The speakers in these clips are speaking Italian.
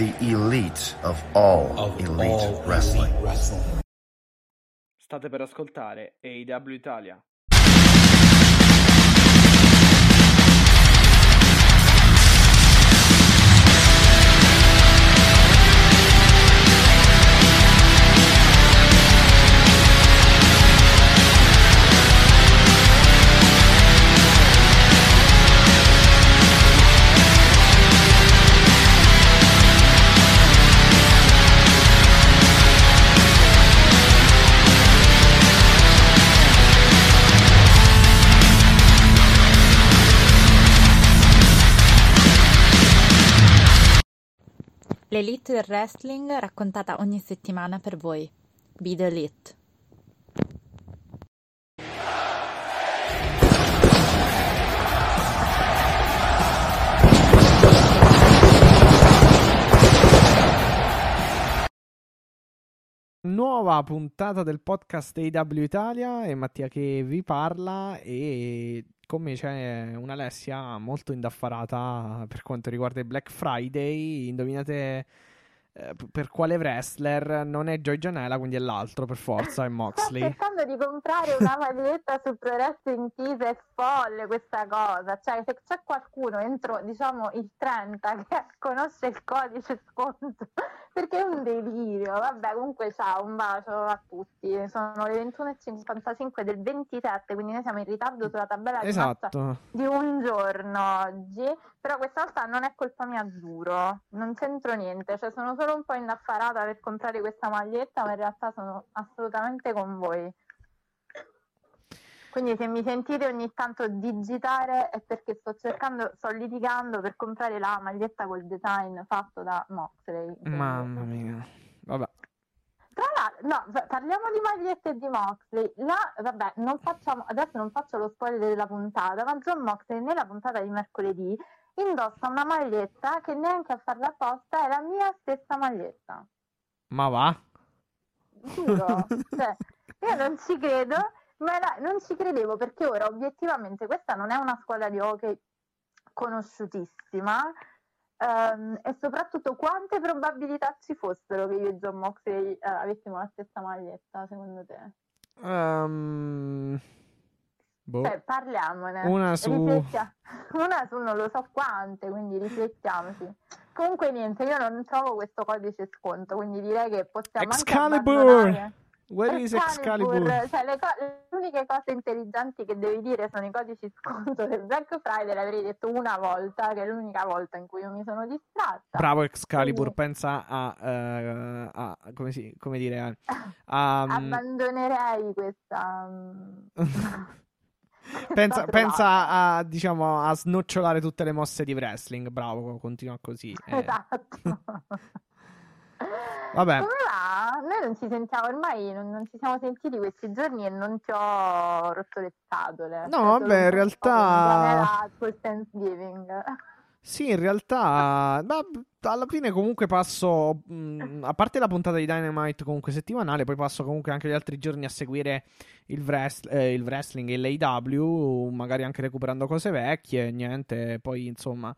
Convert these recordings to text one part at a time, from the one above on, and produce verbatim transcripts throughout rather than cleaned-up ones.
the elite of all of elite all wrestling. elite wrestling. State per ascoltare A E W Italia. L'elite del wrestling raccontata ogni settimana per voi. Be the Elite. Nuova puntata del podcast A E W Italia, è Mattia che vi parla e con me c'è un'Alessia molto indaffarata per quanto riguarda il Black Friday. Indovinate eh, per quale wrestler? Non è Joey Janela, quindi è l'altro per forza, è Moxley. Sto cercando di comprare una maglietta su Pro Wrestling Tees, è folle questa cosa. Cioè, se c'è qualcuno entro, diciamo, il trenta che conosce il codice sconto, perché è un delirio. Vabbè, comunque ciao, un bacio a tutti. Sono le ventuno e cinquantacinque del ventisette, quindi noi siamo in ritardo sulla tabella di marcia Esatto. di un giorno oggi. Però questa volta non è colpa mia, giuro, non c'entro niente, cioè sono solo un po' indaffarata per comprare questa maglietta, ma in realtà sono assolutamente con voi. Quindi se mi sentite ogni tanto digitare è perché sto cercando, sto litigando per comprare la maglietta col design fatto da Moxley. Mamma mia. Vabbè. Tra l'altro, no, parliamo di magliette e di Moxley. La, vabbè, non facciamo, adesso non faccio lo spoiler della puntata, ma Jon Moxley nella puntata di mercoledì indossa una maglietta che neanche a farla apposta è la mia stessa maglietta. Ma va? Giuro. Cioè, io non ci credo, ma era, non ci credevo perché ora obiettivamente questa non è una scuola di hockey conosciutissima. Um, e soprattutto quante probabilità ci fossero che io e Jon Moxley uh, avessimo la stessa maglietta, secondo te? Um, boh. Cioè, parliamone. Una su... Riflettia- Una su non lo so quante, quindi riflettiamoci. Comunque niente, io non trovo questo codice sconto, quindi direi che possiamo Excalibur! anche abbandonare. Where is Excalibur? Cioè, le, co- le uniche cose intelligenti che devi dire sono i codici sconto del Black Friday, l'avrei detto una volta, che è l'unica volta in cui io mi sono distratta. Bravo Excalibur, Quindi... pensa a, uh, a come, si, come dire a, a, abbandonerei questa pensa, pensa a, diciamo, a snocciolare tutte le mosse di wrestling. Bravo, continua così. Eh. Esatto. Vabbè. Come va? Noi non ci sentiamo ormai, non, non ci siamo sentiti questi giorni e non ti ho rotto le scatole. No, Cioè, vabbè, in realtà col Thanksgiving. sì, in realtà ma, alla fine comunque passo mh, a parte la puntata di Dynamite comunque settimanale, poi passo comunque anche gli altri giorni a seguire il, wrest- eh, il wrestling e l'A E W, magari anche recuperando cose vecchie, niente, poi insomma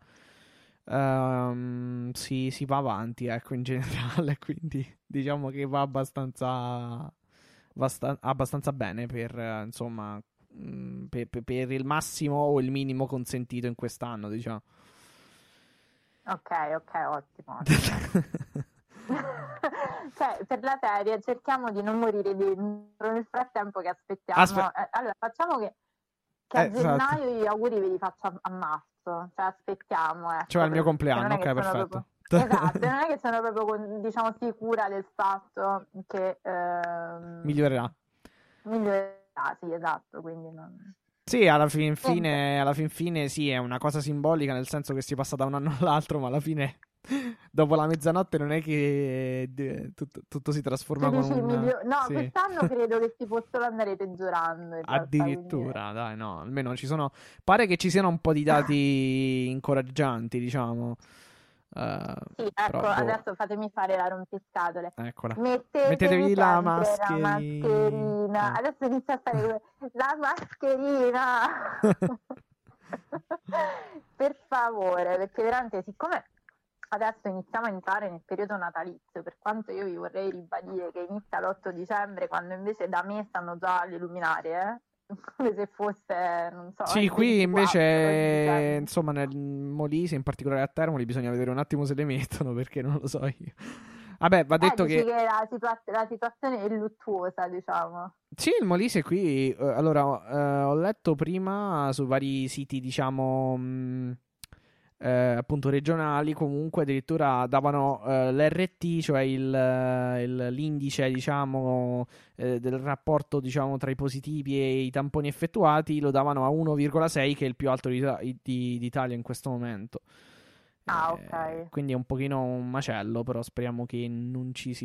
Um, si, si va avanti, ecco, in generale, quindi diciamo che va abbastanza basta, abbastanza bene per uh, insomma mh, per, per, per il massimo o il minimo consentito in quest'anno, diciamo. Ok, ok, ottimo, ottimo. Cioè, per la serie cerchiamo di non morire dentro nel frattempo che aspettiamo. Aspe- eh, allora facciamo che, che a eh, gennaio esatto. gli auguri ve li faccio a, a marzo. Cioè aspettiamo, ecco, cioè il mio compleanno, ok, perfetto. Proprio... esatto, non è che sono proprio, diciamo, sicura del fatto che ehm... migliorerà. Migliorerà, sì, esatto, quindi non... Sì, alla fin fine, alla fin fine sì, è una cosa simbolica, nel senso che si passa da un anno all'altro, ma alla fine dopo la mezzanotte non è che de, tutto, tutto si trasforma con un... milio... No, sì. Quest'anno credo che si possano andare peggiorando. Addirittura, quindi... dai, no, almeno ci sono... Pare che ci siano un po' di dati incoraggianti, diciamo. Uh, sì, ecco, però, boh. Adesso fatemi fare la rompiscatole. Eccola. Mettetevi, Mettetevi la mascherina. mascherina. mascherina. Adesso inizia a fare la mascherina. Per favore, perché veramente, siccome adesso iniziamo a entrare nel periodo natalizio, per quanto io vi vorrei ribadire che inizia l'otto dicembre, quando invece da me stanno già le luminarie, eh? Come se fosse, non so, Sì, il qui invece, ventiquattro, insomma, nel Molise, in particolare a Termoli, bisogna vedere un attimo se le mettono, perché non lo so io. Vabbè, va detto eh, dici che... che la, situa- la situazione è luttuosa, diciamo. Sì, il Molise qui, eh, allora, eh, ho letto prima su vari siti, diciamo, mh, eh, appunto regionali, comunque addirittura davano eh, l'R T, cioè il, eh, il- l'indice, diciamo, eh, del rapporto, diciamo, tra i positivi e i tamponi effettuati, lo davano a uno virgola sei, che è il più alto d'Ita- di- d'Italia in questo momento. Ah, Eh, ok. quindi è un pochino un macello, però speriamo che non ci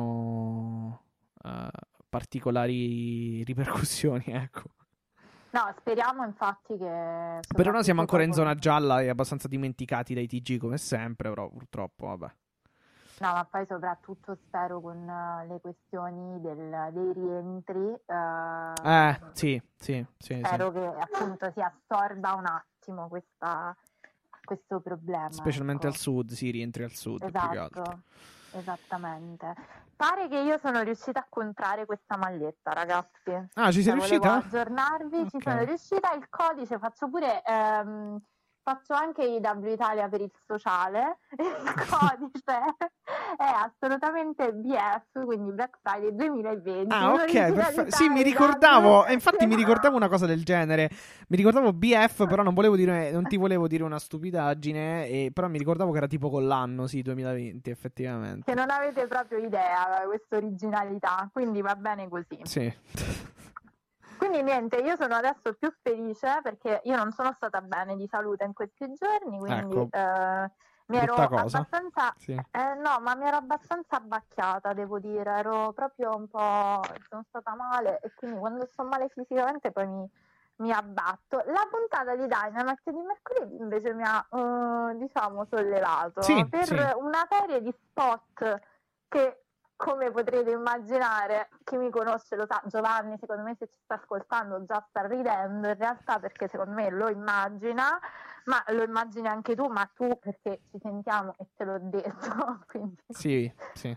siano eh, particolari ripercussioni, ecco. No, speriamo infatti che... Per ora siamo soprattutto ancora in dopo- zona gialla e abbastanza dimenticati dai T G come sempre, però purtroppo, vabbè. No, ma poi soprattutto spero con eh, le questioni del- dei rientri, eh, Eh, sì, sì, sì, sì. spero che appunto si assorba un attimo questa, questo problema. Specialmente ecco. al sud, sì, rientri al sud, più che altro. Esatto, esattamente. Pare che io sono riuscita a comprare questa maglietta, ragazzi. Ah, ci sei Cioè, volevo riuscita? aggiornarvi, ci Ok. sono riuscita. Il codice faccio pure, ehm, faccio anche I W Italia per il sociale. Il codice è assolutamente B F, quindi Black Friday duemilaventi. Ah, ok, l'originalità perfetto. Sì, mi I W. ricordavo, e infatti mi ricordavo una cosa del genere. Mi ricordavo B F, però non volevo dire, non ti volevo dire una stupidaggine, e, però mi ricordavo che era tipo con l'anno, sì, duemilaventi, effettivamente. Che non avete proprio idea questa originalità, quindi va bene così. Sì. Quindi niente, io sono adesso più felice perché io non sono stata bene di salute in questi giorni, quindi Ecco, eh, mi ero brutta cosa. abbastanza, Sì. eh, no, ma mi ero abbastanza abbacchiata, devo dire, ero proprio un po', sono stata male e quindi quando sto male fisicamente poi mi, mi abbatto. La puntata di Dynamite di mercoledì invece mi ha, eh, diciamo, sollevato Sì, per sì. una serie di spot che, come potrete immaginare, chi mi conosce lo sa. Giovanni, secondo me, se ci sta ascoltando già sta ridendo in realtà, perché secondo me lo immagina, ma lo immagini anche tu, ma tu perché ci sentiamo e te l'ho detto, quindi... Sì, sì.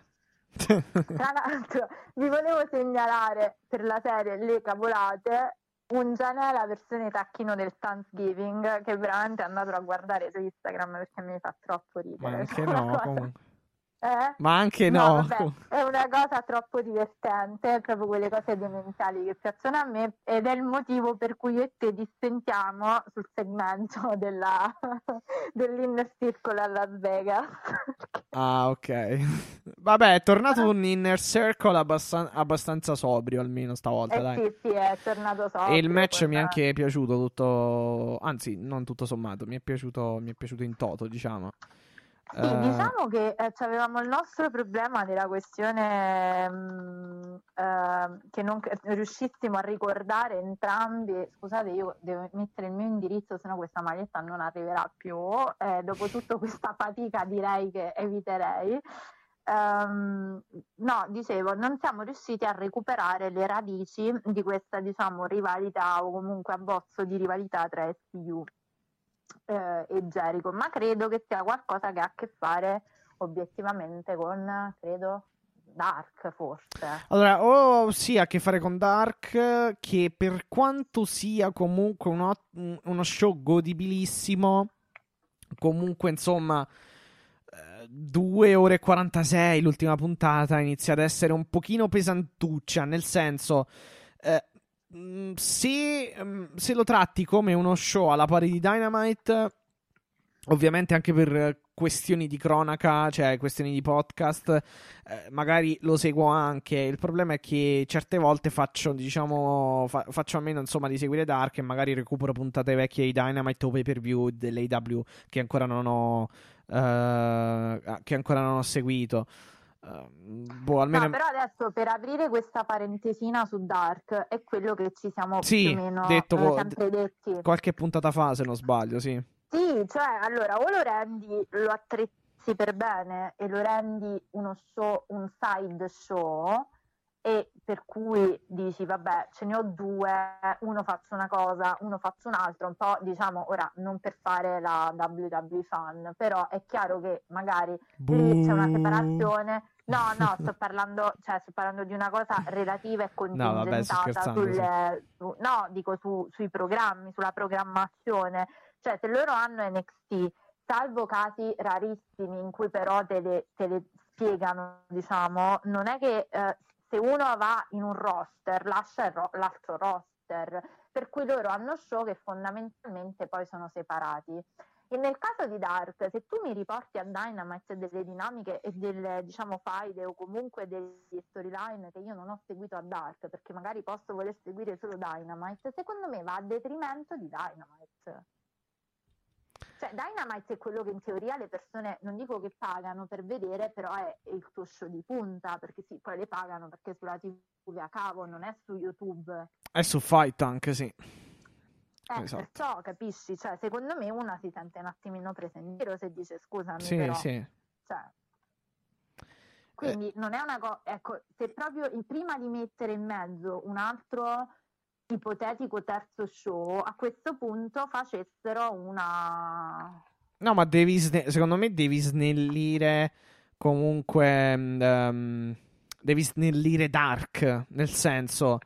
Tra l'altro vi volevo segnalare per la serie Le Cavolate un Gianella versione tacchino del Thanksgiving che veramente andatelo a guardare su Instagram perché mi fa troppo ridere. Ma anche Cioè, una no, cosa- comunque. Eh? Ma anche No, no. vabbè, è una cosa troppo divertente, è proprio quelle cose demenziali che piacciono a me ed è il motivo per cui io e te dissentiamo sul segmento della, dell'Inner Circle a Las Vegas. Ah, ok. Vabbè, è tornato un Inner Circle abbastan- abbastanza sobrio, almeno stavolta, Eh dai. sì, sì, è tornato sobrio. E il match con- mi è anche piaciuto tutto, anzi, non tutto sommato, mi è piaciuto, mi è piaciuto in toto, diciamo. Sì, Eh, diciamo che eh, avevamo il nostro problema della questione mh, eh, che non che riuscissimo a ricordare entrambi. Scusate, io devo mettere il mio indirizzo, sennò questa maglietta non arriverà più. Eh, dopo tutta questa fatica direi che eviterei. Ehm, no, dicevo, non siamo riusciti a recuperare le radici di questa, diciamo, rivalità o comunque abbozzo di rivalità tra S C U eh, e Jericho, ma credo che sia qualcosa che ha a che fare obiettivamente con, credo, Dark forse. Allora, o sì, ha a che fare con Dark, che per quanto sia comunque uno, uno show godibilissimo, comunque insomma, eh, due ore e quarantasei l'ultima puntata inizia ad essere un pochino pesantuccia, nel senso, eh, mh, se, mh, se lo tratti come uno show alla pari di Dynamite, ovviamente anche per questioni di cronaca, cioè questioni di podcast, eh, magari lo seguo anche. Il problema è che certe volte faccio, diciamo, fa- faccio a meno insomma di seguire Dark e magari recupero puntate vecchie di Dynamite o pay per view dell'A E W che ancora non ho eh, che ancora non ho seguito. Uh, boh, almeno No, però adesso per aprire questa parentesina su Dark è quello che ci siamo sì, più o meno detto eh, co- sempre detti. qualche puntata fa, se non sbaglio, sì. Sì, cioè, allora, o lo rendi, lo attrezzi per bene e lo rendi uno show, un side show, e per cui dici vabbè ce ne ho due, uno faccio una cosa, uno faccio un'altra, un po' diciamo ora non per fare la W W E fan, però è chiaro che magari lì c'è una separazione. No, no, sto parlando, cioè, sto parlando di una cosa relativa e contingentata, no, vabbè, sulle, su, no, dico su, sui programmi, sulla programmazione. Cioè, se loro hanno N X T, salvo casi rarissimi in cui però te le, te le spiegano, diciamo, non è che eh, se uno va in un roster lascia il ro- l'altro roster, per cui loro hanno show che fondamentalmente poi sono separati. E nel caso di Dark, se tu mi riporti a Dynamite delle dinamiche e delle, diciamo, faide o comunque degli storyline che io non ho seguito a Dark, perché magari posso voler seguire solo Dynamite, secondo me va a detrimento di Dynamite. Cioè, Dynamite è quello che in teoria le persone, non dico che pagano per vedere, però è il tuo show di punta, perché sì, poi le pagano perché sulla tivù a cavo, non è su YouTube. È su Fight anche, sì. Eh, Esatto. Perciò capisci, cioè secondo me una si sente un attimino presa in giro se dice scusami, sì, però, sì. Cioè, quindi eh. non è una cosa, ecco, se proprio prima di mettere in mezzo un altro ipotetico terzo show, a questo punto facessero una... No, ma devi sne- secondo me devi snellire comunque um, devi snellire Dark, nel senso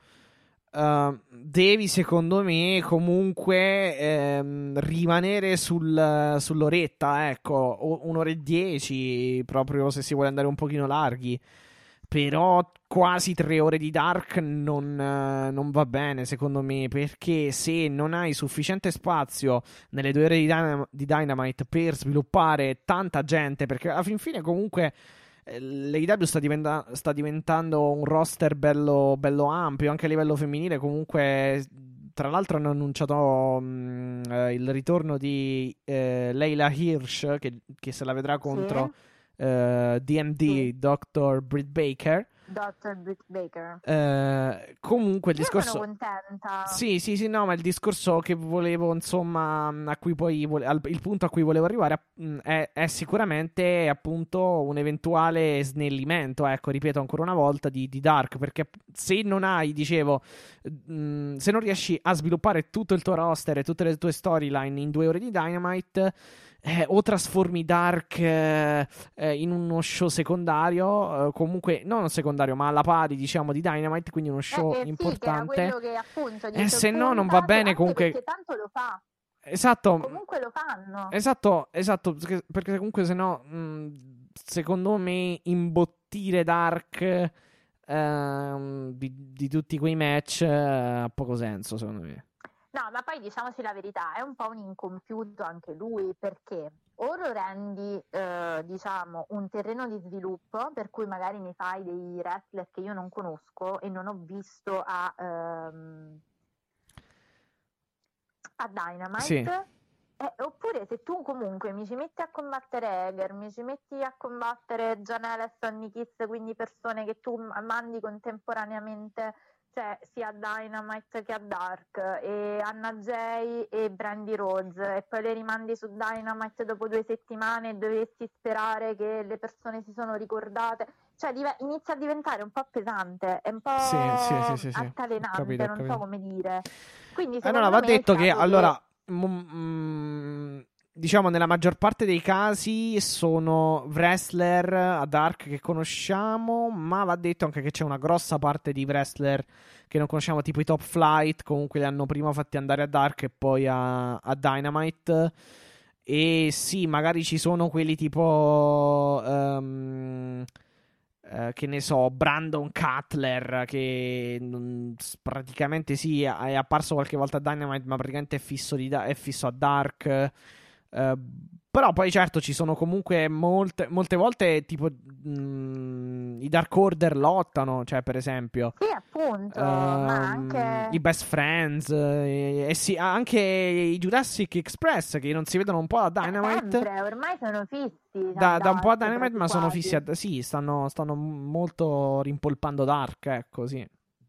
Uh, devi secondo me comunque ehm, rimanere sul, sull'oretta, ecco, un'ora e dieci proprio se si vuole andare un pochino larghi, però quasi tre ore di Dark non, uh, non va bene secondo me, perché se non hai sufficiente spazio nelle due ore di, Dynam- di Dynamite per sviluppare tanta gente, perché alla fin fine comunque l'A E W sta, diventa- sta diventando un roster bello, bello ampio anche a livello femminile. Comunque, tra l'altro, hanno annunciato mh, eh, il ritorno di eh, Layla Hirsch, che, che se la vedrà contro sì. eh, D M D, sì. doctor Britt Baker. doctor Britt Baker. Eh, comunque il Io discorso. sono contenta. Sì, sì, sì, no, ma il discorso che volevo, insomma, a cui poi vole... il punto a cui volevo arrivare è, è sicuramente appunto un eventuale snellimento, ecco, ripeto ancora una volta, di, di Dark, perché se non hai, dicevo, mh, se non riesci a sviluppare tutto il tuo roster e tutte le tue storyline in due ore di Dynamite, Eh, o trasformi Dark eh, eh, in uno show secondario, eh, comunque non secondario ma alla pari, diciamo, di Dynamite, quindi uno show eh, eh, importante, sì, che quello che, appunto, e eh, se no non va bene comunque, perché tanto lo fa, esatto, comunque lo fanno, esatto, esatto, perché, perché comunque se no mh, secondo me imbottire Dark eh, di, di tutti quei match eh, ha poco senso secondo me. No, ma poi diciamoci la verità, è un po' un incompiuto anche lui, perché o lo rendi, eh, diciamo, un terreno di sviluppo, per cui magari mi fai dei wrestler che io non conosco e non ho visto a, ehm, a Dynamite, sì. eh, oppure se tu comunque mi ci metti a combattere Eger, mi ci metti a combattere Janela e Sonny Kiss, quindi persone che tu mandi contemporaneamente, cioè sia a Dynamite che a Dark, e Anna Jay e Brandy Rhodes, e poi le rimandi su Dynamite dopo due settimane e dovessi sperare che le persone si sono ricordate, cioè div- inizia a diventare un po' pesante, è un po' sì, sì, sì, sì, sì. altalenante, capito, non capito. so come dire. Quindi allora va detto che, che allora mm, diciamo nella maggior parte dei casi sono wrestler a Dark che conosciamo, ma va detto anche che c'è una grossa parte di wrestler che non conosciamo, tipo i Top Flight, comunque li hanno prima fatti andare a Dark e poi a, a Dynamite. E sì, magari ci sono quelli tipo um, uh, che ne so, Brandon Cutler, che non, praticamente sì, è apparso qualche volta a Dynamite, ma praticamente è fisso, di, è fisso a Dark. Uh, però poi certo ci sono comunque molte, molte volte tipo mh, i Dark Order lottano, cioè per esempio sì appunto, uh, ma anche i Best Friends e, e sì, anche i Jurassic Express, che non si vedono un po' a Dynamite, sempre, ormai sono fissi da, da un po' a Dynamite, ma quasi. sono fissi a, sì, stanno, stanno molto rimpolpando Dark, ecco, sì.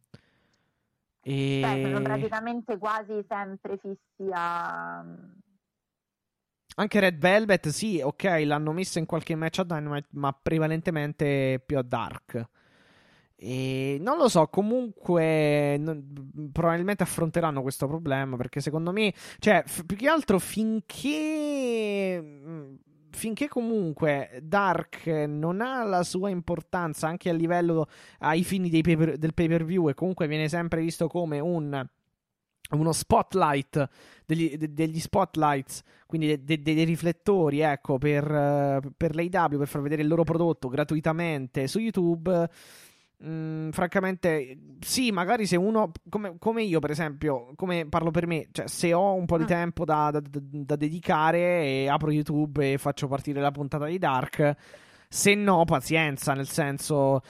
E... Cioè, sono praticamente quasi sempre fissi a... Anche Red Velvet, sì, ok, l'hanno messa in qualche match a Dynamite, ma prevalentemente più a Dark. E non lo so, comunque non- probabilmente affronteranno questo problema, perché secondo me, cioè, f- più che altro finché mh, finché comunque Dark non ha la sua importanza anche a livello ai fini dei pay- del pay-per-view, e comunque viene sempre visto come un uno spotlight degli, de- degli spotlights, quindi de- de- dei riflettori, ecco, per, eh, per l'A E W, per far vedere il loro prodotto gratuitamente su YouTube. Mm, francamente, sì, magari se uno, come, come io per esempio, come parlo per me, cioè se ho un po' di Mm. tempo da, da- da- da dedicare e apro YouTube e faccio partire la puntata di Dark, se no, pazienza, nel senso,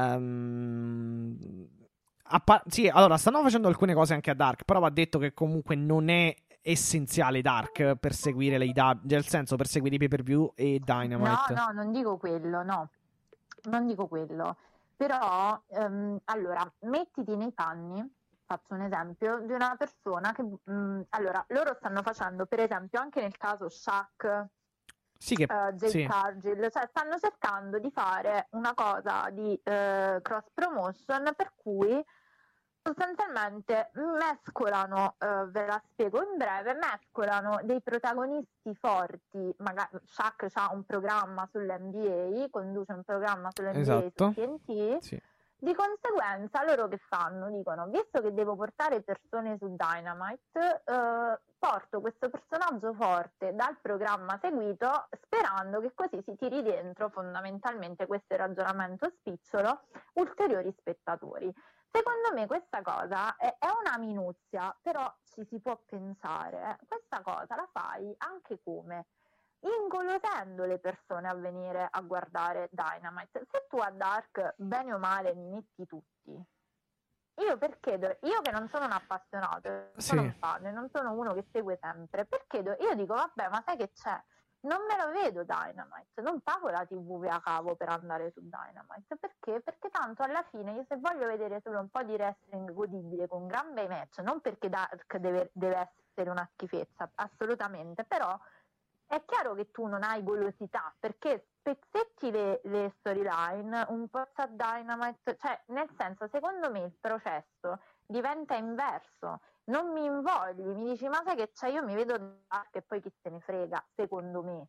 ehm, a par- sì, allora stanno facendo alcune cose anche a Dark, però va detto che comunque non è essenziale Dark per seguire le I W, nel senso per seguire i pay-per-view e No, Dynamite. no, non dico quello, no, non dico quello. Però, ehm, allora, mettiti nei panni, faccio un esempio, di una persona che, mm, allora, loro stanno facendo, per esempio, anche nel caso Shaq, Sì, che eh, Jade sì. Cargill, cioè stanno cercando di fare una cosa di eh, cross promotion per cui sostanzialmente mescolano, eh, ve la spiego in breve, mescolano dei protagonisti forti, magari Shaq ha un programma sull'N B A, conduce un programma sull'N B A Esatto. su T N T, Sì. di conseguenza loro che fanno? Dicono, visto che devo portare persone su Dynamite, eh, porto questo personaggio forte dal programma seguito, sperando che così si tiri dentro, fondamentalmente questo è il ragionamento spicciolo, ulteriori spettatori. Secondo me questa cosa è, è una minuzia, però ci si può pensare. Questa cosa la fai anche come? Ingolosendo le persone a venire a guardare Dynamite. Se tu a Dark, bene o male, mi metti tutti, io perché do- io che non sono un appassionato, non sono Sì. un fan, e non sono uno che segue sempre, perché do- io dico vabbè, ma sai che c'è? Non me lo vedo Dynamite, non pago la tivù a cavo per andare su Dynamite, perché? Perché tanto alla fine io se voglio vedere solo un po' di wrestling godibile con gran bei match, non perché Dark deve, deve essere una schifezza, assolutamente, però è chiaro che tu non hai golosità, perché spezzetti le, le storyline, un po' a Dynamite, cioè nel senso, secondo me il processo diventa inverso, non mi invogli, mi dici ma sai che c'è, io mi vedo Dark e poi chi se ne frega, secondo me.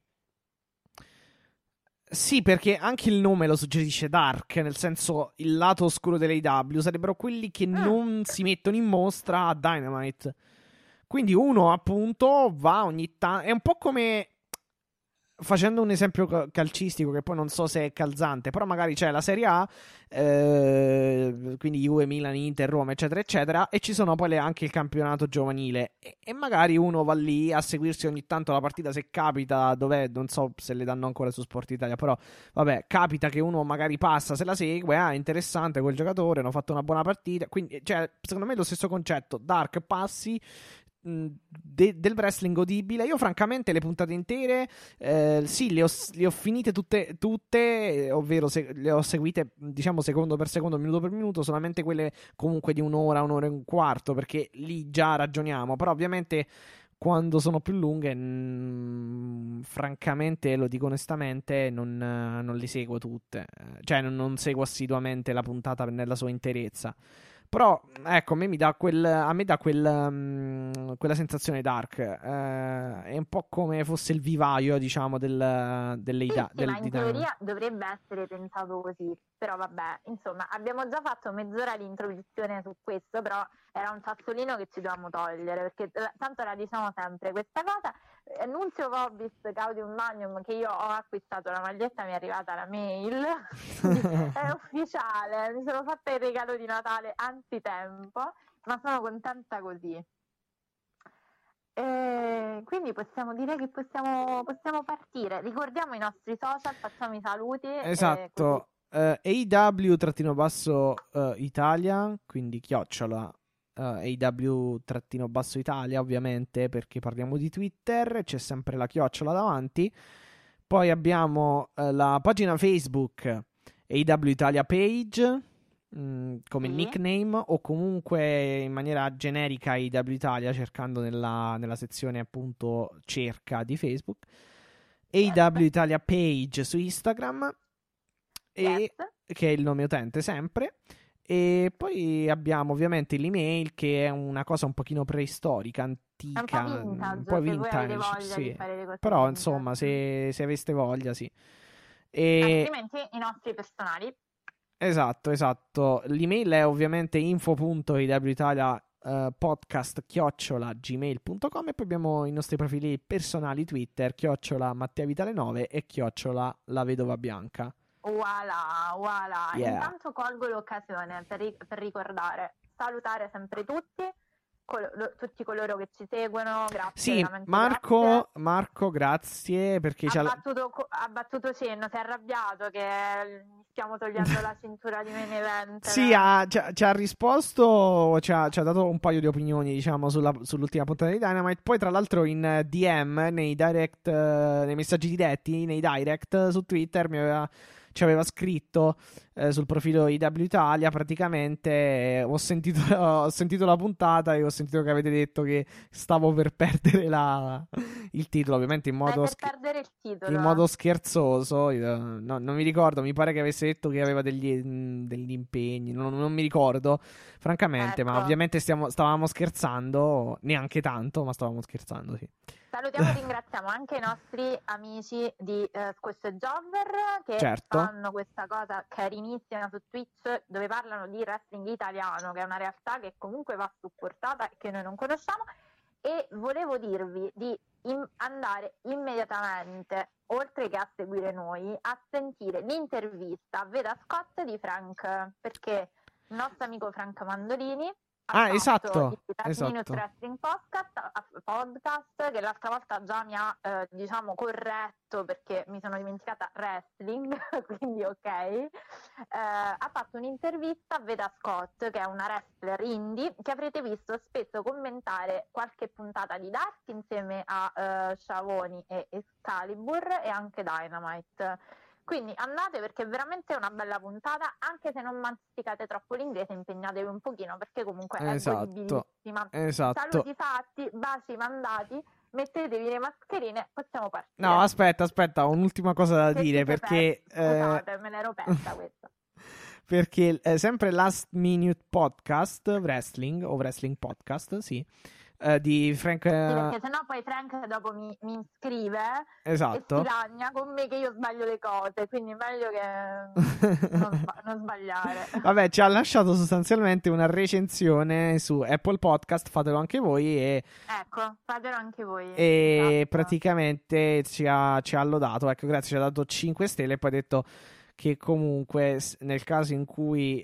Sì, perché anche il nome lo suggerisce Dark, nel senso il lato oscuro dell'A E W sarebbero quelli che Mm. non si mettono in mostra a Dynamite. Quindi uno appunto va ogni tanto, è un po' come, facendo un esempio ca- calcistico che poi non so se è calzante, però magari c'è la Serie A, eh, quindi Juve, Milan, Inter, Roma, eccetera, eccetera, e ci sono poi le- anche il campionato giovanile, e, e magari uno va lì a seguirsi ogni tanto la partita se capita, dov'è, non so se le danno ancora su Sport Italia, però vabbè, capita che uno magari passa, se la segue, ah, interessante quel giocatore, hanno fatto una buona partita, quindi cioè, secondo me è lo stesso concetto, Dark passi De- del wrestling godibile. Io francamente le puntate intere eh, sì, le ho, le ho finite tutte, tutte eh, ovvero se- le ho seguite diciamo secondo per secondo, minuto per minuto, solamente quelle comunque di un'ora, un'ora e un quarto, perché lì già ragioniamo, però ovviamente quando sono più lunghe mh, francamente, lo dico onestamente, non, eh, non le seguo tutte, Eh, cioè non, non seguo assiduamente la puntata nella sua interezza. Però, ecco, a me mi dà quel, a me dà quel, mm, quella sensazione Dark. Eh, è un po' come fosse il vivaio, diciamo, del, delle Sì, ida- sì, del, ma in di Dynamite. teoria dovrebbe essere pensato così, però vabbè, insomma, abbiamo già fatto mezz'ora di introduzione su questo, però era un sassolino che ci dovevamo togliere, perché eh, tanto la diciamo sempre questa cosa. Eh, Nunzio Vobis Gaudium Magnum, che io ho acquistato la maglietta, mi è arrivata la mail, quindi è ufficiale, mi sono fatta il regalo di Natale anzitempo, ma sono contenta così. Eh, quindi possiamo dire che possiamo, possiamo partire. Ricordiamo i nostri social, facciamo i saluti. e così. Esatto. Eh, A E W trattino basso eh, Italia, quindi chiocciola eh, A E W trattino basso Italia, ovviamente, perché parliamo di Twitter, c'è sempre la chiocciola davanti. Poi abbiamo eh, la pagina Facebook A E W Italia Page, mh, come Sì. nickname, o comunque in maniera generica A E W Italia, cercando nella, nella sezione appunto cerca di Facebook. A E W Italia Page su Instagram. e, Yes. che è il nome utente sempre. E poi abbiamo ovviamente l'email, che è una cosa un pochino preistorica, antica, È un po' vintage, un po' se voi avete vintage, voglia sì. di fare le cose Però vintage. insomma, se, se aveste voglia, sì. E... Altrimenti i nostri personali. Esatto, esatto. L'email è ovviamente info punto i w italia podcast chiocciola gmail punto com, e poi abbiamo i nostri profili personali Twitter, chiocciola Mattia Vitale nove e chiocciola La Vedova Bianca. Voilà, voilà. Yeah. Intanto colgo l'occasione per, ri- per ricordare, salutare sempre tutti, col- lo- tutti coloro che ci seguono, grazie. Sì, veramente Marco, grazie. Marco, grazie perché Ha c'ha la- battuto, co- ha battuto cenno, si è arrabbiato che gli stiamo togliendo la cintura di main event. Sì, ha, ci, ha, ci ha risposto, ci ha, ci ha dato un paio di opinioni, diciamo, sulla, sull'ultima puntata di Dynamite. Poi, tra l'altro, in D M, nei direct, eh, nei messaggi diretti, nei direct su Twitter, mi aveva, ci aveva scritto eh, sul profilo I W Italia. Praticamente eh, ho sentito, ho sentito la puntata e ho sentito che avete detto che stavo per perdere la, il titolo, ovviamente in modo, per scher- perdere il titolo. in modo scherzoso. Io, no, non mi ricordo, mi pare che avesse detto che aveva degli, mh, degli impegni, non, non mi ricordo francamente, Ecco. ma ovviamente stiamo, stavamo scherzando, neanche tanto, ma stavamo scherzando, sì. Salutiamo e ringraziamo anche i nostri amici di eh, Squash e Jobber che Certo. fanno questa cosa carinissima su Twitch, dove parlano di wrestling italiano, che è una realtà che comunque va supportata e che noi non conosciamo. E volevo dirvi di in- andare immediatamente, oltre che a seguire noi, a sentire l'intervista a Veda Scott di Frank, perché il nostro amico Frank Mandolini ha Ah, fatto esatto, il Minute esatto. Wrestling podcast, podcast che l'altra volta già mi ha eh, diciamo corretto perché mi sono dimenticata wrestling, quindi ok. Eh, ha fatto un'intervista a Veda Scott, che è una wrestler indie che avrete visto spesso commentare qualche puntata di Dark insieme a eh, Sciavoni e Excalibur e anche Dynamite. Quindi andate, perché è veramente una bella puntata, anche se non masticate troppo l'inglese, impegnatevi un pochino, perché comunque è Esatto, godibilissima. esatto. Saluti fatti, baci mandati, mettetevi le mascherine, possiamo partire. No, aspetta, aspetta, ho un'ultima cosa da Che dire, ti sei perché... perso? eh, Scusate, me l'ero persa questa. perché eh, sempre Last Minute Podcast, Wrestling, o Wrestling Podcast, sì, eh, di Frank... Sì, eh, perché sennò poi Frank dopo mi, mi scrive e esatto. si lagna con me che io sbaglio le cose, quindi è meglio che non, sba- non sbagliare. Vabbè, ci ha lasciato sostanzialmente una recensione su Apple Podcast, fatelo anche voi, e, Ecco, fatelo anche voi. e Esatto. praticamente ci ha, ci ha lodato, ecco, grazie, ci ha dato cinque stelle e poi ha detto che comunque s- nel caso in cui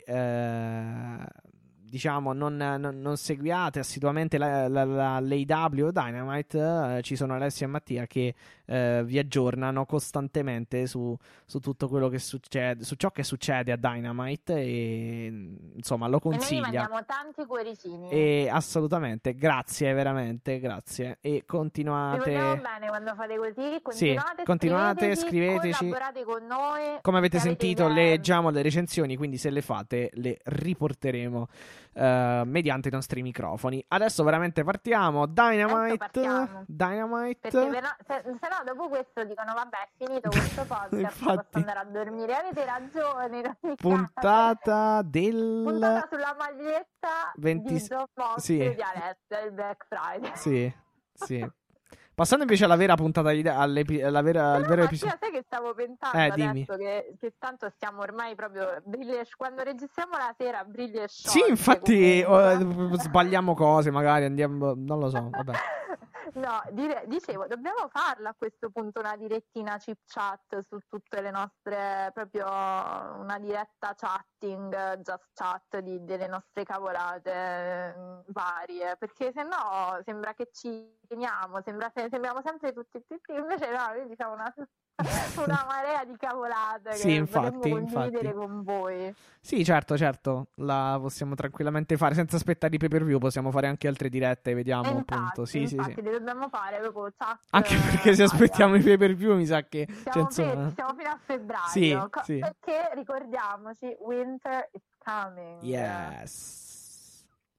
eh, diciamo non, non- non seguiate assiduamente la, la, la, l'A E W o Dynamite, eh, ci sono Alessia e Mattia che eh, vi aggiornano costantemente su, su tutto quello che succede, su ciò che succede a Dynamite, e insomma lo E noi gli consiglia. mandiamo tanti cuoricini. E assolutamente, grazie, veramente, grazie. E Vi vogliamo continuate, bene quando fate così. Continuate, continuate, scriveteci, scriveteci. collaborate con noi. come avete se avete sentito, idee. leggiamo le recensioni, quindi se le fate le riporteremo eh, mediante i nostri microfoni. Adesso veramente partiamo. Dynamite, partiamo. Dynamite. Perché per no- se, se no dopo questo dicono vabbè è finito questo podcast, Infatti. posso andare a dormire. Avete ragione, in ogni Puntata caso. del Puntata sulla maglietta venti di John Mox sì. di Alessia, il Black Friday. Sì, sì. Passando invece alla vera puntata di all'epi- alla vera, al Però, vero Mattia, episodio. sai che stavo pensando Eh, dimmi. adesso che, che tanto stiamo ormai proprio brilli e- quando registriamo la sera brilli e Sì, sciolti, infatti comunque. oh, sbagliamo cose, magari andiamo, non lo so, vabbè. No, dire- dicevo, dobbiamo farla a questo punto una direttina chip chat su tutte le nostre, proprio una diretta chatting, just chat di- delle nostre cavolate eh, varie, perché se no sembra che ci teniamo, sembra, se- sembriamo sempre tutti, tutti, invece no, noi diciamo una, una marea di cavolate Sì, che infatti, vorremmo condividere infatti. con voi. Sì, certo, certo, la possiamo tranquillamente fare senza aspettare i pay per view, possiamo fare anche altre dirette, vediamo E appunto. infatti, Sì, sì, infatti sì. le dobbiamo fare proprio chat. Anche perché se eh, aspettiamo i pay per view mi sa che cioè, Siamo, insomma, fermi, siamo fino a febbraio. Sì, Co- sì. Perché ricordiamoci, winter is coming. yes.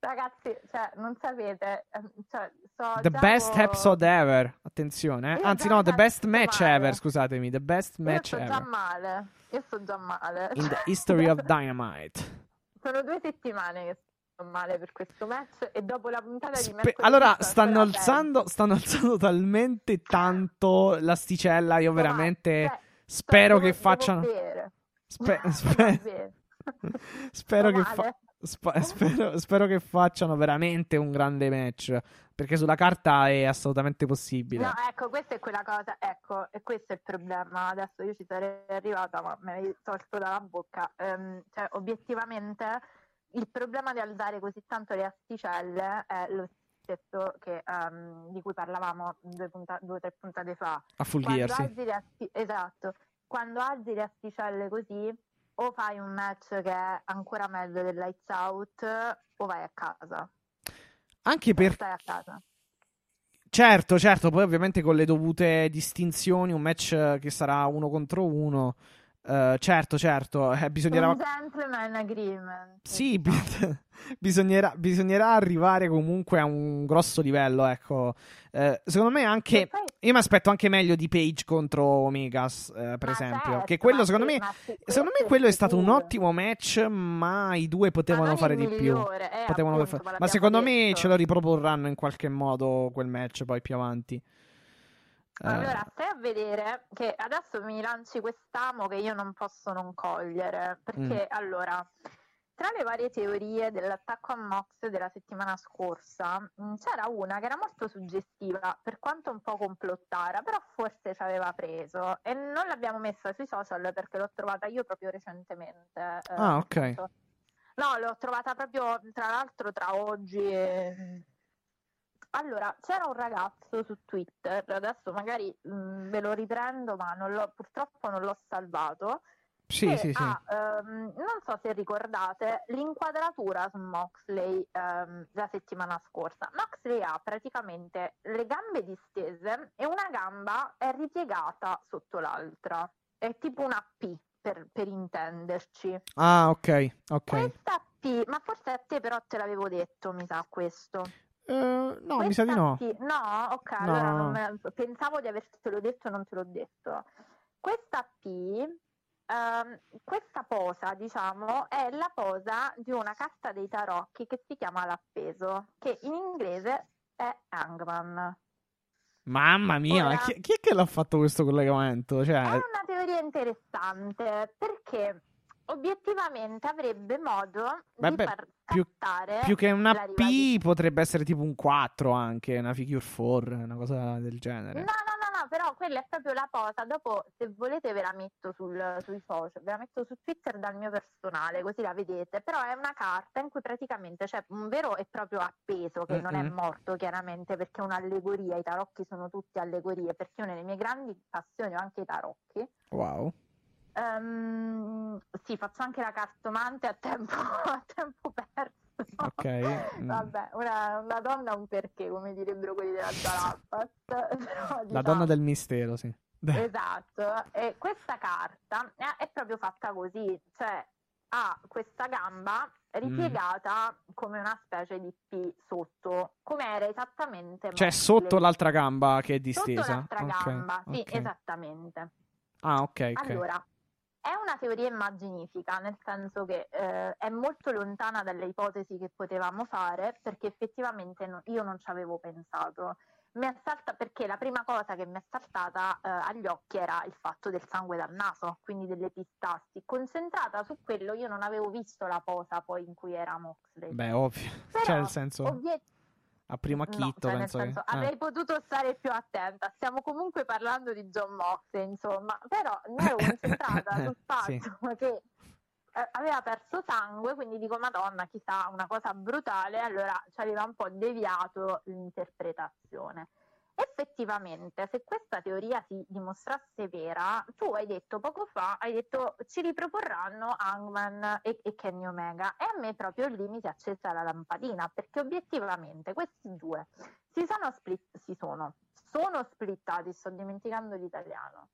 Ragazzi, cioè, non sapete, ehm, cioè, so The già best co- episode ever. Attenzione, eh. Io Anzi, già no, the cazzo best match male. ever. Scusatemi, the best Io match sto già ever male, io sto già male. in the Cioè, history of Dynamite. sono due settimane che sto male per questo match e dopo la puntata di Spe- mercoledì allora, sto stanno ancora alzando, stanno alzando talmente tanto l'asticella. Io peggio. veramente Cioè, spero devo- che devo facciano. bere. Spe- Devo spe- bere. spero, Sto che fa- male. spa- spero, spero che facciano veramente un grande match. Perché sulla carta è assolutamente possibile. No, ecco, questa è quella cosa, ecco, e questo è il problema. Adesso io ci sarei arrivata, ma me l'hai tolto dalla bocca. Ehm, cioè, obiettivamente, il problema di alzare così tanto le asticelle è lo stesso che, ehm, di cui parlavamo due, punta- due o tre puntate fa. A Full Quando Gear, sì. alzi le asti- esatto, quando alzi le asticelle così, o fai un match che è ancora meglio del Lights Out, o vai a casa. Anche per Stai a casa. Certo, certo, poi ovviamente con le dovute distinzioni, un match eh, che sarà uno contro uno, eh, certo, certo, eh, bisognerà... Un gentleman agreement. Sì, bi- bisognerà, bisognerà arrivare comunque a un grosso livello, ecco. Eh, secondo me anche... E poi- Io mi aspetto anche meglio di Page contro Omegas, eh, per Ma esempio. certo, Che quello, ma secondo sì, me... ma sì, Secondo me questo quello è stato un sicuro. ottimo match, ma i due potevano Ma non fare il di più. migliore, eh, Potevano appunto, fa- ma Ma l'abbiamo secondo me detto. ce lo riproporranno in qualche modo quel match poi più avanti. Eh, Allora, stai a vedere che adesso mi lanci quest'amo che io non posso non cogliere, perché allora, tra le varie teorie dell'attacco a Mox della settimana scorsa, mh, c'era una che era molto suggestiva, per quanto un po' complottara, però forse ci aveva preso e non l'abbiamo messa sui social perché l'ho trovata io proprio recentemente. eh, Ah, nel ok. senso- No, l'ho trovata proprio, tra l'altro, tra oggi e... Allora, c'era un ragazzo su Twitter, adesso magari mh, ve lo riprendo, ma non l'ho- purtroppo non l'ho salvato, Sì, che sì, sì. ha, ehm, non so se ricordate, l'inquadratura su Moxley ehm, la settimana scorsa. Moxley ha praticamente le gambe distese e una gamba è ripiegata sotto l'altra. È tipo una P, per, per intenderci. Ah, ok, ok. Questa P, ma forse a te però te l'avevo detto, mi sa questo. Eh, no, mi sa di Questa no. P- no, ok, No, allora no, non no. me- pensavo di avertelo detto e non te l'ho detto. Questa P, ehm, questa posa, diciamo, è la posa di una carta dei tarocchi che si chiama l'appeso, che in inglese è Hangman. Mamma mia, ma Ora- chi, chi è che l'ha fatto questo collegamento? È Cioè, una teoria interessante perché obiettivamente avrebbe modo Beh, di beh, far più- scattare più che una la P rivalità. potrebbe essere tipo un quattro anche, una figure four, una cosa del genere. No, no, no, no, però quella è proprio la posa. Dopo, se volete, ve la metto sul, sui social, ve la metto su Twitter dal mio personale, così la vedete. Però è una carta in cui praticamente c'è un vero e proprio appeso, che non è Mm-mm. morto chiaramente, perché è un'allegoria. I tarocchi sono tutti allegorie, perché io nelle mie grandi passioni ho anche i tarocchi. Wow. Ehm, sì, faccio anche la cartomante a tempo, a tempo perso. Ok. Mm. Vabbè, una, una donna un perché, come direbbero quelli della Zalapas. Però, La diciamo- donna del mistero, sì. Esatto, e questa carta è, è proprio fatta così, cioè ha questa gamba ripiegata come una specie di P sotto, come era esattamente Cioè, Moxley. sotto l'altra gamba che è Sotto distesa. l'altra Ok, gamba, sì, ok. esattamente. Ah, ok, ok. Allora, è una teoria immaginifica, nel senso che eh, è molto lontana dalle ipotesi che potevamo fare, perché effettivamente no- io non ci avevo pensato. Mi è salta, perché la prima cosa che mi è saltata eh, agli occhi era il fatto del sangue dal naso, quindi delle pistassi. Concentrata su quello, io non avevo visto la posa poi in cui era Moxley. Beh, ovvio. Però, Cioè, nel senso, ovvie- a primo No, acchitto, cioè, nel penso senso, che... eh. avrei potuto stare più attenta. Stiamo comunque parlando di John Moxley, insomma, però mi ero concentrata sul fatto Sì. che eh, aveva perso sangue, quindi dico, Madonna, chissà, una cosa brutale, allora ci aveva un po' deviato l'interpretazione. Effettivamente, se questa teoria si dimostrasse vera, tu hai detto poco fa, hai detto ci riproporranno Hangman e, e Kenny Omega, e a me proprio lì mi si è accesa la lampadina, perché obiettivamente questi due si sono split, si sono, sono splittati, sto dimenticando l'italiano,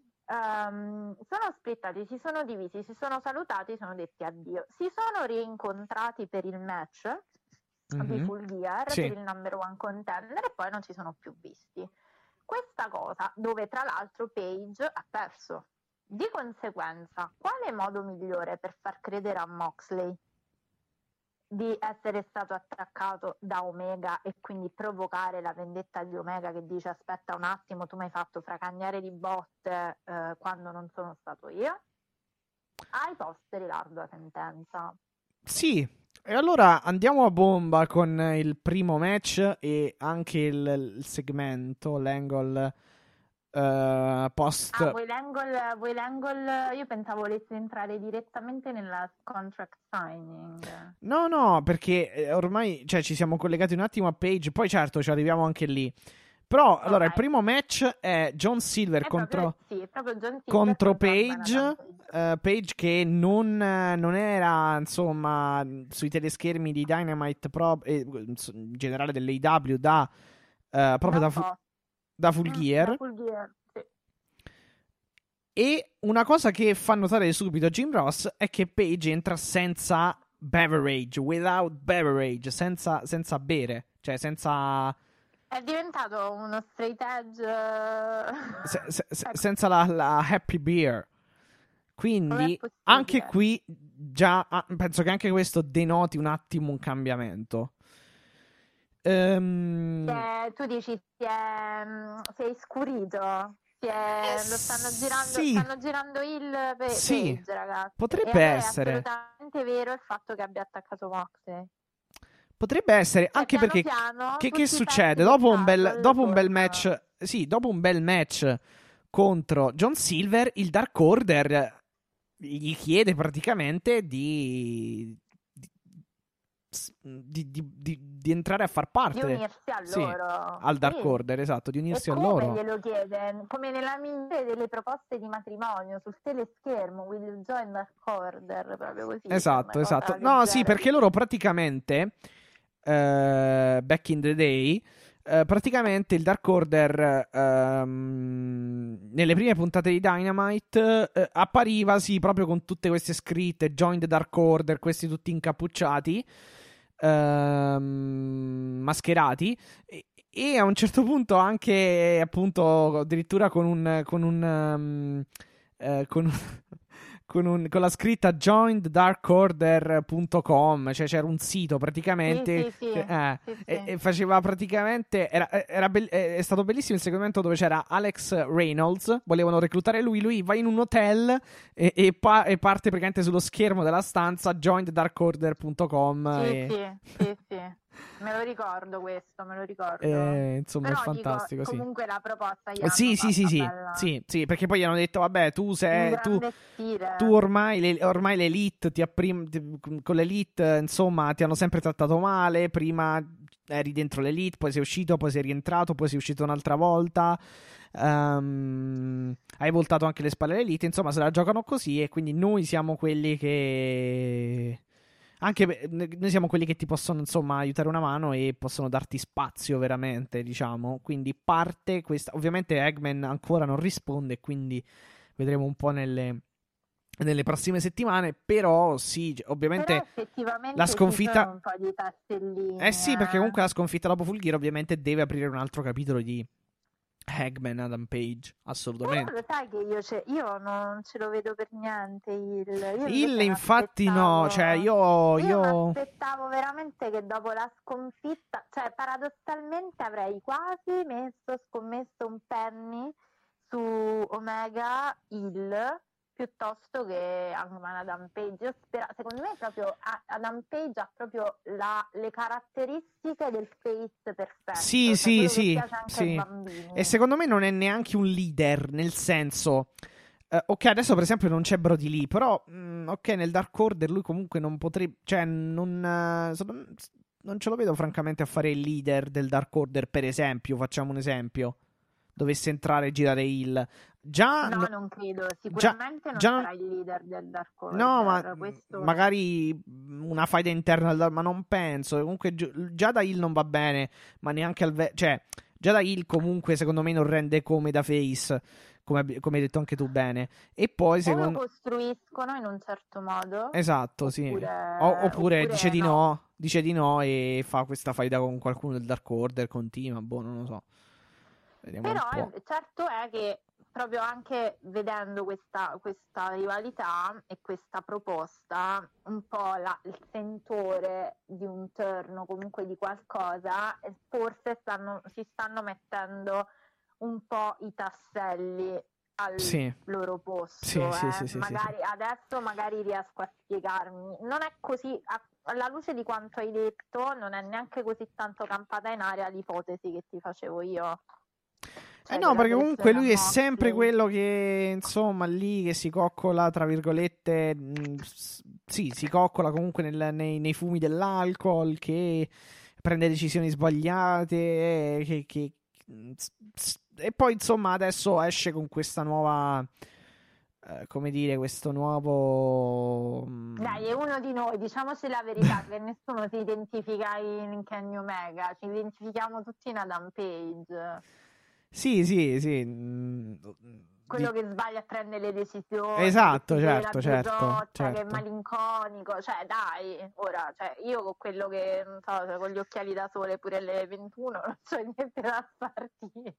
um, sono splittati, si sono divisi, si sono salutati, si sono detti addio, si sono rincontrati per il match. di Mhm. Full Gear Sì. per il number one contender, e poi non ci sono più visti. Questa cosa, dove tra l'altro Page ha perso. Di conseguenza, quale modo migliore per far credere a Moxley di essere stato attaccato da Omega e quindi provocare la vendetta di Omega, che dice: aspetta un attimo, tu mi hai fatto fracagnare di botte eh, quando non sono stato io? Hai posteri l'ardua sentenza. Sì, e allora andiamo a bomba con il primo match e anche il, il segmento, l'angle eh, post. Ah, vuoi l'angle, vuoi l'angle? Io pensavo volessi entrare direttamente nella contract signing. No, no, perché eh, ormai cioè, ci siamo collegati un attimo a Page, poi certo ci arriviamo anche lì. Però, allora, Ok. il primo match è John Silver È contro, proprio, sì, è proprio John Silver contro contro Page, Hangman Adam Page. eh, Page che non, eh, non era, insomma, sui teleschermi di Dynamite Pro, e in generale dell'A E W da, eh, proprio da, Da fu- un po'. da Full Mm, Gear. da Full Gear, sì. E una cosa che fa notare subito Jim Ross è che Page entra senza beverage, without beverage, senza, senza bere, cioè senza, È diventato uno straight edge. eh, se- se- se- ecco, senza la, la happy beer. Quindi non è possibile. anche qui già ah, penso che anche questo denoti un attimo un cambiamento. Ehm, Eh, tu dici si è, mm, si è iscurito. Si è- Eh, lo stanno girando, sì. stanno girando il pe- Sì, Page, ragazzi. potrebbe E allora essere. È assolutamente vero il fatto che abbia attaccato Moxley. Potrebbe essere, Cioè, anche piano perché piano, che, tutti che i succede? pezzi Dopo del un bel, puzzle dopo un bel tornano. match, sì, dopo un bel match contro John Silver, il Dark Order gli chiede praticamente di di, di, di, di entrare a far Di parte unirsi a sì, loro. al Dark Sì. Order, esatto, di unirsi E a come loro. glielo chiede? Come nella migliore delle proposte di matrimonio sul teleschermo, will you join Dark Order? Proprio così. Esatto, una cosa esatto. del No, sì, genere. perché loro praticamente eh, back in the day eh, praticamente il Dark Order ehm, nelle prime puntate di Dynamite eh, appariva sì proprio con tutte queste scritte Join the Dark Order, questi tutti incappucciati ehm, mascherati e, e a un certo punto anche appunto addirittura con un con un um, eh, con un Con, un, con la scritta join the dark order punto com, cioè c'era un sito praticamente Sì, sì, sì. che- eh, Sì, sì. E, e faceva praticamente era, era be- è stato bellissimo il segmento dove c'era Alex Reynolds, volevano reclutare lui, lui va in un hotel e, e, pa- e parte praticamente sullo schermo della stanza join the dark order punto com Sì, e, sì, sì, sì. Me lo ricordo questo, me lo ricordo. e, insomma Però è fantastico, dico, sì. comunque la proposta gli Eh, sì, hanno sì, sì, fatta sì, bella. sì, sì, perché poi gli hanno detto, vabbè, tu In sei, tu, grande stile. tu ormai, le- ormai l'elite ti apprim- ti- con l'elite, insomma, ti hanno sempre trattato male, prima eri dentro l'elite, poi sei uscito, poi sei rientrato, poi sei uscito un'altra volta, ehm, hai voltato anche le spalle all'elite, insomma, se la giocano così e quindi noi siamo quelli che... Anche pe- noi siamo quelli che ti possono, insomma, aiutare una mano e possono darti spazio veramente, diciamo. Quindi parte questa. Ovviamente Eggman ancora non risponde, quindi vedremo un po' nelle, nelle prossime settimane. Però sì, ovviamente. Però effettivamente la ci sconfitta- sono un po' di tasselline. Eh sì, perché eh. comunque la sconfitta dopo Full Gear ovviamente deve aprire un altro capitolo di Eggman Adam Page. Però Assolutamente. lo sai che io, ce- io non ce lo vedo per niente il... Io Il invece infatti m'aspettavo- no, cioè io. Io io... mi aspettavo veramente che dopo la sconfitta, cioè paradossalmente avrei quasi messo, scommesso un penny su Omega Hill piuttosto che Hangman Adam Page. Io spera- secondo me proprio a- Adam Page ha proprio la- le caratteristiche del face perfetto. Sì, cioè sì, quello che sì, piace anche sì. ai bambini. E secondo me non è neanche un leader, nel senso... eh, ok, adesso per esempio non c'è Brody Lee, però... mm, ok, nel Dark Order lui comunque non potrebbe... Cioè, non... eh, so- non ce lo vedo francamente a fare il leader del Dark Order, per esempio, facciamo un esempio. Dovesse entrare e girare Hill. Già... No, no- non credo, sicuramente non già non- sarà il leader del Dark Order. No, ma questo... magari una faida interna, al- ma non penso. Comunque gi- già da Hill non va bene, ma neanche al... ve- cioè, già da Hill comunque secondo me non rende come da face. come, come hai detto anche tu bene. E poi O secondo... lo costruiscono in un certo modo. Esatto, sì. Oppure, O- oppure, oppure dice di no. no, dice di no e fa questa faida con qualcuno del Dark Order, continua, boh, non lo so. Vediamo Però un po'. è- certo è che proprio anche vedendo questa, questa rivalità e questa proposta, un po' la- il sentore di un turn o comunque di qualcosa, eh, forse stanno, si stanno mettendo un po' i tasselli al Sì. loro posto. Sì, sì, eh. sì, sì, magari sì, adesso magari riesco a spiegarmi. Non è così, a- alla luce di quanto hai detto, non è neanche così tanto campata in aria l'ipotesi che ti facevo io. Eh Cioè, no, perché comunque dell'aggressione a lui è sempre Moxley. quello che, insomma, lì che si coccola, tra virgolette, mh, s- sì, si coccola comunque nel- nei, nei fumi dell'alcol, che prende decisioni sbagliate, che, che- s- s- e poi, insomma, adesso esce con questa nuova, eh, come dire, questo nuovo... mh, Dai, è uno di noi, diciamoci la verità, che nessuno si identifica in Kenny Omega, ci identifichiamo tutti in Adam Page, Sì, sì, sì. mh, quello di- che sbaglia a prendere le decisioni, Esatto, che si beve certo, la certo, birrotta, che è certo. malinconico, cioè dai, ora, cioè, io con quello che, non so, cioè, con gli occhiali da sole pure alle ventuno, non c'ho niente da spartire.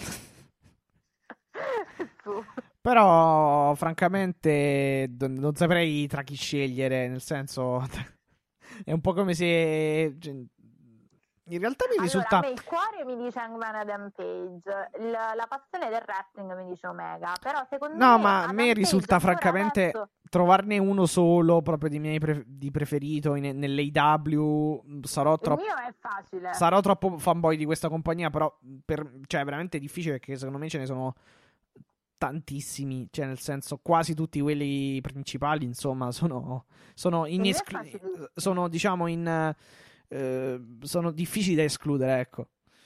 Su. Però, francamente, d- non saprei tra chi scegliere. Nel senso, è un po' come se. Cioè, in realtà mi Allora, risulta. a me il cuore mi dice Hangman Adam Page, il- la passione del wrestling mi dice Omega, però secondo No, me ma a Adam me Page risulta, ancora francamente, adesso- trovarne uno solo, proprio di miei pre- di preferito in- nell'A E W. Sarò il troppo. mio è facile. Sarò troppo fanboy di questa compagnia, però per, cioè, è veramente difficile perché secondo me ce ne sono tantissimi, cioè nel senso quasi tutti quelli principali, insomma, sono sono Il mio è inesclu- facilissimo. sono diciamo in eh, sono difficili da escludere, ecco.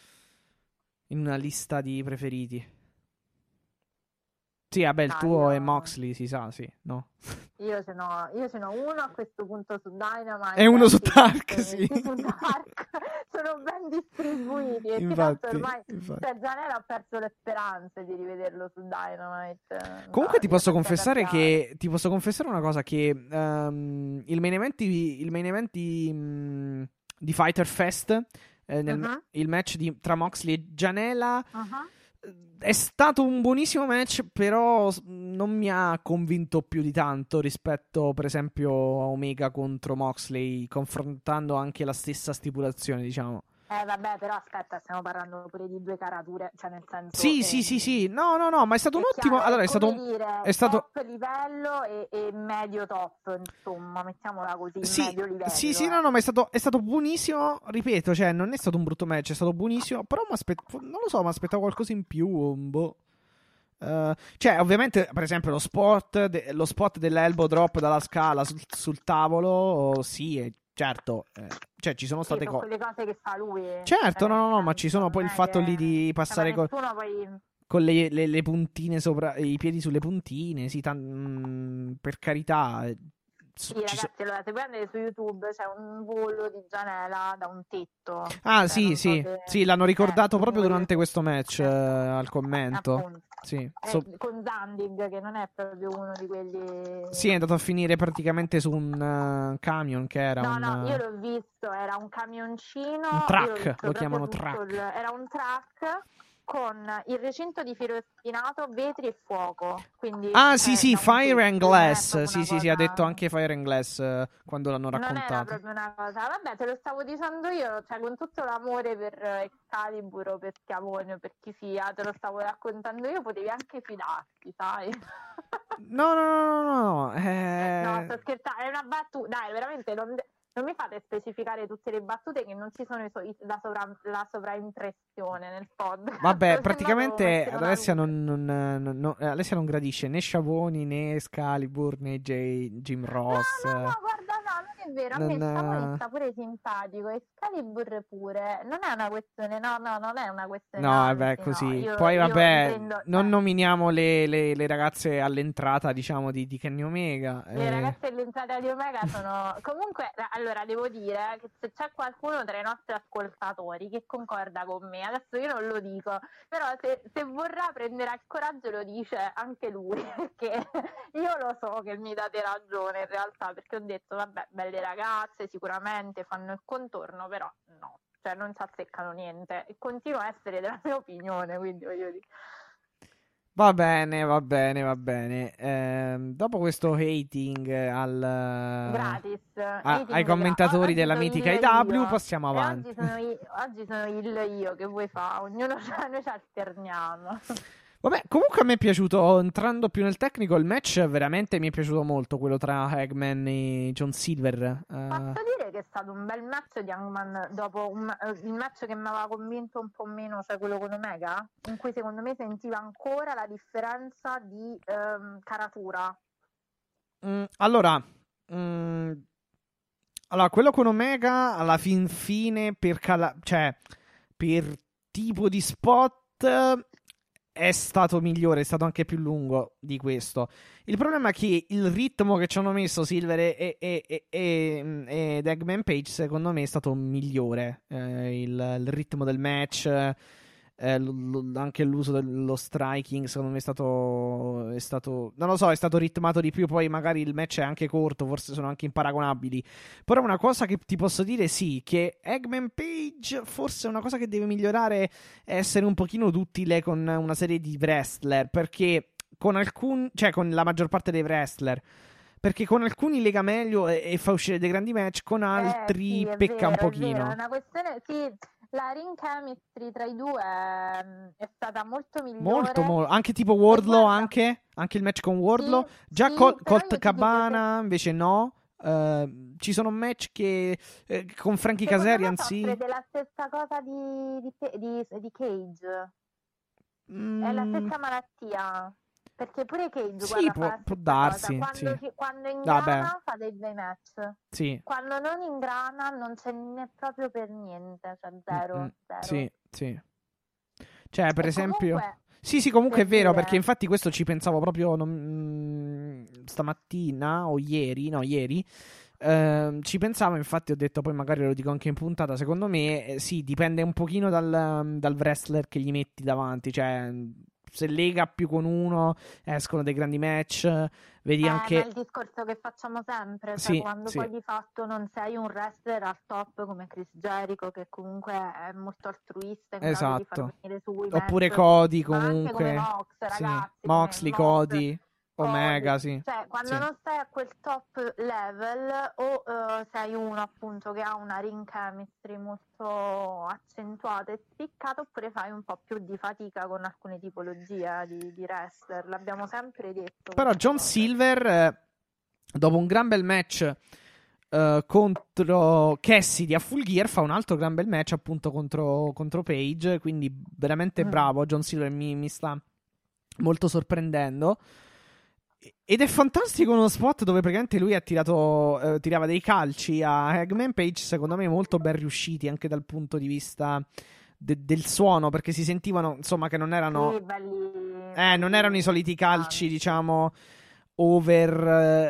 In una lista di preferiti. Sì, vabbè, il No, tuo è io- Moxley, si sa, sì, no? Io ce n'ho, io ce n'ho uno a questo punto su Dynamite E uno su altri Dark, venti sì. su Dark. Sono ben distribuiti e ti Infatti, tanto ormai infatti. cioè, Zanera ha perso le speranze di rivederlo su Dynamite. Comunque ti Dai, posso io confessare faccio che ti posso confessare una cosa che ehm, il main event di, il main event di, mh, di Fighter Fest eh, nel- Mhm. il match di- tra Moxley e Gianella Uh-huh. è stato un buonissimo match, però s- non mi ha convinto più di tanto rispetto per esempio a Omega contro Moxley, confrontando anche la stessa stipulazione, diciamo. Eh vabbè, però aspetta, stiamo parlando pure di due carature, cioè nel senso... Sì, eh, sì, sì, sì. No, no, no, ma è stato un è ottimo. chiaro, Allora, è stato come un. dire, È stato. top livello e, e medio top, insomma, mettiamola così, Sì, medio livello. sì, sì, eh. no, no, ma è stato, è stato buonissimo. Ripeto, cioè, non è stato un brutto match, è stato buonissimo. Però mi non lo so, mi aspettavo qualcosa in più. un Boh. Eh, cioè, ovviamente, per esempio, lo spot, de- lo spot dell'elbow drop dalla scala sul, sul tavolo, sì, è- certo. eh, cioè, ci sono Sì, state sono cose. quelle cose che fa lui. Certo, eh, no, no, no, nel ma ci sono senso, poi il non è fatto che- lì di cioè, passare ma con, nessuno poi... con le, le- le puntine sopra, i piedi sulle puntine, sì, tan- mm, per carità. eh, Sì, ci ragazzi, so- allora, se voi andate su YouTube c'è un volo di Gianella da un tetto. Ah, Cioè, sì, non so sì, se- sì, l'hanno ricordato eh, proprio voi- durante questo match, eh, al commento. Appunto. Sì, Eh, so- con Zandig, che non è proprio uno di quelli... sì, è andato a finire praticamente su un eh, camion che era No, un... no, io eh, l'ho visto, era un camioncino. Un io truck, l'ho visto lo proprio chiamano tutto truck. il- era un truck con il recinto di filo spinato, vetri e fuoco. Quindi, Ah, cioè, sì, sì, da un Fire tetto, and non è Glass. proprio Sì, una sì, sì, ha cosa- detto anche Fire and Glass eh, quando l'hanno Non era raccontato. proprio una cosa, vabbè, te lo stavo dicendo io, cioè con tutto l'amore per Excalibur o per Schiavone o per chi sia, te lo stavo raccontando io, potevi anche fidarti, sai? No, no, no, no, no. eh, No, sto scherzando, è una battuta, dai, veramente non, non mi fate specificare tutte le battute che non ci sono i so- i- la, sovra, la sovraimpressione nel pod. Vabbè, praticamente Alessia non, non- non- non- Alessia non gradisce né Schiavoni né Excalibur né J- Jim Ross. No, no, no, guarda, no, non è vero, a non... me Samuel sta pure simpatico, Excalibur pure, non è una questione, no, no, non è una questione No, anzi, vabbè, no, così. io, Poi, io vabbè, intendo, non cioè, nominiamo le, le- le ragazze all'entrata, diciamo, di, di Kenny Omega. le eh. ragazze dell'entrata di Omega sono comunque, allora devo dire che se c'è qualcuno tra i nostri ascoltatori che concorda con me, adesso io non lo dico, però se, se vorrà prenderà il coraggio lo dice anche lui, perché io lo so che mi date ragione in realtà, perché ho detto vabbè, belle ragazze sicuramente fanno il contorno, però no, cioè non ci azzeccano niente e continua a essere della mia opinione, quindi voglio dire. Va bene, va bene, va bene. Ehm, dopo questo hating al, Gratis, a- hating ai commentatori gra- oggi della sono mitica il I W, io. passiamo E avanti. oggi sono, io, oggi sono il io, che vuoi fa? Ognuno c'ha, noi ci alterniamo. Vabbè, comunque a me è piaciuto, entrando più nel tecnico, il match veramente mi è piaciuto molto, quello tra Hangman e John Silver. Eh, Posso dire che è stato un bel match di Hangman dopo un, eh, il match che mi aveva convinto un po' meno, cioè quello con Omega, in cui secondo me sentiva ancora la differenza di ehm, caratura. mm, allora, mm, allora, quello con Omega, alla fin fine, per, cala- cioè, per tipo di spot, è stato migliore, è stato anche più lungo di questo. Il problema è che il ritmo che ci hanno messo Silver e, e, e, e, ed Eggman Page, secondo me, è stato migliore. Eh, il, il ritmo del match, eh, l- l- anche l'uso dello striking, secondo me è stato, è stato, non lo so, è stato ritmato di più. Poi magari il match è anche corto, forse sono anche imparagonabili. Però una cosa che ti posso dire, sì, che Eggman Page forse è una cosa che deve migliorare, è essere un pochino duttile con una serie di wrestler, perché con alcuni, cioè con la maggior parte dei wrestler, perché con alcuni lega meglio e, e fa uscire dei grandi match, con altri Eh, sì, è pecca vero, un è vero, pochino. è una questione, sì, la ring chemistry tra i due ehm, è stata molto migliore. Molto, molto. Anche tipo Wardlow, guarda- anche, anche il match con Wardlow. Sì, Già sì, Col- però io Colt ti dico Cabana, invece no. Eh, ci sono match che eh, con Frankie Secondo Kazarian, me sì. soffre della stessa cosa di, di, di, di Cage. Mm, È la stessa malattia. Perché pure Cage, sì, guarda, può, fa la può stessa darsi. cosa. Quando, Sì. ci- quando Vabbè, ingrana fa dei bei match. sì. Quando non ingrana non c'è né proprio per niente. Cioè zero, Mm-mm. zero. Sì, sì. Cioè, per E esempio... comunque, Sì, sì, comunque è per vero, dire- perché infatti questo ci pensavo proprio non- mm, stamattina o ieri, no, ieri. Ehm, ci pensavo, infatti ho detto, poi magari lo dico anche in puntata, secondo me, eh, sì, dipende un pochino dal, dal wrestler che gli metti davanti, cioè se lega più con uno escono dei grandi match, vedi Eh, anche... ma è il discorso che facciamo sempre, cioè Sì, quando sì. poi di fatto non sei un wrestler al top come Chris Jericho, che comunque è molto altruista, in grado di far Esatto. venire su i Oppure match, Cody ma anche come comunque. Mox, Sì. ragazzi, Moxley, come Mox, Cody, Omega, Cody. sì. Cioè, quando Sì. non stai a quel top level o eh, sei uno appunto che ha una ring chemistry molto accentuata e spiccata, oppure fai un po' più di fatica con alcune tipologie di, di wrestler, l'abbiamo sempre detto. Però questa John cosa. Silver, eh, dopo un gran bel match eh, contro Cassidy a Full Gear, fa un altro gran bel match appunto contro, contro Page, quindi veramente Mm. bravo. John Silver mi, mi sta molto sorprendendo. Ed è fantastico uno spot dove praticamente lui ha tirato, eh, tirava dei calci a Hangman Page, secondo me molto ben riusciti anche dal punto di vista de- del suono, perché si sentivano, insomma, che non erano... Sì, belli, Eh, non erano i soliti calci, diciamo, over,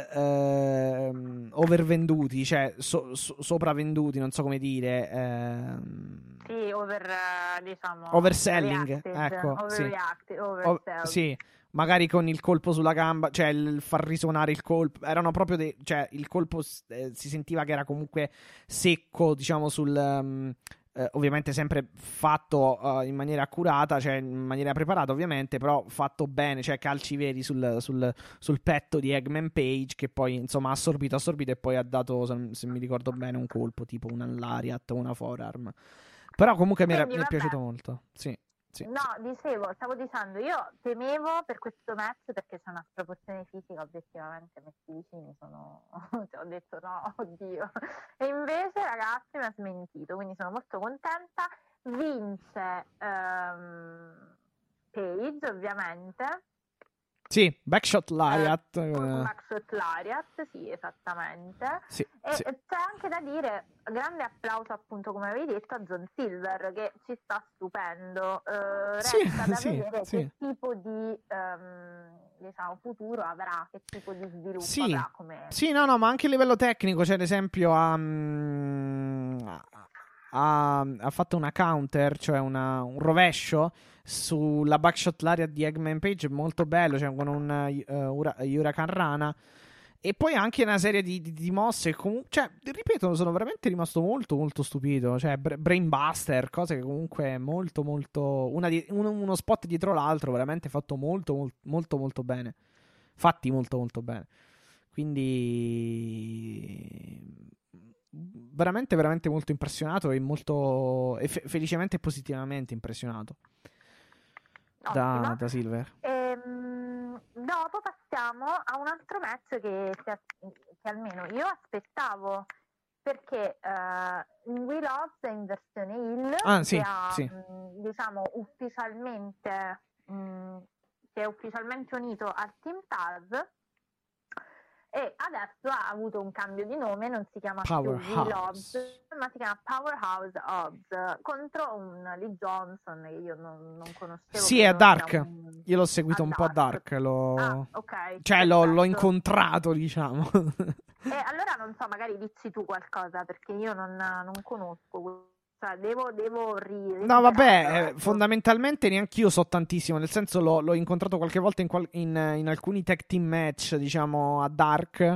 ehm, overvenduti, cioè so- so- sopravvenduti, non so come dire. ehm, Sì, over, eh, diciamo, Overselling, reacted, ecco, sì. overreacted, o- oversell. sì, magari con il colpo sulla gamba, cioè il far risuonare il colpo, erano proprio dei, cioè il colpo eh, si sentiva che era comunque secco, diciamo, sul... ehm, eh, ovviamente sempre fatto eh, in maniera accurata, cioè in maniera preparata ovviamente, però fatto bene, cioè calci veri sul, sul, sul petto di Hangman Page, che poi insomma ha assorbito, assorbito e poi ha dato, se, se mi ricordo bene, un colpo tipo una lariat o una forearm. Però comunque mi, era, Quindi, mi è vabbè. piaciuto molto, sì. Sì, No, dicevo, stavo dicendo, io temevo per questo match perché c'è una sproporzione fisica obiettivamente messi vicini, sono... cioè, ho detto no, oddio. E invece ragazzi mi ha smentito, quindi sono molto contenta. Vince ehm, Page, ovviamente. Sì, Backshot Lariat. Eh, eh. Backshot Lariat, sì, esattamente. Sì, e sì. c'è anche da dire, grande applauso appunto, come avevi detto, a John Silver, che ci sta stupendo. Eh, Sì, resta da sì, vedere sì. che tipo di ehm, diciamo futuro avrà, che tipo di sviluppo Sì. avrà come... Sì, no, no, ma anche a livello tecnico, cioè ad esempio ha, mm, ha, ha fatto una counter, cioè una, un rovescio sulla Backshot Lariat di Eggman Page, molto bello, cioè con un uh, ura, Huracan Rana. E poi anche una serie di, di, di mosse, comunque, cioè, ripeto, sono veramente rimasto molto molto stupito, cioè Brainbuster, cose che comunque molto molto, una di, uno, uno spot dietro l'altro, veramente fatto molto molto molto molto bene, fatti molto molto bene, quindi veramente veramente molto impressionato e molto e fe- felicemente e positivamente impressionato da, da Silver. Ehm, dopo passiamo a un altro match che, che, che almeno io aspettavo, perché uh, in Will Hobbs in versione Hill ah, sì, che ha sì. mh, diciamo ufficialmente mh, si è ufficialmente unito al Team Taz e adesso ha avuto un cambio di nome, non si chiama più Will Hobbs, ma si chiama Powerhouse Hobbs, contro un Lee Johnson che io non, non conoscevo. Sì, è Dark. Un... Io l'ho seguito a un Dark. po' a Dark. L'ho... Ah, ok. Cioè, l'ho, l'ho incontrato, diciamo. E allora non so, magari dici tu qualcosa, perché io non, non conosco. Cioè, devo, devo ri- No, vabbè, eh, ecco. fondamentalmente neanch'io so tantissimo, nel senso l'ho, l'ho incontrato qualche volta in, qual- in, in alcuni tag team match, diciamo, a Dark.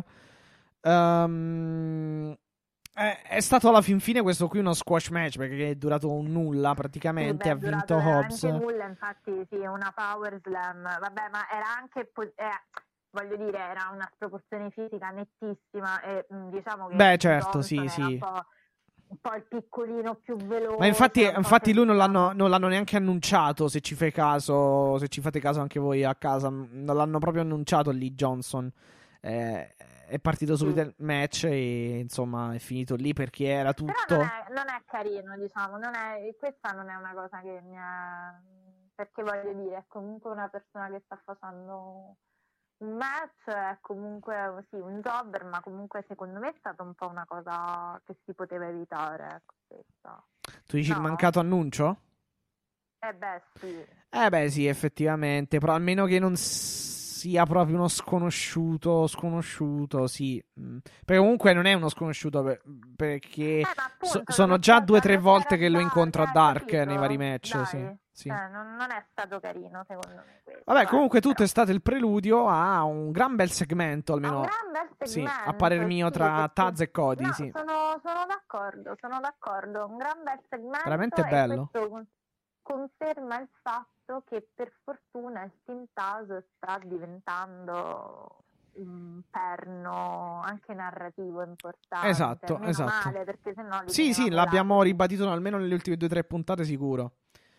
Um, è, è stato alla fin fine questo qui uno squash match, perché è durato un nulla praticamente, sì, beh, ha vinto Hobbs. Nulla, infatti sì, una power slam, vabbè, ma era anche... Po- eh, voglio dire, era una sproporzione fisica nettissima e diciamo che... Beh, certo, Johnson sì, era sì. un po'... un po' il piccolino più veloce. Ma infatti, infatti lui non sembrava... l'hanno, non l'hanno neanche annunciato, se ci fai caso, se ci fate caso anche voi a casa, non l'hanno proprio annunciato lì Johnson. Eh, è partito subito il match e insomma è finito lì perché era tutto... Però non è, non è carino, diciamo, non è, questa non è una cosa che mi ha... perché voglio dire, è comunque una persona che sta facendo... un match, è comunque sì, un jobber, ma comunque secondo me è stata un po' una cosa che si poteva evitare. Ecco, questa. Tu dici no? il mancato annuncio? Eh beh, sì. Eh beh, sì, effettivamente, però almeno che non sia proprio uno sconosciuto, sconosciuto, sì. Perché comunque non è uno sconosciuto, per, perché eh, appunto, so, sono già due o tre volte che lo incontro a Dark capito? nei vari match, Dai. sì. Sì. Eh, non, non è stato carino secondo me questo. Vabbè, comunque eh, tutto però. è stato il preludio a un gran bel segmento, almeno un gran bel segmento, sì, a parer mio, sì, tra perché... Taz e Cody, no, sì. sono, sono d'accordo, sono d'accordo, un gran bel segmento. Veramente e bello. Questo conferma il fatto che per fortuna il Team Taz sta diventando un perno anche narrativo importante. Esatto, meno esatto. male, perché sennò li sì, sì, tenevamo l'abbiamo là. ribadito almeno nelle ultime due o tre puntate sicuro.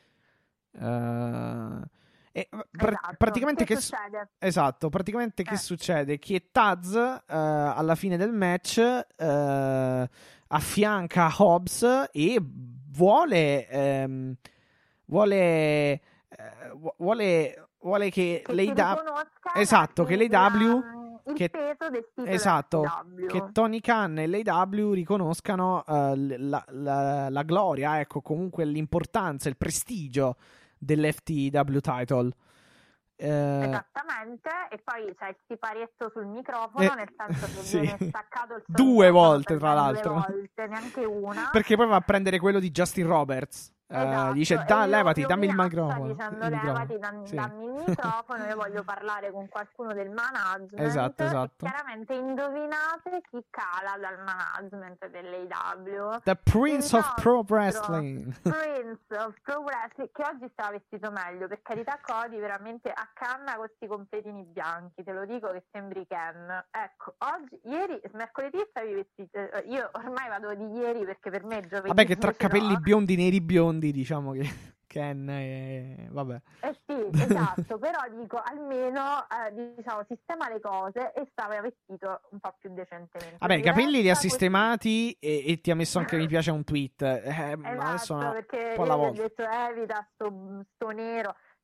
Uh, e pr- esatto. praticamente che, che succede? Su- esatto, praticamente eh. che succede? Che Taz uh, alla fine del match uh, affianca Hobbs e vuole um, vuole uh, vuole vuole che, che l'A E W esatto, che l'A E W il che, peso del titolo esatto, A E W. che Tony Khan e l'A E W riconoscano uh, la, la, la gloria, ecco, comunque l'importanza, il prestigio dell'F T W title. Uh, Esattamente, e poi c'è il siparietto sul microfono, eh, nel senso che sì. viene staccato il due volte, tra l'altro. Due volte, neanche una. Perché poi va a prendere quello di Justin Roberts. Esatto. Uh, dice da, e levati, lo, dammi lo il microfono. Dicendo il levati, microfono. dammi, Sì. dammi il microfono, io voglio parlare con qualcuno del management. Esatto, esatto. E chiaramente indovinate chi cala dal management dell'A E W. The Prince il of Pro Wrestling. Prince of Pro Wrestling, che oggi stava vestito meglio, per carità. Cody veramente a canna con questi completini bianchi, te lo dico che sembri Ken. Ecco, oggi, ieri, mercoledì stavi vestito, io ormai vado di ieri perché per me è giovedì. Vabbè, che tra capelli no. biondi, neri biondi, diciamo che Ken e vabbè. Eh sì, esatto, però dico almeno eh, diciamo sistema le cose e stava vestito un po' più decentemente. Vabbè, i capelli li ha questo... sistemati e, e ti ha messo anche mi piace a un tweet. Eh, esatto, ma adesso no, perché un po' alla io gli ho volta. detto evita sto, sto nero.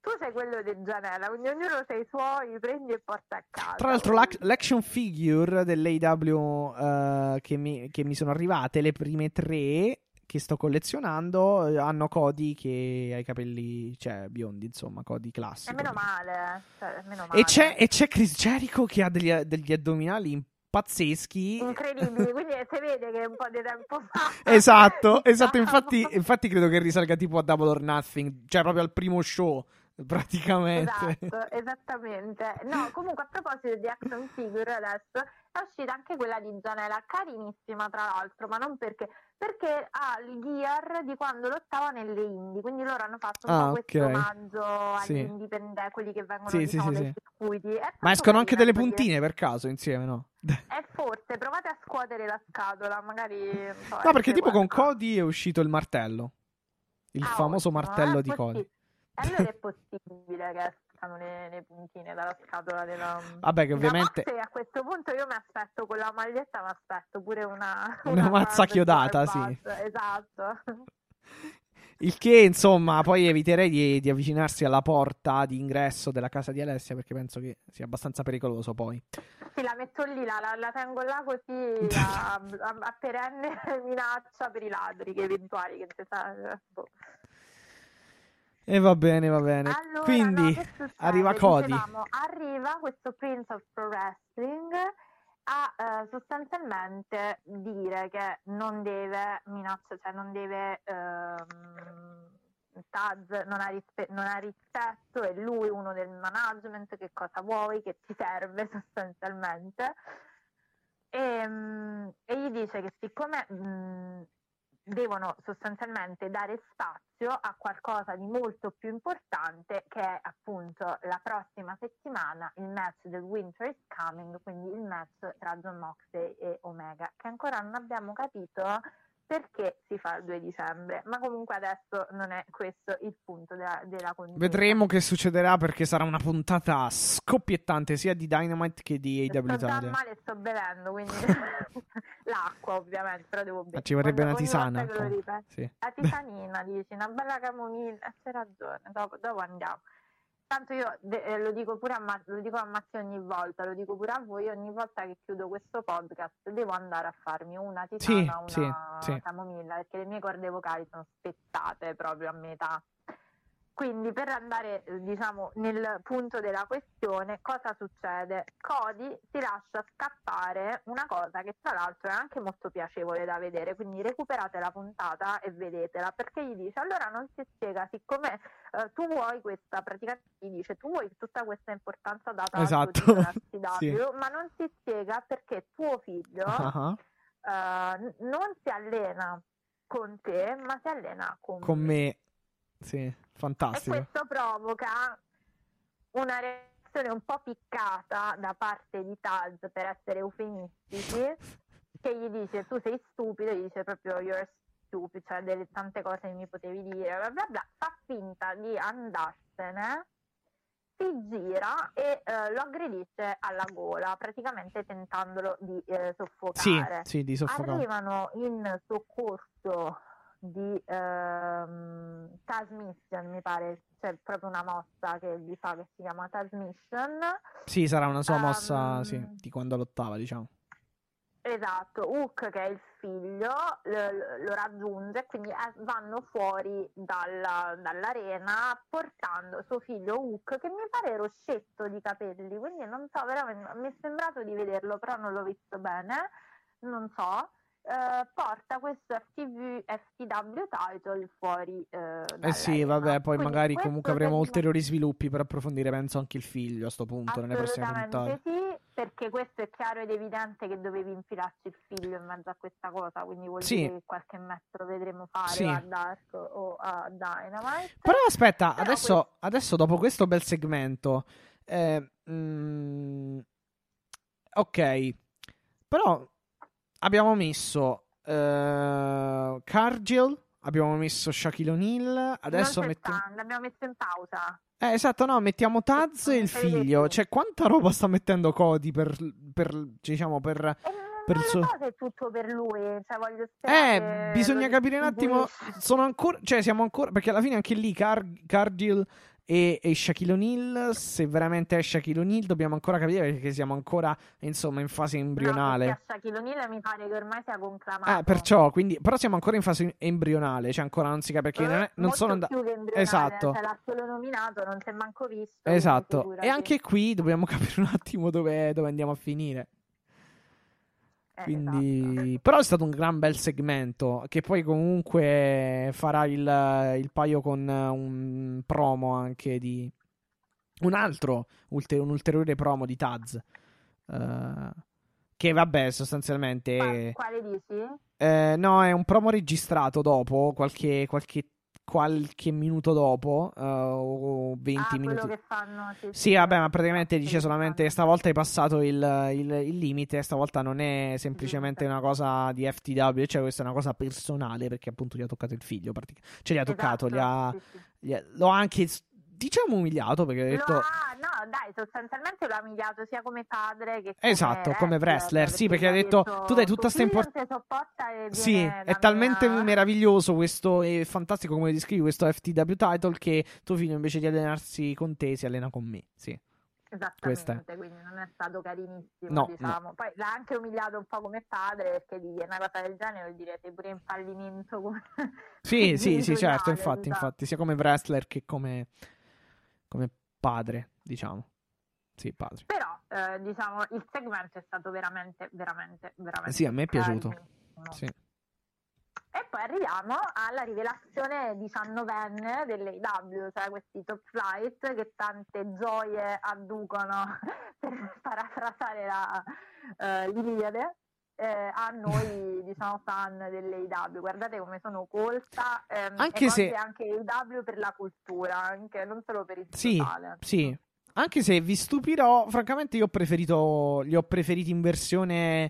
tu sei quello di Gianella, quindi ognuno sei i suoi, prendi e porta a casa. Tra l'altro l'ac- l'action figure dell'A E W uh, che, mi, che mi sono arrivate, le prime tre che sto collezionando, uh, hanno Cody che ha i capelli, cioè, biondi, insomma, Cody classico. E meno male, cioè, meno male. E c'è, e c'è Chris Jericho che ha degli, degli addominali pazzeschi, incredibili, quindi si vede che è un po' di tempo fa. esatto, esatto, infatti, infatti credo che risalga tipo a Double or Nothing, cioè proprio al primo show praticamente. Esatto, esattamente. No, comunque a proposito di action figure, adesso è uscita anche quella di Gianella, carinissima tra l'altro, ma non perché perché ha il gear di quando lottava nelle indie, quindi loro hanno fatto un ah, po' questo okay. omaggio agli sì. indipendenti, quelli che vengono sì, diciamo sì, dai sì, circuiti. Ma escono anche delle puntine per caso insieme, no? E forse provate a scuotere la scatola, magari so, no, perché tipo qualcosa. con Cody è uscito il martello, il ah, famoso ottimo, martello eh? di Cody. Possi- allora è possibile che escano le, le puntine dalla scatola della... Vabbè, che ovviamente a questo punto io mi aspetto con la maglietta, mi aspetto pure una una, una mazza chiodata, sì. Esatto. Il che, insomma, poi eviterei di, di avvicinarsi alla porta di ingresso della casa di Alessia, perché penso che sia abbastanza pericoloso poi. Sì, la metto lì, la, la, la tengo là così a, a, a perenne minaccia per i ladri che eventuali che si sa. Boh. E va bene, va bene. Allora, quindi no, arriva Cody. Dicevamo, arriva questo Prince of Pro Wrestling a eh, sostanzialmente dire che non deve minaccia, cioè non deve ehm, Taz non ha, rispe- non ha rispetto, è lui uno del management, che cosa vuoi, che ti serve sostanzialmente, e, mm, e gli dice che siccome mh, devono sostanzialmente dare spazio a qualcosa di molto più importante, che è appunto la prossima settimana il match del Winter is Coming, quindi il match tra Jon Moxley e Omega, che ancora non abbiamo capito perché si fa il due dicembre, ma comunque adesso non è questo il punto della, della contienda. Vedremo che succederà, perché sarà una puntata scoppiettante sia di Dynamite che di A E W sto Italia. già male, sto bevendo, quindi l'acqua ovviamente, però devo bere. Ma ci vorrebbe ogni, una tisana. ogni volta che lo ripeto. Sì. La tisanina, dici, una bella camomilla, c'è ragione, dopo, dopo andiamo. Tanto io de- lo dico pure a Ma- lo dico a Matteo ogni volta, lo dico pure a voi, ogni volta che chiudo questo podcast devo andare a farmi una tisana, sì, una sì, sì. camomilla, perché le mie corde vocali sono spezzate proprio a metà. Quindi per andare diciamo nel punto della questione, cosa succede? Cody si lascia scappare una cosa che tra l'altro è anche molto piacevole da vedere, quindi recuperate la puntata e vedetela, perché gli dice allora non si spiega, siccome uh, tu vuoi questa, praticamente gli dice tu vuoi tutta questa importanza data esatto. al C W, sì. ma non si spiega perché tuo figlio uh-huh. uh, non si allena con te, ma si allena con, con me. me. Sì, fantastico. E questo provoca una reazione un po' piccata da parte di Taz, per essere eufemistici, che gli dice tu sei stupido, gli dice proprio you're stupid, cioè delle tante cose che mi potevi dire, bla bla bla, fa finta di andarsene, si gira e eh, lo aggredisce alla gola, praticamente tentandolo di eh, soffocare. Sì, sì, di soffocare. Arrivano in soccorso di ehm, Transmission, mi pare, c'è proprio una mossa che gli fa che si chiama Transmission. Sì, sarà una sua mossa, um, sì, di quando lottava, diciamo. Esatto, Hook, che è il figlio, lo, lo raggiunge, quindi eh, vanno fuori dalla, dall'arena portando suo figlio Hook, che mi pare rossetto di capelli, quindi non so, veramente mi è sembrato di vederlo, però non l'ho visto bene, non so. Uh, porta questo F T V, F T W title fuori uh, eh sì, vabbè, poi quindi magari comunque avremo per... ulteriori sviluppi per approfondire, penso, anche il figlio a sto punto nelle prossime puntate. Sì, perché questo è chiaro ed evidente che dovevi infilarci il figlio in mezzo a questa cosa, quindi vuol sì. dire che qualche metro lo vedremo fare sì. a Dark o a Dynamite. Però aspetta, Però adesso, questo... adesso dopo questo bel segmento eh, mm, ok, però abbiamo messo uh, Cargill, abbiamo messo Shaquille O'Neal, adesso mettiamo... l'abbiamo messo in pausa. Eh, esatto, no, mettiamo Taz e il figlio. Cioè, quanta roba sta mettendo Cody per, per diciamo, per... Eh, per non suo... lo so se è tutto per lui, cioè voglio Eh, bisogna capire un attimo, sono ancora, cioè siamo ancora, perché alla fine anche lì Car- Cargill e, e Shaquille O'Neal. Se veramente è Shaquille O'Neal dobbiamo ancora capire, perché siamo ancora insomma in fase embrionale. No, perché a Shaquille O'Neal mi pare che ormai sia conclamato. Eh, perciò, quindi, però siamo ancora in fase embrionale, cioè ancora non si capisce perché Eh, non, è, non molto sono andati. più che embrionale, Esatto. cioè l'ha solo nominato, non si è manco visto. Esatto. figurati. E anche qui dobbiamo capire un attimo dove, dove andiamo a finire. Eh, Quindi, esatto. però è stato un gran bel segmento che poi comunque farà il, il paio con un promo anche di un altro, ulter- un ulteriore promo di Taz. eh, che vabbè, sostanzialmente Qua- quale dici? eh, no, è un promo registrato dopo, qualche, qualche, qualche minuto dopo, eh, o venti Ah, minuti. quello che fanno. Sì, Sì, vabbè, ma praticamente sì, dice sì, solamente fanno. stavolta hai passato il, il- il limite, stavolta non è semplicemente una cosa di F T W, cioè questa è una cosa personale, perché appunto gli ha toccato il figlio, pratic- cioè gli ha toccato, Esatto, gli ha, sì, sì. gli ha- lo ha anche, diciamo, umiliato, perché ha Lo detto... ha, no, dai, sostanzialmente lo ha umiliato sia come padre che come Esatto, come wrestler, sì, perché perché ha gli detto, tu dai tutta tuo sta figlio importanza... non si sopporta e Sì, viene è da talmente me a- meraviglioso questo e fantastico come descrivi questo F T W title che tuo figlio invece di allenarsi con te si allena con me, sì. Questa è. Esattamente, quindi non è stato carinissimo, No, diciamo. Poi l'ha anche umiliato un po' come padre, perché di una cosa del genere vuol dire sei pure in fallimento come... Sì, sì, sì, certo, genitoriale, infatti, diciamo. infatti, sia come wrestler che come, come padre, diciamo. Sì, padre. Però, eh, diciamo, il segmento è stato veramente, veramente, veramente Sì, a me è piaciuto. carinissimo. Sì. E poi arriviamo alla rivelazione diciannovenne dell'A E W, cioè questi top flight che tante gioie adducono, per parafrasare la eh, l'Iliade, eh, a noi, diciamo, fan dell'A E W. Guardate come sono colta, ehm, Anche e se- oggi anche A E W per la cultura, anche, non solo per il Sì, totale. sì. Anche se vi stupirò, francamente io ho preferito, li ho preferiti in versione...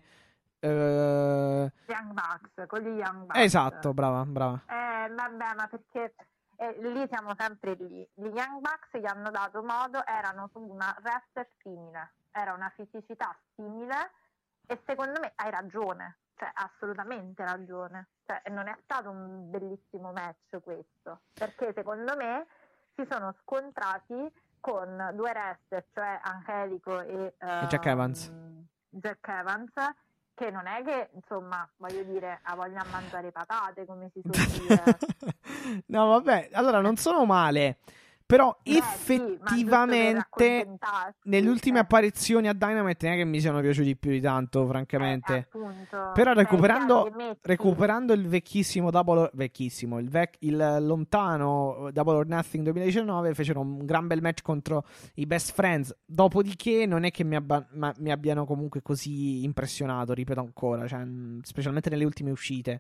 eh, Young Bucks, con gli Young Bucks. Esatto, brava, brava. Eh, vabbè, ma perché eh, lì siamo sempre lì. Gli Young Bucks gli hanno dato modo, erano su una wrestler simile, era una fisicità simile e secondo me hai ragione, cioè assolutamente ragione. Cioè, non è stato un bellissimo match questo, perché secondo me si sono scontrati con due wrestler, cioè Angelico e, E Jack ehm, Evans. Jack Evans, che non è che, insomma, voglio dire, ha voglia a mangiare patate, come si suol dire. No, vabbè, allora non sono male. Però Beh, sì, ma giusto per effettivamente accontentarsi, nelle ultime eh. apparizioni a Dynamite non è che mi siano piaciuti più di tanto, francamente. Eh, appunto. Però Cioè, recuperando, chiaro che metti- recuperando il vecchissimo Double vecchissimo, il, vec- il lontano Double or Nothing duemiladiciannove, fecero un gran bel match contro i Best Friends. Dopodiché non è che mi, abba- ma- mi abbiano comunque così impressionato, ripeto ancora, cioè, mh, specialmente nelle ultime uscite.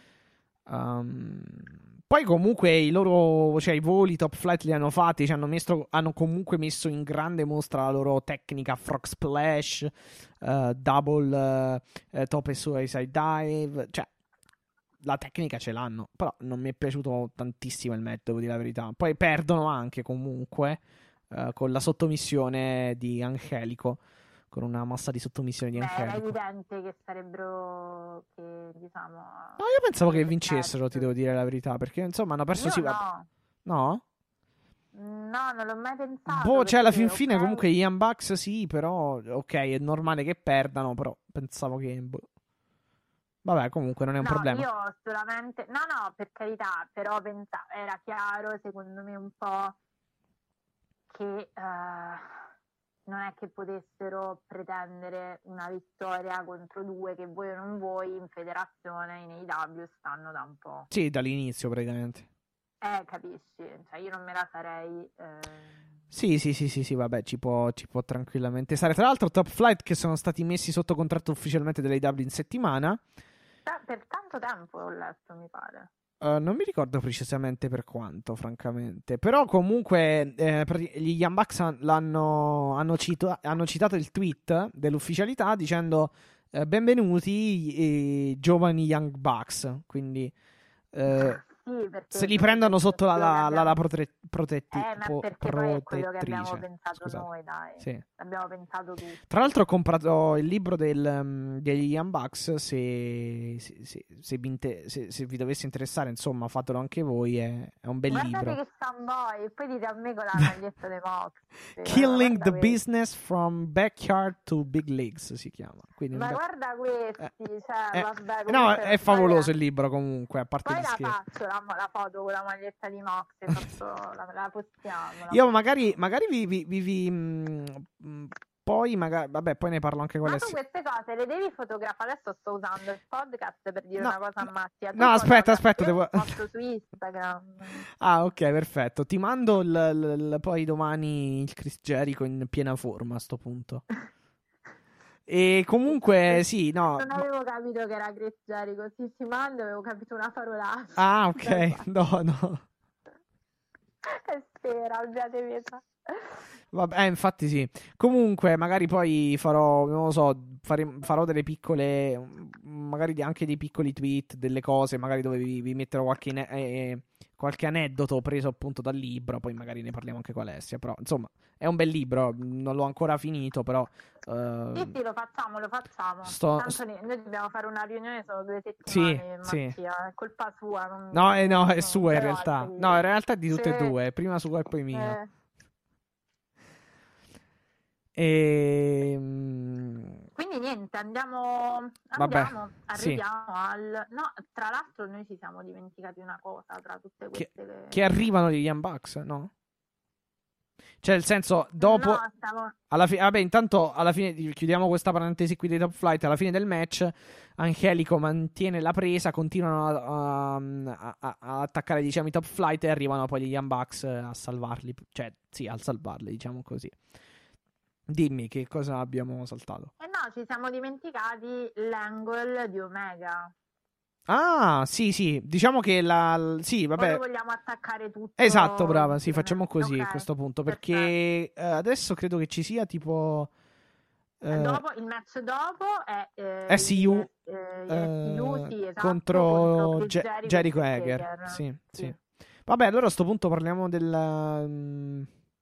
Um, poi comunque i loro, cioè i voli top flight li hanno fatti, ci hanno, messo, hanno comunque messo in grande mostra la loro tecnica frog splash, uh, double uh, top e suicide dive, cioè la tecnica ce l'hanno, però non mi è piaciuto tantissimo il match, devo dire la verità. Poi perdono anche comunque uh, con la sottomissione di Angelico, con una mossa di sottomissione di Beh, era Angelico. evidente che sarebbero, che diciamo... No, io pensavo che vincessero, ti devo dire la verità, perché insomma hanno perso... Io sì, no. No? No, non l'ho mai pensato. Boh, cioè alla perché, fin fine ok, comunque gli Young Bucks sì, però ok, è normale che perdano, però pensavo che... boh. Vabbè, comunque non è un no, problema. io solamente... No, no, per carità, però pensa... era chiaro, secondo me, un po' che... eh, non è che potessero pretendere una vittoria contro due che voi o non voi in federazione, in A E W stanno da un po'. Sì, dall'inizio praticamente. Eh, capisci? Cioè io non me la sarei... eh, Sì, sì, sì, sì, sì, vabbè, ci può, ci può tranquillamente stare. Tra l'altro Top Flight che sono stati messi sotto contratto ufficialmente dall'A E W in settimana. ta- per tanto tempo ho letto, mi pare. Uh, non mi ricordo precisamente per quanto, francamente. Però comunque eh, prati- gli Young Bucks han- l'hanno, hanno, cito- hanno citato il tweet dell'ufficialità dicendo eh, benvenuti i giovani Young Bucks. Quindi eh, sì, perché se li prendono sotto la, la, abbiamo... la, la prote- protetti, eh, ma po- perché poi è quello che abbiamo protettrice. pensato Scusate. noi, dai. Sì. L'abbiamo pensato tutti. Tra l'altro ho comprato il libro del, um, degli Young Bucks, se, se, se, se, vi inter- se, se vi dovesse interessare, insomma, fatelo anche voi, è, è un bel Guardate libro. che fanboy, poi dite a me con la maglietta dei Mox. Killing the questo. Business from Backyard to Big Leagues si chiama. Quindi Ma be- guarda questi, eh, cioè, eh, vabbè, no, comunque è favoloso il poi- libro comunque, a parte Poi gli la scherzi. faccio la, la foto con la maglietta di Mox, faccio, la, la postiamo. La Io postiamo. magari, magari vi, vi, vi, vi mh, mh, poi magari, vabbè, poi ne parlo anche con Ma le tu queste cose le devi fotografare. Adesso sto usando il podcast per dire No, una cosa a Mattia. Tu no, aspetta, aspetta, fotografi, devo- io posto su Instagram. Ah, ok, perfetto. Ti mando il, il- il- poi domani il Chris Jericho in piena forma a sto punto. E comunque, sì, no. Non avevo capito che era Chris Jericho. Sì, sì, mando, avevo capito una parolaccia. Ah, ok, no, no. È spera, abbiate pietà. Vabbè, eh, infatti sì. Comunque, magari poi farò, non lo so, fare- farò delle piccole, magari di- anche dei piccoli tweet, delle cose, magari dove vi, vi metterò qualche, ine- eh, qualche aneddoto preso appunto dal libro, poi magari ne parliamo anche con Alessia. Però, insomma, è un bel libro, non l'ho ancora finito, però... eh, Sì, sì, lo facciamo, lo facciamo. sto- Tanto ne- noi dobbiamo fare una riunione, sono due Sì, settimane, sì. Mattia, è colpa sua. Non... No, eh, no, è non- sua in tre realtà. volte No, in che- realtà è di tutte e Sì. due, prima sua e poi mia. Eh, E... Quindi niente, andiamo, Vabbè, andiamo, sì. arriviamo al... No, tra l'altro noi ci siamo dimenticati una cosa tra tutte Che, queste che... che arrivano gli Young Bucks, no? Cioè, nel senso, dopo... No, stavo... Alla fi- vabbè, intanto alla fine chiudiamo questa parentesi qui dei Top Flight. Alla fine del match, Angelico mantiene la presa, continuano a, a- a- a attaccare, diciamo, i Top Flight e arrivano poi gli Young Bucks a salvarli. Cioè, sì, a salvarli, diciamo così. Dimmi che cosa abbiamo saltato. Eh no, ci siamo dimenticati l'angle di Omega. Ah, sì, sì, diciamo che la... Sì, O vabbè. lo vogliamo attaccare tutto? Esatto, brava, sì, insieme? facciamo così Ok, a questo punto, perfetto. perché eh, adesso credo che ci sia tipo... eh, Dopo, il match dopo è eh, S U, il- eh, S U, sì, eh, esatto, contro Chris Ge- Jericho, Jericho e Hager. Hager. Sì, sì. Sì. Vabbè, allora a sto punto parliamo del... mm,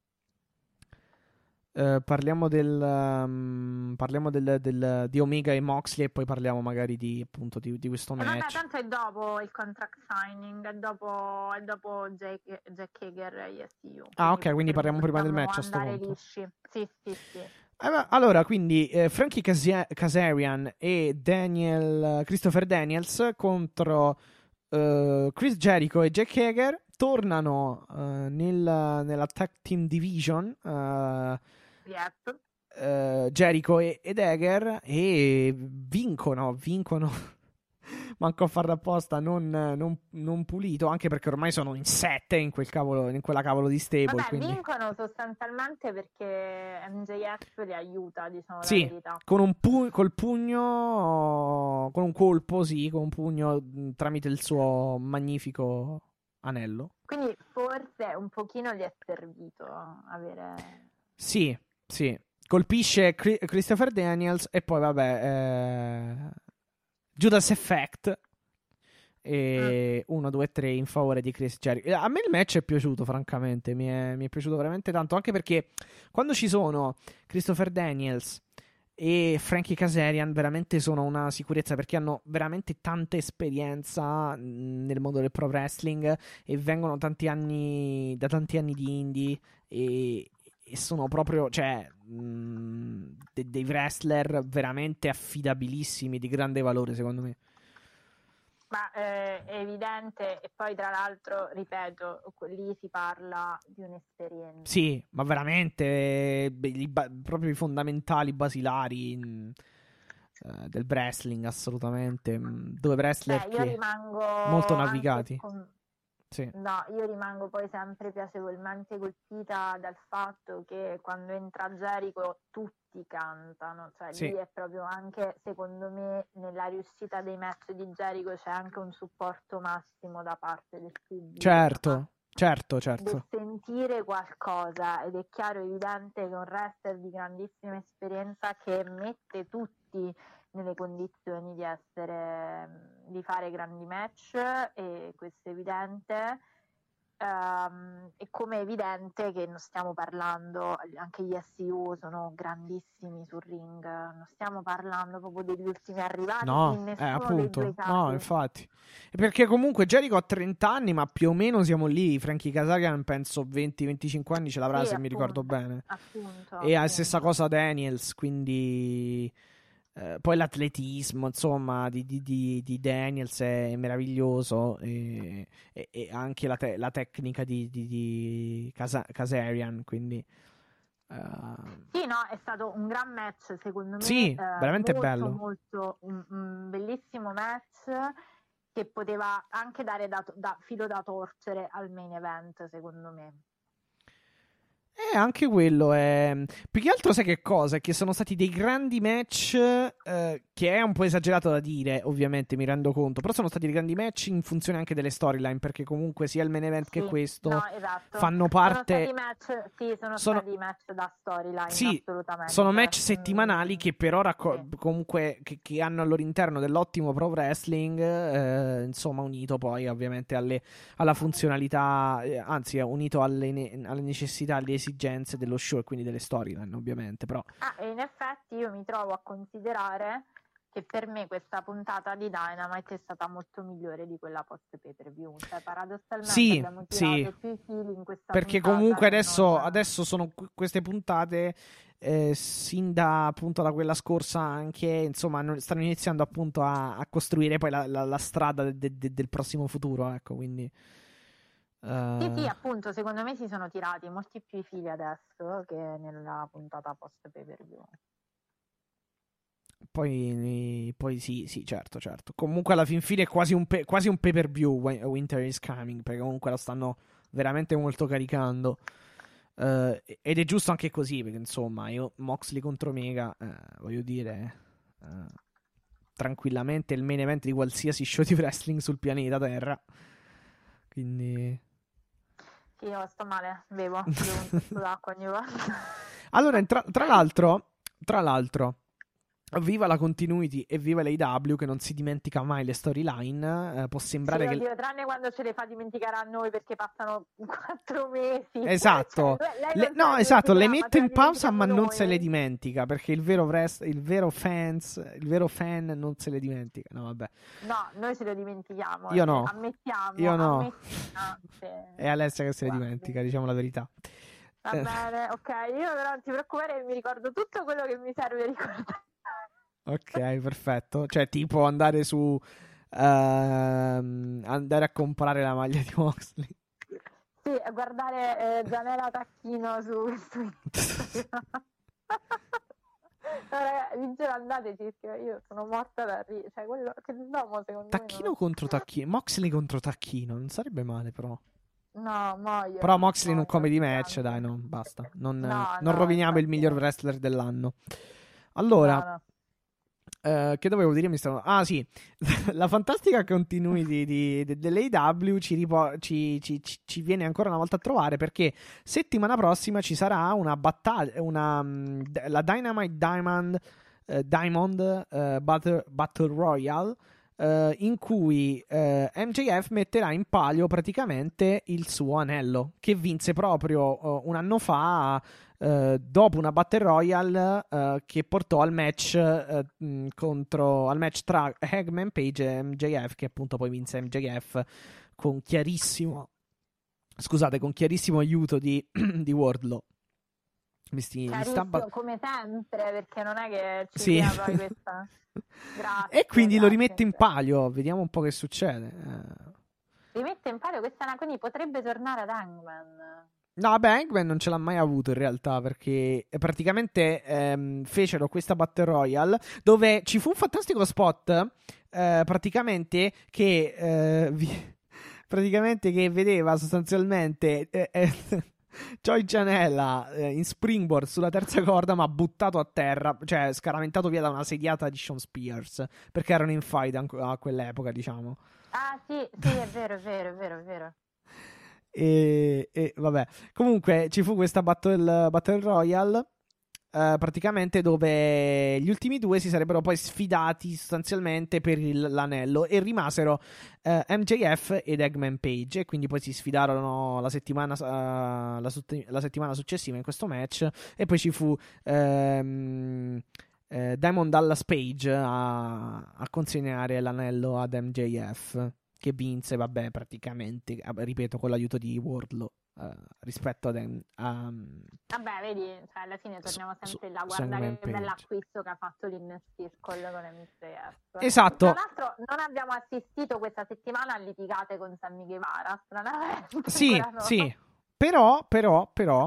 eh, parliamo del... mm, parliamo del, del- di Omega e Moxley e poi parliamo magari di, appunto, di, di questo E vabbè, match. tanto è dopo il contract signing, è dopo, è dopo Jack, Jack Hager e S U. Ah, ok, quindi parliamo prima del possiamo match a sto andare punto. lisci. Sì, sì, sì. Eh, ma- Allora, quindi eh, Frankie Kasia- Kazarian e Daniel, Christopher Daniels contro eh, Chris Jericho e Jack Hager tornano eh, nel- nella Tag Team Division, eh, Yep. eh, Jericho e- ed Hager, e vincono, vincono manco a farla apposta, non, non- non pulito, anche perché ormai sono in sette in, quel cavolo, in quella cavolo di stable, Vabbè, quindi... vincono sostanzialmente perché M J F li aiuta, diciamo Sì, la verità. con un pu- col pugno, con un colpo, sì, con un pugno mh, tramite il suo magnifico anello. Quindi forse un pochino gli è servito avere... Sì, sì. Colpisce Cri- Christopher Daniels e poi, vabbè, eh, Judas Effect. E uno, due, tre in favore di Chris Jericho. A me il match è piaciuto, francamente. Mi è, mi è piaciuto veramente tanto. Anche perché quando ci sono Christopher Daniels e Frankie Kazarian, veramente sono una sicurezza, perché hanno veramente tanta esperienza mh, nel mondo del pro wrestling e vengono tanti anni da tanti anni di indie e, e sono proprio, cioè, mh, de- dei wrestler veramente affidabilissimi, di grande valore, secondo me. Ma eh, è evidente, e poi tra l'altro, ripeto, lì si parla di un'esperienza. Sì, ma veramente eh, beh, i ba- proprio i fondamentali, basilari mh, eh, del wrestling, assolutamente. mh, Due wrestler Beh, io che rimango molto anche navigati. con- Sì. No, io rimango poi sempre piacevolmente colpita dal fatto che quando entra Jericho tutti cantano, cioè Sì. lì è proprio anche, secondo me, nella riuscita dei match di Jericho c'è anche un supporto massimo da parte del pubblico. Certo, certo, Del certo. sentire qualcosa, ed è chiaro e evidente che un wrestler di grandissima esperienza che mette tutti nelle condizioni di essere, di fare grandi match, e questo è evidente. Um, e come è evidente che non stiamo parlando, anche gli S E O sono grandissimi sul ring, non stiamo parlando proprio degli ultimi arrivati No, in eh, nessuno appunto, dei due casi. no, infatti. Perché comunque Jericho ha trenta anni, ma più o meno siamo lì. Frankie Kazarian penso venti venticinque anni ce l'avrà, Sì, se mi appunto, ricordo bene. appunto, E la appunto. stessa cosa Daniels, quindi eh, poi l'atletismo, insomma, di, di, di, di Daniels è meraviglioso, e, e, e anche la, te- la tecnica di, di, di Kasa- Kazarian, quindi uh... Sì, no, è stato un gran match secondo me. Sì, eh, veramente molto, bello. molto un, un bellissimo match che poteva anche dare da, da filo da torcere al main event, secondo me. Eh, anche quello è... Più che altro sai che cosa? È che sono stati dei grandi match, eh, che è un po' esagerato da dire, ovviamente, mi rendo conto, però sono stati dei grandi match in funzione anche delle storyline, perché comunque sia il main event Sì, che questo no, esatto. fanno parte... Sono stati match, sì, sono, sono... stati match da storyline, sì, assolutamente. sono cioè, match settimanali mm, che però racco- sì. comunque che, che hanno al loro interno dell'ottimo pro wrestling, eh, insomma, unito poi ovviamente alle, alla funzionalità, eh, anzi, unito alle, ne- alle necessità, alle esigenze dello show e quindi delle storyline, ovviamente, però. Ah, e in effetti io mi trovo a considerare che per me questa puntata di Dynamite è stata molto migliore di quella post pay per view, cioè paradossalmente Sì, abbiamo sì, tirato più i fili in questa perché puntata comunque che adesso, non... adesso sono qu- queste puntate, eh, sin da appunto da quella scorsa anche, insomma, hanno- stanno iniziando appunto a, a costruire poi la, la- la strada de- de- del prossimo futuro, ecco, quindi eh, Sì, sì, appunto, secondo me si sono tirati molti più i fili adesso che nella puntata post pay per view. poi, poi sì, sì, certo, certo. Comunque alla fin fine è quasi un, pe- quasi un pay per view, Wi- Winter is Coming, perché comunque la stanno veramente molto caricando. Eh, ed è giusto anche così, perché insomma, io Moxley contro Omega, eh, voglio dire, eh, tranquillamente il main event di qualsiasi show di wrestling sul pianeta Terra. Quindi... Sì, io sto male, bevo, bevo un pozzo d'acqua ogni volta. Allora, tra, tra l'altro, tra l'altro, viva la continuity e viva l'A E W che non si dimentica mai le storyline. Eh, può sembrare Sì, che... oddio, tranne quando ce le fa dimenticare a noi perché passano quattro mesi. Esatto, Cioè, lei le, non no, se esatto, le dimenticherà, ma mette ce in la pausa ma dimentichiamo non noi. se le dimentica, perché il vero, vrest- il vero fans, il vero fan non se le dimentica. No, vabbè. No, noi ce lo dimentichiamo. Io eh, no. Ammettiamo. Io no. ammettiamo, sì. È Alessia che se le Guardi. dimentica, diciamo la verità. Va Eh, bene, ok, io però non ti preoccupare, mi ricordo tutto quello che mi serve ricordare. ok, perfetto. Cioè, tipo andare su... ehm, andare a comprare la maglia di Moxley. Sì, a guardare eh, Gianella Tacchino su, su Instagram. No, raga, vi giuro, andateci, perché io sono morta da ridere. Cioè, quello che l'uomo secondo Tacchino me contro Tacchino. Moxley contro Tacchino. Non sarebbe male, però. non... No, muoio. Però Moxley in un muoio, comedy match, gigante. dai, no, basta. Non, No, non no, roviniamo il infatti miglior no. wrestler dell'anno. Allora, No, no. eh, che dovevo dire? Mi stavo... Ah, sì. La fantastica continuity di, di, dell'A E W ci, ripo- ci, ci, ci, ci viene ancora una volta a trovare, perché settimana prossima ci sarà una battaglia, una, mm, d- la Dynamite Diamond, eh, Diamond eh, Battle, Battle Royale, eh, in cui eh, M J F metterà in palio praticamente il suo anello, che vinse proprio eh, un anno fa, eh, dopo una Battle Royale eh, che portò al match eh, mh, contro al match tra Hangman Page e M J F, che appunto poi vinse M J F con chiarissimo scusate con chiarissimo aiuto di, di Wardlow. Mi sti, mi sta ba- come sempre, perché non è che ci Sì. sia poi questa... Grazie, e quindi lo grazie. rimette in palio, vediamo un po' che succede. Eh. Rimette in palio questa, quindi potrebbe tornare ad Hangman. No, beh, Hangman non ce l'ha mai avuto in realtà, perché praticamente ehm, fecero questa Battle Royale dove ci fu un fantastico spot, eh, praticamente che eh, vi- praticamente che vedeva sostanzialmente eh, eh, Joey Janela eh, in springboard sulla terza corda, ma buttato a terra, cioè scaraventato via da una sediata di Sean Spears, perché erano in fight anco- a quell'epoca, diciamo. Ah, sì, sì, è vero, è vero, è vero, è vero. E, e vabbè, comunque ci fu questa Battle, battle Royale Uh, praticamente dove gli ultimi due si sarebbero poi sfidati sostanzialmente per il, l'anello e rimasero uh, M J F ed Eggman Page, e quindi poi si sfidarono la settimana, uh, la, sut- la settimana successiva in questo match, e poi ci fu um, uh, Diamond Dallas Page a, a consegnare l'anello ad M J F, che vinse, vabbè, praticamente, ripeto, con l'aiuto di Wardlow. Uh, rispetto ad um, vabbè, vedi, cioè alla fine torniamo sempre là, su, guarda che Page. bell'acquisto che ha fatto l'Inner Circle con M J F. Esatto. Tra l'altro non abbiamo assistito questa settimana a litigate con Sammy Guevara, stranamente. Sì, no. sì, però, però, però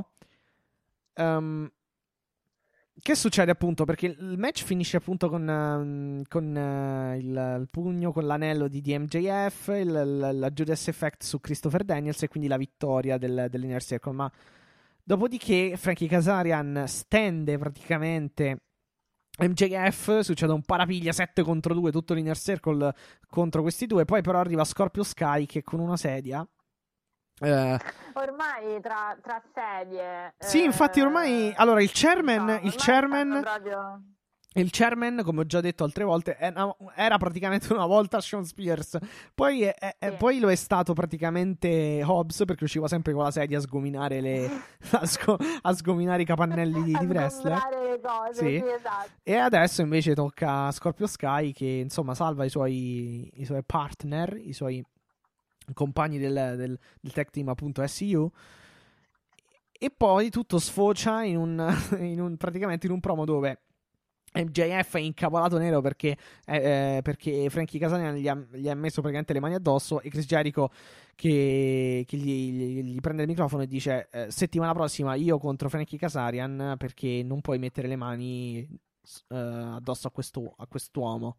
um, che succede appunto? Perché il match finisce appunto con, uh, con uh, il, il pugno, con l'anello di D M J F, il, la, la Judas Effect su Christopher Daniels, e quindi la vittoria del, dell'Inner Circle. Ma dopodiché Frankie Kazarian stende praticamente M J F, succede un parapiglia sette contro due, tutto l'Inner Circle contro questi due. Poi però arriva Scorpio Sky che con una sedia... Uh, ormai tra, tra sedie sì, eh, infatti ormai allora il chairman no, il chairman proprio... il chairman, come ho già detto altre volte, era praticamente una volta Sean Spears, poi, è, è, sì. poi lo è stato praticamente Hobbs, perché usciva sempre con la sedia a sgominare le a, sgo, a sgominare i capannelli di, di wrestler, le cose, sì. Sì, esatto. E adesso invece tocca a Scorpio Sky, che insomma salva i suoi i suoi partner, i suoi compagni del, del, del tag team, appunto S U, e poi tutto sfocia in un, in un praticamente in un promo dove M J F è incavolato nero perché, eh, perché Frankie Kazarian gli ha, gli ha messo praticamente le mani addosso, e Chris Jericho che, che gli, gli, gli prende il microfono e dice eh, settimana prossima io contro Frankie Kazarian, perché non puoi mettere le mani eh, addosso a, questo, a quest'uomo.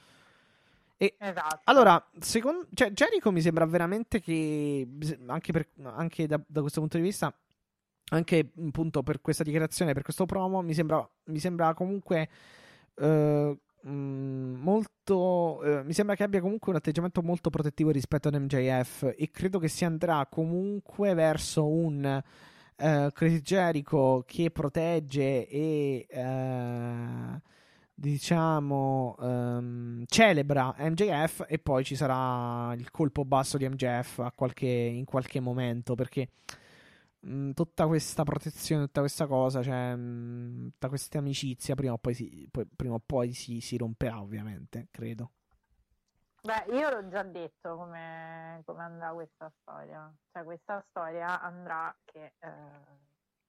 E esatto. Allora, secondo, cioè, Jericho mi sembra veramente che anche, per, anche da, da questo punto di vista, anche appunto per questa dichiarazione, per questo promo, mi sembra, mi sembra comunque uh, mh, molto uh, mi sembra che abbia comunque un atteggiamento molto protettivo rispetto ad M J F, e credo che si andrà comunque verso un uh, Chris Jericho che protegge e uh, diciamo um, celebra M J F, e poi ci sarà il colpo basso di M J F a qualche, in qualche momento, perché mh, tutta questa protezione, tutta questa cosa, cioè mh, tutta questa amicizia prima o poi si, poi, prima o poi si, si romperà, ovviamente, credo. Beh, io l'ho già detto come, come andrà questa storia, cioè questa storia andrà che eh,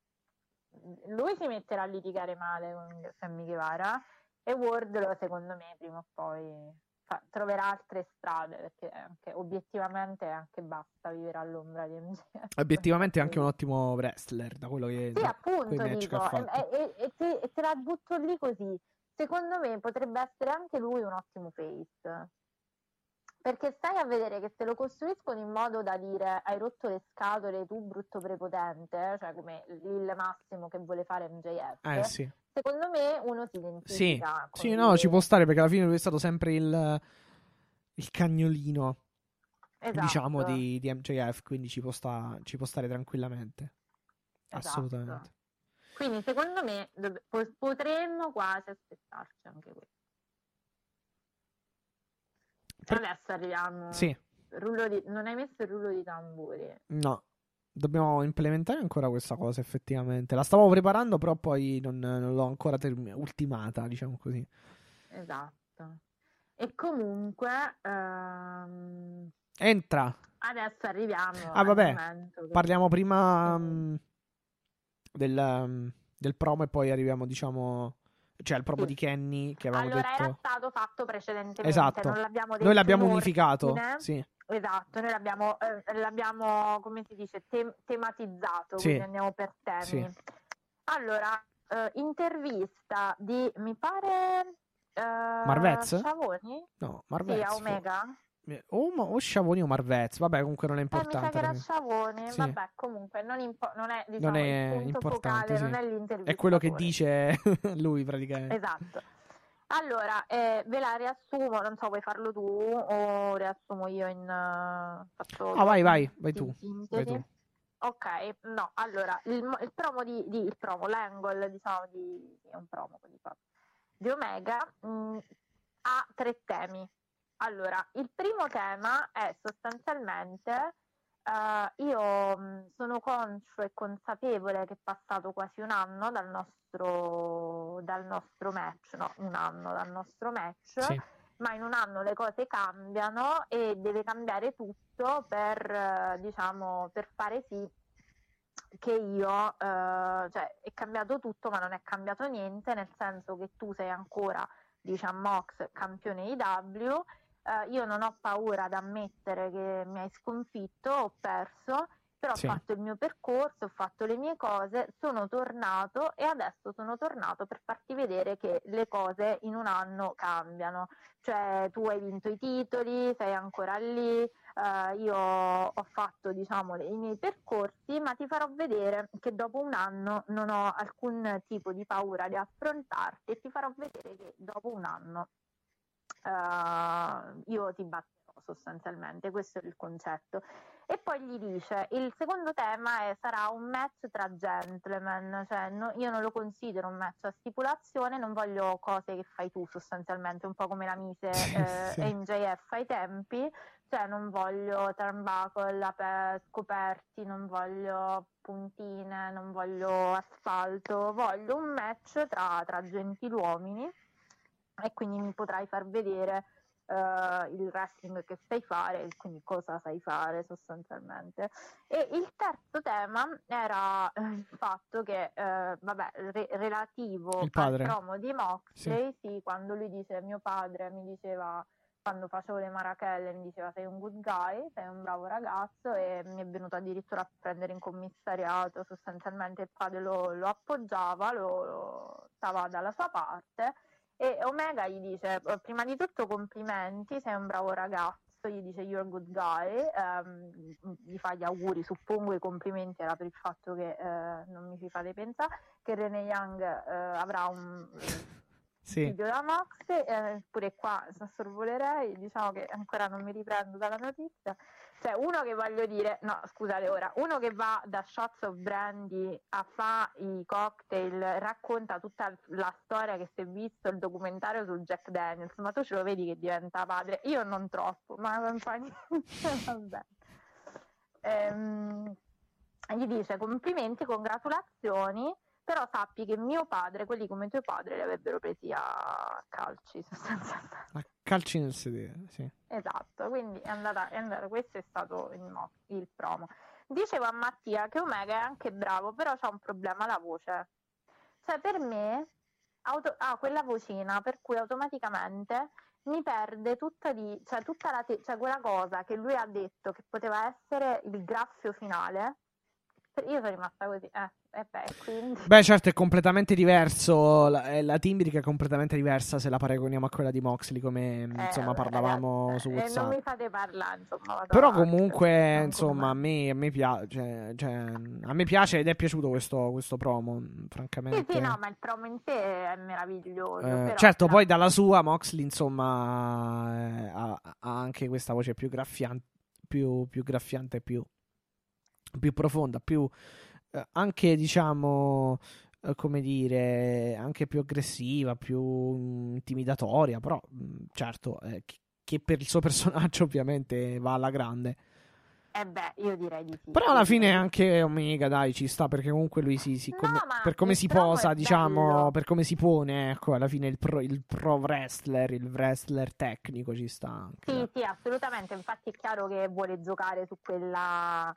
lui si metterà a litigare male con Sammy Guevara, e Wardlow secondo me prima o poi fa, troverà altre strade, perché anche, obiettivamente anche basta vivere all'ombra di M J F. Obiettivamente è anche un ottimo wrestler, da quello che sì, da, appunto dico, e, e, e, te, e te la butto lì così, secondo me potrebbe essere anche lui un ottimo face, perché stai a vedere che se lo costruiscono in modo da dire hai rotto le scatole tu brutto prepotente, cioè come il massimo che vuole fare M J F, eh sì, secondo me uno si identifica. Sì, sì, no, ci può stare, perché alla fine lui è stato sempre il, il cagnolino, esatto, diciamo, di, di M J F, quindi ci può, sta, ci può stare tranquillamente. Esatto. Assolutamente. Quindi secondo me dov- potremmo quasi aspettarci anche questo. Per... Adesso arriviamo. Sì. Rullo di... Non hai messo il rullo di tamburi? No. Dobbiamo implementare ancora questa cosa, effettivamente. La stavo preparando, però poi non, non l'ho ancora term- ultimata, diciamo così. Esatto. E comunque um... entra. Adesso arriviamo ah, al vabbè. momento che... Parliamo prima um, del, um, del promo, e poi arriviamo, diciamo, cioè il promo sì. di Kenny che avevamo allora, detto. Allora era stato fatto precedentemente. Esatto. Non l'abbiamo detto Noi l'abbiamo unificato. Sì. Esatto, noi l'abbiamo, eh, l'abbiamo, come si dice, te- tematizzato, sì. quindi andiamo per temi. Sì. Allora, eh, intervista di, mi pare, eh, Marvez? Sciavoni? No, Marvez. Sì, a Omega. O, o Sciavoni o Marvez, vabbè, comunque non è importante. Eh, mi sa che era Sciavoni, sì. vabbè, comunque non, impo- non è, diciamo, non è il punto importante, focale, sì. non è l'intervista. È quello che dice lui, praticamente. Esatto. Allora, eh, ve la riassumo, non so, vuoi farlo tu o riassumo io in... Uh, faccio ah, vai, vai, vai tu, vai tu. Ok, no, allora, il, il promo di, di il promo, l'angle, diciamo, di, è un promo di, di Omega, mh, ha tre temi. Allora, il primo tema è sostanzialmente, uh, io mh, sono conscio e consapevole che è passato quasi un anno dal nostro, dal nostro match, no, un anno dal nostro match, Sì. ma in un anno le cose cambiano e deve cambiare tutto per, diciamo, per fare sì che io, eh, cioè è cambiato tutto ma non è cambiato niente, nel senso che tu sei ancora, diciamo, Mox campione I W, eh, io non ho paura ad ammettere che mi hai sconfitto, ho perso, però Sì. ho fatto il mio percorso, ho fatto le mie cose, sono tornato e adesso sono tornato per farti vedere che le cose in un anno cambiano, cioè tu hai vinto i titoli, sei ancora lì, uh, io ho fatto, diciamo, i miei percorsi, ma ti farò vedere che dopo un anno non ho alcun tipo di paura di affrontarti e ti farò vedere che dopo un anno uh, io ti batterò sostanzialmente, questo è il concetto. E poi gli dice, il secondo tema è, sarà un match tra gentleman, cioè no, io non lo considero un match a stipulazione, non voglio cose che fai tu sostanzialmente, un po' come la mise eh, Sì. M J F ai tempi, cioè non voglio turnbuckle ap- scoperti, non voglio puntine, non voglio asfalto, voglio un match tra, tra gentiluomini e quindi mi potrai far vedere Uh, il wrestling che sai fare, quindi cosa sai fare sostanzialmente. E il terzo tema era uh, il fatto che uh, vabbè, re- relativo il padre. al promo di Moxley, sì. sì, quando lui dice mio padre mi diceva, quando facevo le marachelle mi diceva sei un good guy, sei un bravo ragazzo, e mi è venuto addirittura a prendere in commissariato, sostanzialmente il padre lo, lo appoggiava, lo, lo stava dalla sua parte. E Omega gli dice, prima di tutto complimenti, sei un bravo ragazzo, gli dice you're a good guy, um, gli fa gli auguri, suppongo i complimenti era per il fatto che uh, non mi ci fate pensare che Renee Young uh, avrà un sì. video da Mox, eh, pure qua sorvolerei, diciamo che ancora non mi riprendo dalla notizia. Cioè uno che voglio dire, no scusate ora, uno che va da Shots of Brandy a fa i cocktail, racconta tutta la storia che si è visto, il documentario su Jack Daniels, ma tu ce lo vedi che diventa padre? Io non troppo, ma non fa niente, vabbè. Ehm, gli dice complimenti, congratulazioni, però sappi che mio padre, quelli come tuo padre, li avrebbero presi a calci sostanzialmente. A calci nel sedere, sì. Esatto, quindi è andata, è andata, questo è stato il, mo, il promo. Dicevo a Mattia che Omega è anche bravo, però c'ha un problema alla voce. Cioè per me auto, ha quella vocina per cui automaticamente mi perde tutta, di, cioè tutta la te- cioè quella cosa che lui ha detto che poteva essere il graffio finale. Io sono rimasta così, eh, e beh, quindi... Beh, certo, è completamente diverso. La, la timbrica è completamente diversa se la paragoniamo a quella di Moxley, come eh, insomma parlavamo ragazzi, su eh, WhatsApp. non mi fate parlare, insomma. Però avanti, comunque, insomma, a come... me, a me piace, cioè, a me piace ed è piaciuto questo, questo promo, francamente. Sì, sì, no, ma il promo in sé è meraviglioso. Eh, però, certo, no. poi dalla sua Moxley, insomma, eh, ha, ha anche questa voce più graffiante, più, più graffiante, più, più profonda, più eh, anche, diciamo, eh, come dire, anche più aggressiva, più mm, intimidatoria, però mh, certo, eh, che, che per il suo personaggio ovviamente va alla grande. Eh beh, io direi di sì. Però alla fine anche Omega, dai, ci sta, perché comunque lui si, si come, no, ma per come il si promo posa, è diciamo, bello. per come si pone, ecco, alla fine il pro, il pro wrestler, il wrestler tecnico ci sta anche. Sì, dai. sì, assolutamente, infatti è chiaro che vuole giocare su quella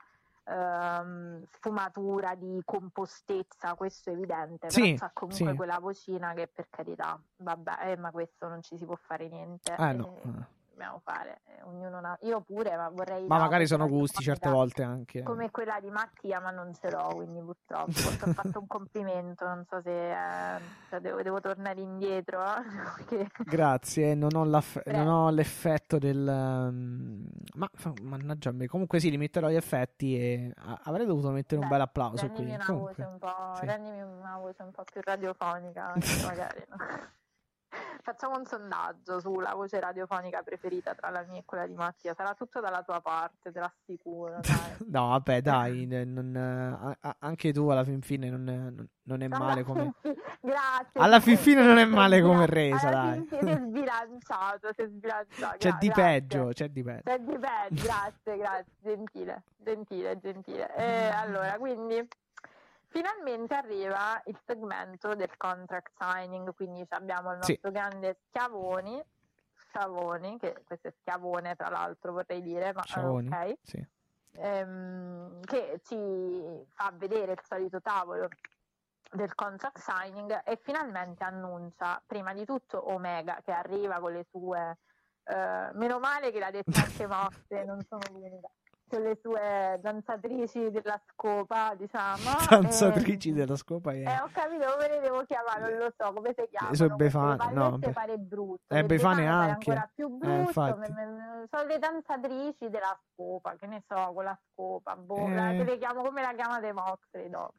ehm, sfumatura di compostezza, questo è evidente, però Sì, c'ha comunque sì. quella vocina che per carità, vabbè, eh, ma questo non ci si può fare niente. Eh no. Eh, dobbiamo fare, eh, ognuno una... io pure, ma vorrei Ma la magari sono vocina gusti certe radiofonica volte anche. come quella di Mattia, ma non ce l'ho, quindi purtroppo ti ho fatto un complimento, non so se eh, cioè devo, devo tornare indietro. Eh? Perché... Grazie, non ho, non ho l'effetto del... Um... Ma mannaggia me, comunque sì, li metterò gli effetti e a- avrei dovuto mettere Beh, un bel applauso rendimi qui. una Comunque, voce un po', sì. rendimi una voce un po' più radiofonica, anche magari, no? Facciamo un sondaggio sulla voce radiofonica preferita tra la mia e quella di Mattia. Sarà tutto dalla tua parte, te l'assicuro. Dai. No, vabbè, dai, non, a- a- anche tu alla fin fine non, non- non è male Alla come... fin fi- Grazie. Alla fin sì, fine non è sei male come sbila- resa, alla dai. fin fine sei sbilanciato, sei sbilanciato. C'è Gra- di grazie. peggio, c'è di peggio. C'è di peggio, grazie, grazie, gentile, gentile, gentile. E allora, quindi finalmente arriva il segmento del contract signing, quindi abbiamo il nostro Sì. grande Schiavoni, Schiavoni, che questo è Schiavone tra l'altro vorrei dire, ma eh, Sciavoni, ok, sì. ehm, che ci fa vedere il solito tavolo del contract signing e finalmente annuncia prima di tutto Omega che arriva con le sue eh, meno male che l'ha detto anche Mosse, non sono l'unica, con le sue danzatrici della scopa, diciamo. Danzatrici e, della scopa e... eh, ho capito come le devo chiamare, non lo so come si chiamano. Le sue queste, Befane, le no, pallette beh. pare brutto, Eh, le Befane Befane pare anche. ancora più Eh, brutto, infatti. me- me- sono le danzatrici della scopa, che ne so, con la scopa, boh, Eh. la- te le chiamo come la chiamate Moxley dopo.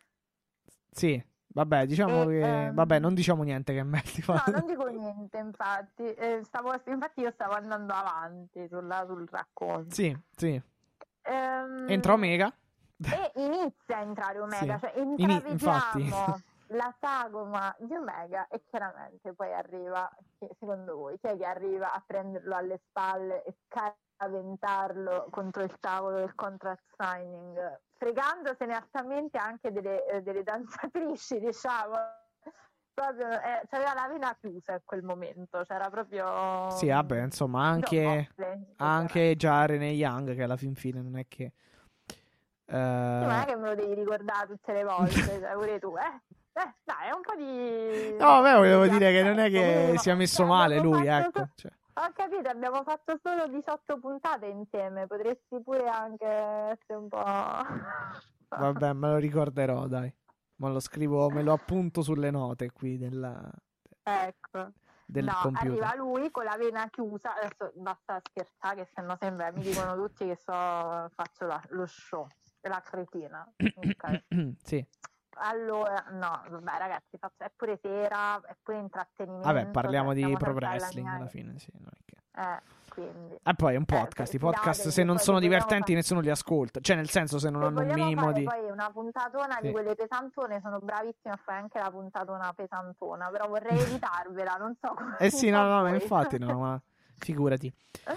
Sì, vabbè, diciamo E, che... ehm, Vabbè, non diciamo niente che è meglio. No, non dico niente, infatti. Eh, stavo, infatti io stavo andando avanti sulla- sul racconto. Sì, sì. Ehm, Entra Omega. E inizia a entrare Omega, Sì. cioè Ini- intravediamo infatti. la sagoma di Omega e chiaramente poi arriva, chi- secondo voi, chi è che arriva a prenderlo alle spalle e scaventarlo contro il tavolo del contract signing, fregandosene altamente anche delle, eh, delle danzatrici, diciamo. Proprio, eh, c'aveva la vena chiusa in quel momento, c'era proprio... Sì, vabbè, insomma, anche, John Moxley, anche già Renee Young, che alla fin fine non è che... Sì, ma non è eh, che me lo devi ricordare tutte le volte, cioè, pure tu, eh? Eh, dai, è un po' di... No, beh, volevo di dire che non è che affetto, sia messo cioè, male abbiamo lui, fatto ecco. so- Cioè, Ho capito, abbiamo fatto solo diciotto puntate insieme, potresti pure anche essere un po'... vabbè, me lo ricorderò, dai. Ma lo scrivo, me lo appunto sulle note qui della, Ecco. del No, computer. arriva lui con la vena chiusa, adesso basta scherzare che se no sembra, mi dicono tutti che so, faccio la- lo show, la cretina. Ok. Sì. Allora, no, vabbè ragazzi, faccio- è pure sera, è pure intrattenimento. Vabbè, parliamo cioè, di stiamo pro sempre alla wrestling mia- alla fine, sì. Non è che... Eh, quindi... E poi è un Eh, podcast. I fidate podcast, che se non poi sono se vogliamo divertenti, fa- nessuno li ascolta. Cioè, nel senso, se non Se hanno un vogliamo minimo fare di... poi una puntatona Sì. di quelle pesantone, sono bravissima a fare anche la puntatona pesantona, però vorrei evitarvela, non so come... Eh sì, no, non so no, ma voi. infatti, no, ma figurati.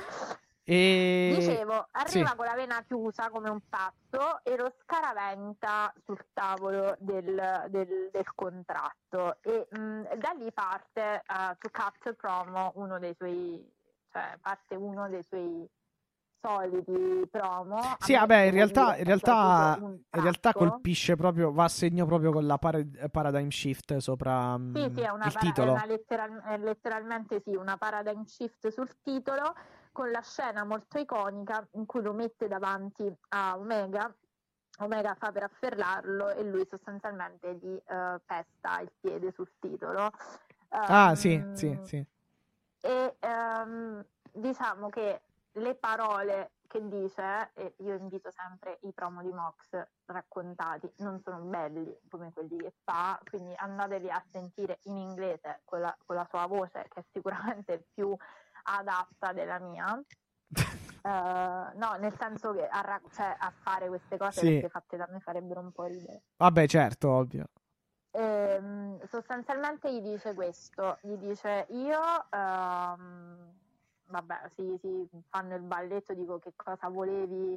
E... Dicevo, arriva sì. con la vena chiusa come un pazzo e lo scaraventa sul tavolo del, del- del contratto e mh, da lì parte uh, to cut promo, uno dei suoi, cioè parte uno dei suoi soliti promo. A Sì, me vabbè, in devo realtà, dire, in è realtà, piaciuto un in realtà sacco. colpisce proprio, va a segno proprio con la pare- paradigm shift sopra mm, Sì, sì, è una, il para- è titolo. una letteral- è letteralmente sì, una paradigm shift sul titolo, con la scena molto iconica in cui lo mette davanti a Omega. Omega fa per afferrarlo e lui sostanzialmente gli eh, pesta il piede sul titolo. Ah, sì, Ehm, sì, sì. E ehm, diciamo che le parole che dice, e io invito sempre i promo di Mox raccontati, non sono belli come quelli che fa, quindi andatevi a sentire in inglese con la, con la sua voce, che è sicuramente più adatta della mia. Eh, no, nel senso che a, ra- cioè, a fare queste cose Sì. perché fatte da me farebbero un po' ridere. Vabbè, certo, ovvio. Ehm, sostanzialmente gli dice questo, gli dice io, ehm, vabbè, si, si fanno il balletto, dico che cosa volevi,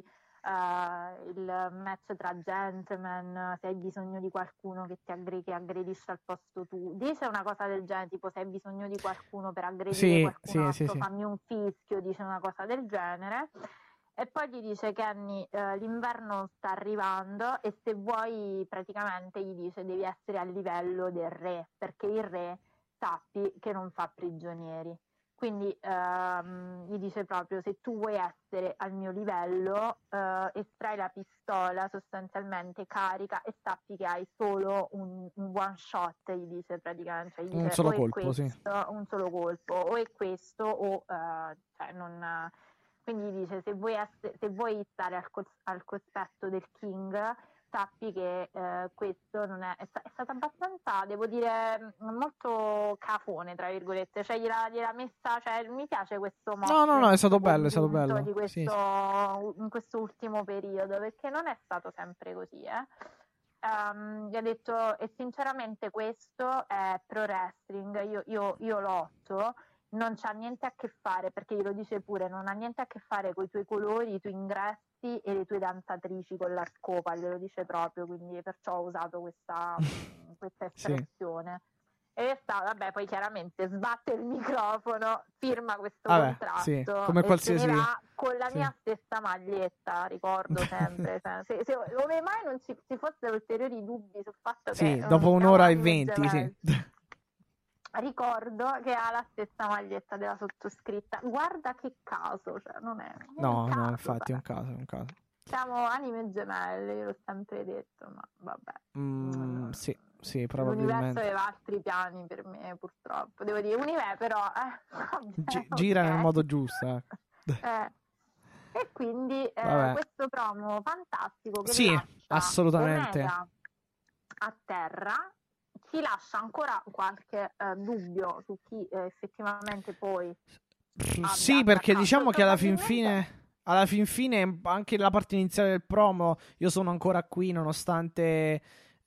eh, il match tra gentleman, se hai bisogno di qualcuno che ti aggre- che aggredisce al posto tu, dice una cosa del genere, tipo se hai bisogno di qualcuno per aggredire Sì, qualcun sì, altro, sì, sì. fammi un fischio, dice una cosa del genere. E poi gli dice Kenny, eh, l'inverno sta arrivando e se vuoi, praticamente gli dice devi essere a livello del re, perché il re sappi che non fa prigionieri. Quindi ehm, gli dice proprio se tu vuoi essere al mio livello, eh, estrai la pistola, sostanzialmente carica e sappi che hai solo un, un one shot, gli dice praticamente. Cioè, gli Un dice, solo o è colpo, questo, sì. un solo colpo, o è questo o eh, cioè non... Quindi dice se vuoi, essere, se vuoi stare al, cos- al cospetto del King, sappi che eh, questo non è, è, sta- è stato abbastanza, devo dire, molto cafone, tra virgolette, cioè gliela, gliela messa, cioè mi piace questo modo. No, no, no, è stato bello, è stato bello. Di questo, Sì, sì. in questo ultimo periodo, perché non è stato sempre così, eh. Um, gli ha detto, e sinceramente questo è pro wrestling, io, io, io lotto, non c'ha niente a che fare, perché glielo dice pure, non ha niente a che fare con i tuoi colori, i tuoi ingressi e le tue danzatrici con la scopa, glielo dice proprio, quindi perciò ho usato questa, questa espressione. Sì. E sta, vabbè, poi chiaramente sbatte il microfono, firma questo vabbè, contratto, sì, come e qualsiasi... se ne va con la sì. mia stessa maglietta, ricordo sempre. Cioè, se, se, come mai non ci, ci fossero ulteriori dubbi sul fatto sì, che... dopo un'ora e venti, sì. Ricordo che ha la stessa maglietta della sottoscritta. Guarda che caso, cioè non è... No, un caso, no, infatti sai. è un caso, è un caso. Siamo anime gemelle, io l'ho sempre detto, ma vabbè. Mm, sì, sì, probabilmente. L'universo aveva altri piani per me, purtroppo. Devo dire, universo, però... Eh, vabbè, G- gira okay. nel modo giusto. Eh. eh. E quindi eh, questo promo fantastico che sì, lascia assolutamente. Omega a terra, ci lascia ancora qualche eh, dubbio su chi eh, effettivamente poi... Sì, perché diciamo che alla fin fine... Alla fin fine, anche la parte iniziale del promo, io sono ancora qui nonostante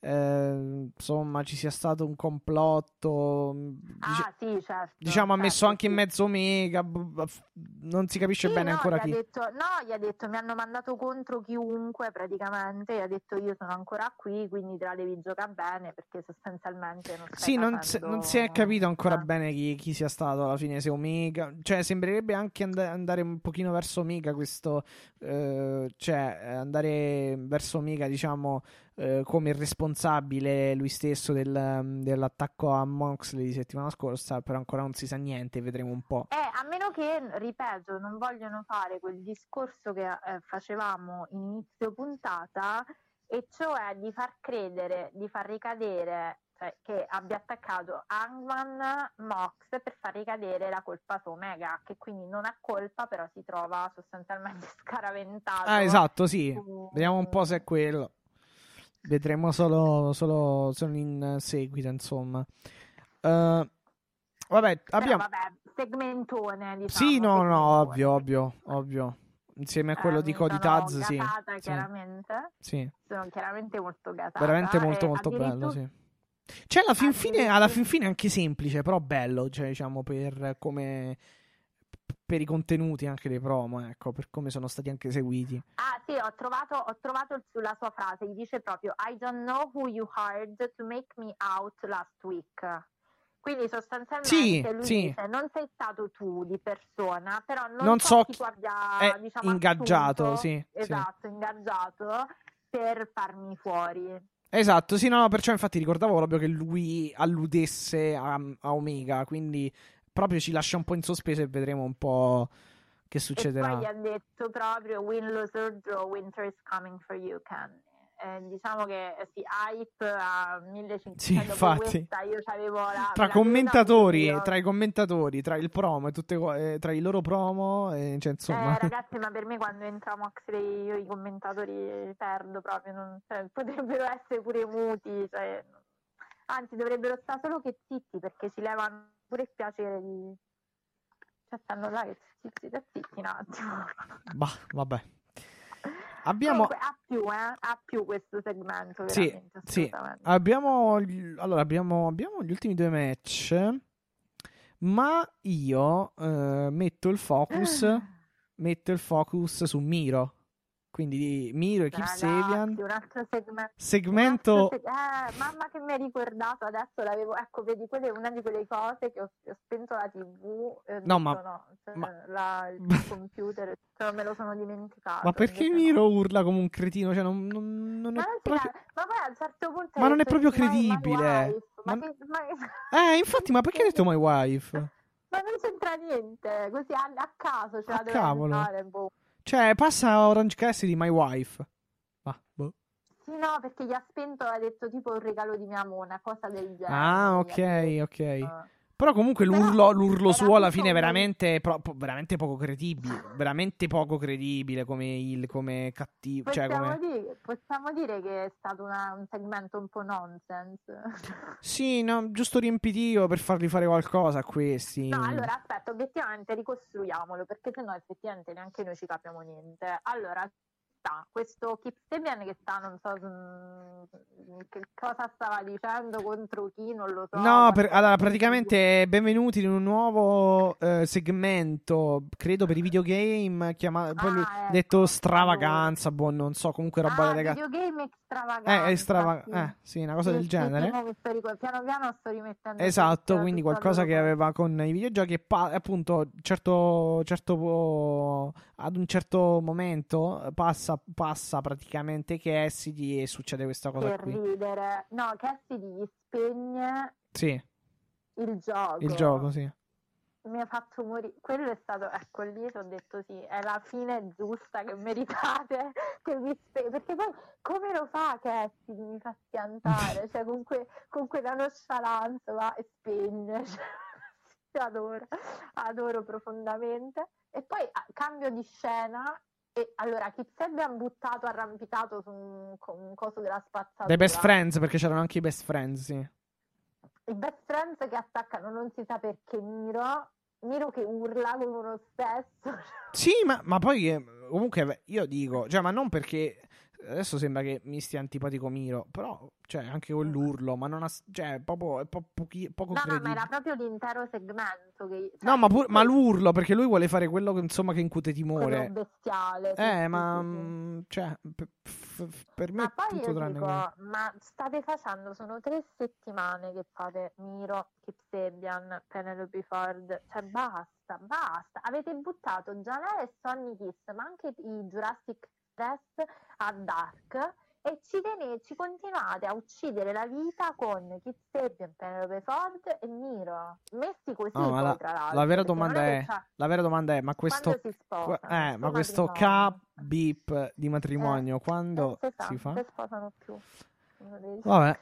eh, insomma ci sia stato un complotto. Dice- ah, sì, certo. Diciamo, ha certo, messo anche sì. in mezzo Omega. Non si capisce sì, bene no, ancora gli chi. Ha detto, no, gli ha detto mi hanno mandato contro chiunque praticamente. Gli ha detto io sono ancora qui, quindi te la devi giocare bene perché sostanzialmente non stai Sì, non, facendo... non si è capito ancora eh. bene chi, chi sia stato alla fine, se Omega, cioè sembrerebbe anche and- andare un pochino verso Omega questo, eh, cioè andare verso Omega, diciamo, eh, come il responsabile lui stesso del, dell'attacco a Moxley di settimana scorsa, però ancora non si sa niente, vedremo un po'. Eh, a meno che, ripeto, non vogliono fare quel discorso che eh, facevamo inizio puntata, e cioè di far credere, di far ricadere, cioè che abbia attaccato Hangman Mox per far ricadere la colpa su Omega, che quindi non ha colpa, però si trova sostanzialmente scaraventato. Ah, esatto, sì. su... Vediamo un po' se è quello. Vedremo solo, solo, solo in seguito, insomma. Uh, vabbè, abbiamo... Però, vabbè, segmentone, diciamo. Sì, no, segmentone. no, ovvio, ovvio, ovvio. Insieme a quello eh, di Cody Taz, sì. Gasata, chiaramente. Sì. Sono chiaramente molto gasata. Veramente molto, eh, molto addirittura... bello, sì. Cioè, alla fin fine, alla fin fine è anche semplice, però bello, cioè, diciamo, per come... per i contenuti anche dei promo, ecco, per come sono stati anche eseguiti. Ah, sì, ho trovato, ho trovato la sua frase, gli dice proprio I don't know who you hired to make me out last week. Quindi sostanzialmente sì, lui sì. dice non sei stato tu di persona, però non, non so, so chi tu abbia è diciamo, ingaggiato, assunto, sì. esatto, sì. ingaggiato per farmi fuori. Esatto, sì, no, perciò infatti ricordavo proprio che lui alludesse a, a Omega, quindi proprio ci lascia un po' in sospeso e vedremo un po' che succederà. E poi gli ha detto proprio win, lose or draw, winter is coming for you, Kenny. Eh, diciamo che eh, sì, hype a millecinquecento. Sì, infatti. Questa, io c'avevo la, tra la commentatori, tra i commentatori, tra il promo e tutte eh, tra i loro promo, eh, cioè, insomma. Eh, ragazzi, ma per me quando entra Moxley io i commentatori perdo proprio, non, cioè, potrebbero essere pure muti, cioè, anzi dovrebbero stare solo che zitti perché ci levano pure il piacere di cioè stanno là che zitti, zitti un attimo. Bah, vabbè. Abbiamo Comunque, ha più, eh? Ha più questo segmento, sì, veramente, sì. Abbiamo allora abbiamo, abbiamo gli ultimi due match, ma io eh, metto il focus metto il focus su Miro. Quindi Miro e Kip Sabian. Un altro segmento. Segmento. Un altro seg- eh, mamma che mi hai ricordato, adesso l'avevo. Ecco, vedi, quella è una di quelle cose che ho, ho spento la tivù. E ho no, detto, ma, no, cioè, ma... La, il computer, cioè, me lo sono dimenticato. Ma perché Miro no. urla come un cretino? Cioè, non, non, non ma, è non proprio... ma poi a un certo punto. Ma non è proprio credibile. My, my ma... Ma che, ma... Eh, infatti, ma perché hai detto my wife? Ma non c'entra niente, così a, a caso ce la devo fare, boh. Cioè, passa Orange Cassidy, my wife. Ah, boh. Sì, no, perché gli ha spento, ha detto tipo un regalo di mia mona, cosa del genere. Ah, ok, ok. Uh, Però comunque Però l'urlo, l'urlo era suo alla tutto fine è un- veramente, pro- po- veramente poco credibile. Veramente poco credibile come il, come cattivo. Cioè, Possiamo, come... dire, possiamo dire che è stato una- un segmento un po' nonsense. Sì, no, giusto riempitivo per fargli fare qualcosa a questi. No, allora aspetta, obiettivamente ricostruiamolo, perché sennò effettivamente neanche noi ci capiamo niente. Allora, sta questo Kip Sabian che sta, non so mm, che cosa stava dicendo contro chi, non lo so. No, per- qualcosa allora di- praticamente benvenuti in un nuovo eh, segmento, credo per i videogame, chiama- poi lui Ah, ha ecco, detto stravaganza, boh, non so, comunque roba Ah, legata. videogame extravaganza. Eh, strava- sì. eh, sì, una cosa Sì, del sì, genere. sì, mo mi sto ricor- piano piano sto rimettendo Esatto, tutto- quindi tutto qualcosa al che loro aveva con i videogiochi e pa- appunto certo, certo po- ad un certo momento passa, passa praticamente Cassidy e succede questa cosa per qui. ridere. No, Cassidy gli spegne Sì, il gioco. il gioco, sì. Mi ha fatto morire. Quello è stato, ecco lì ti ho detto sì, è la fine giusta che meritate. Che vi spe- Perché poi come lo fa Cassidy? Mi fa schiantare, cioè con, que- con quella nonchalance va e spegne. Cioè, adoro, adoro profondamente. E poi a- cambio di scena. E allora Kip Sabian buttato arrampicato su un, con un coso della spazzatura. Dei best friends, perché c'erano anche i best friends, sì. I best friends che attaccano non si sa perché Miro. Miro che urla come uno stesso. Sì, ma, ma poi eh, comunque beh, io dico, cioè, ma non perché adesso sembra che mi stia antipatico Miro, però, cioè, anche con l'urlo, ma non ha, cioè, proprio, è po- pochi- poco No, no, ma credibile. era proprio l'intero segmento che, cioè, No, ma, pur- ma quel- l'urlo, perché lui vuole fare quello che, insomma, che incute quello timore. bestiale. sì, Eh, sì, ma, sì, sì. mm, cioè, per, f- per me Ma è poi tutto io tranne dico, quello. ma state facendo, sono tre settimane che fate Miro, Kip Sabian, Penelope Ford, cioè basta, basta. Avete buttato Janelle e Sonny Kiss, ma anche i Jurassic Express a Dark e ci, tene- ci continuate a uccidere la vita con Kip Sabian, Penelope Ford e Miro. Messi così No, ma poi, la, tra l'altro. la vera perché non domanda che è, c'ha- la vera domanda è, ma questo, quando si qua- sposano, eh, sto ma questo matrimonio. K-beep di matrimonio, Eh, quando eh, si fa? Se sposano più. Uno dei- Vabbè.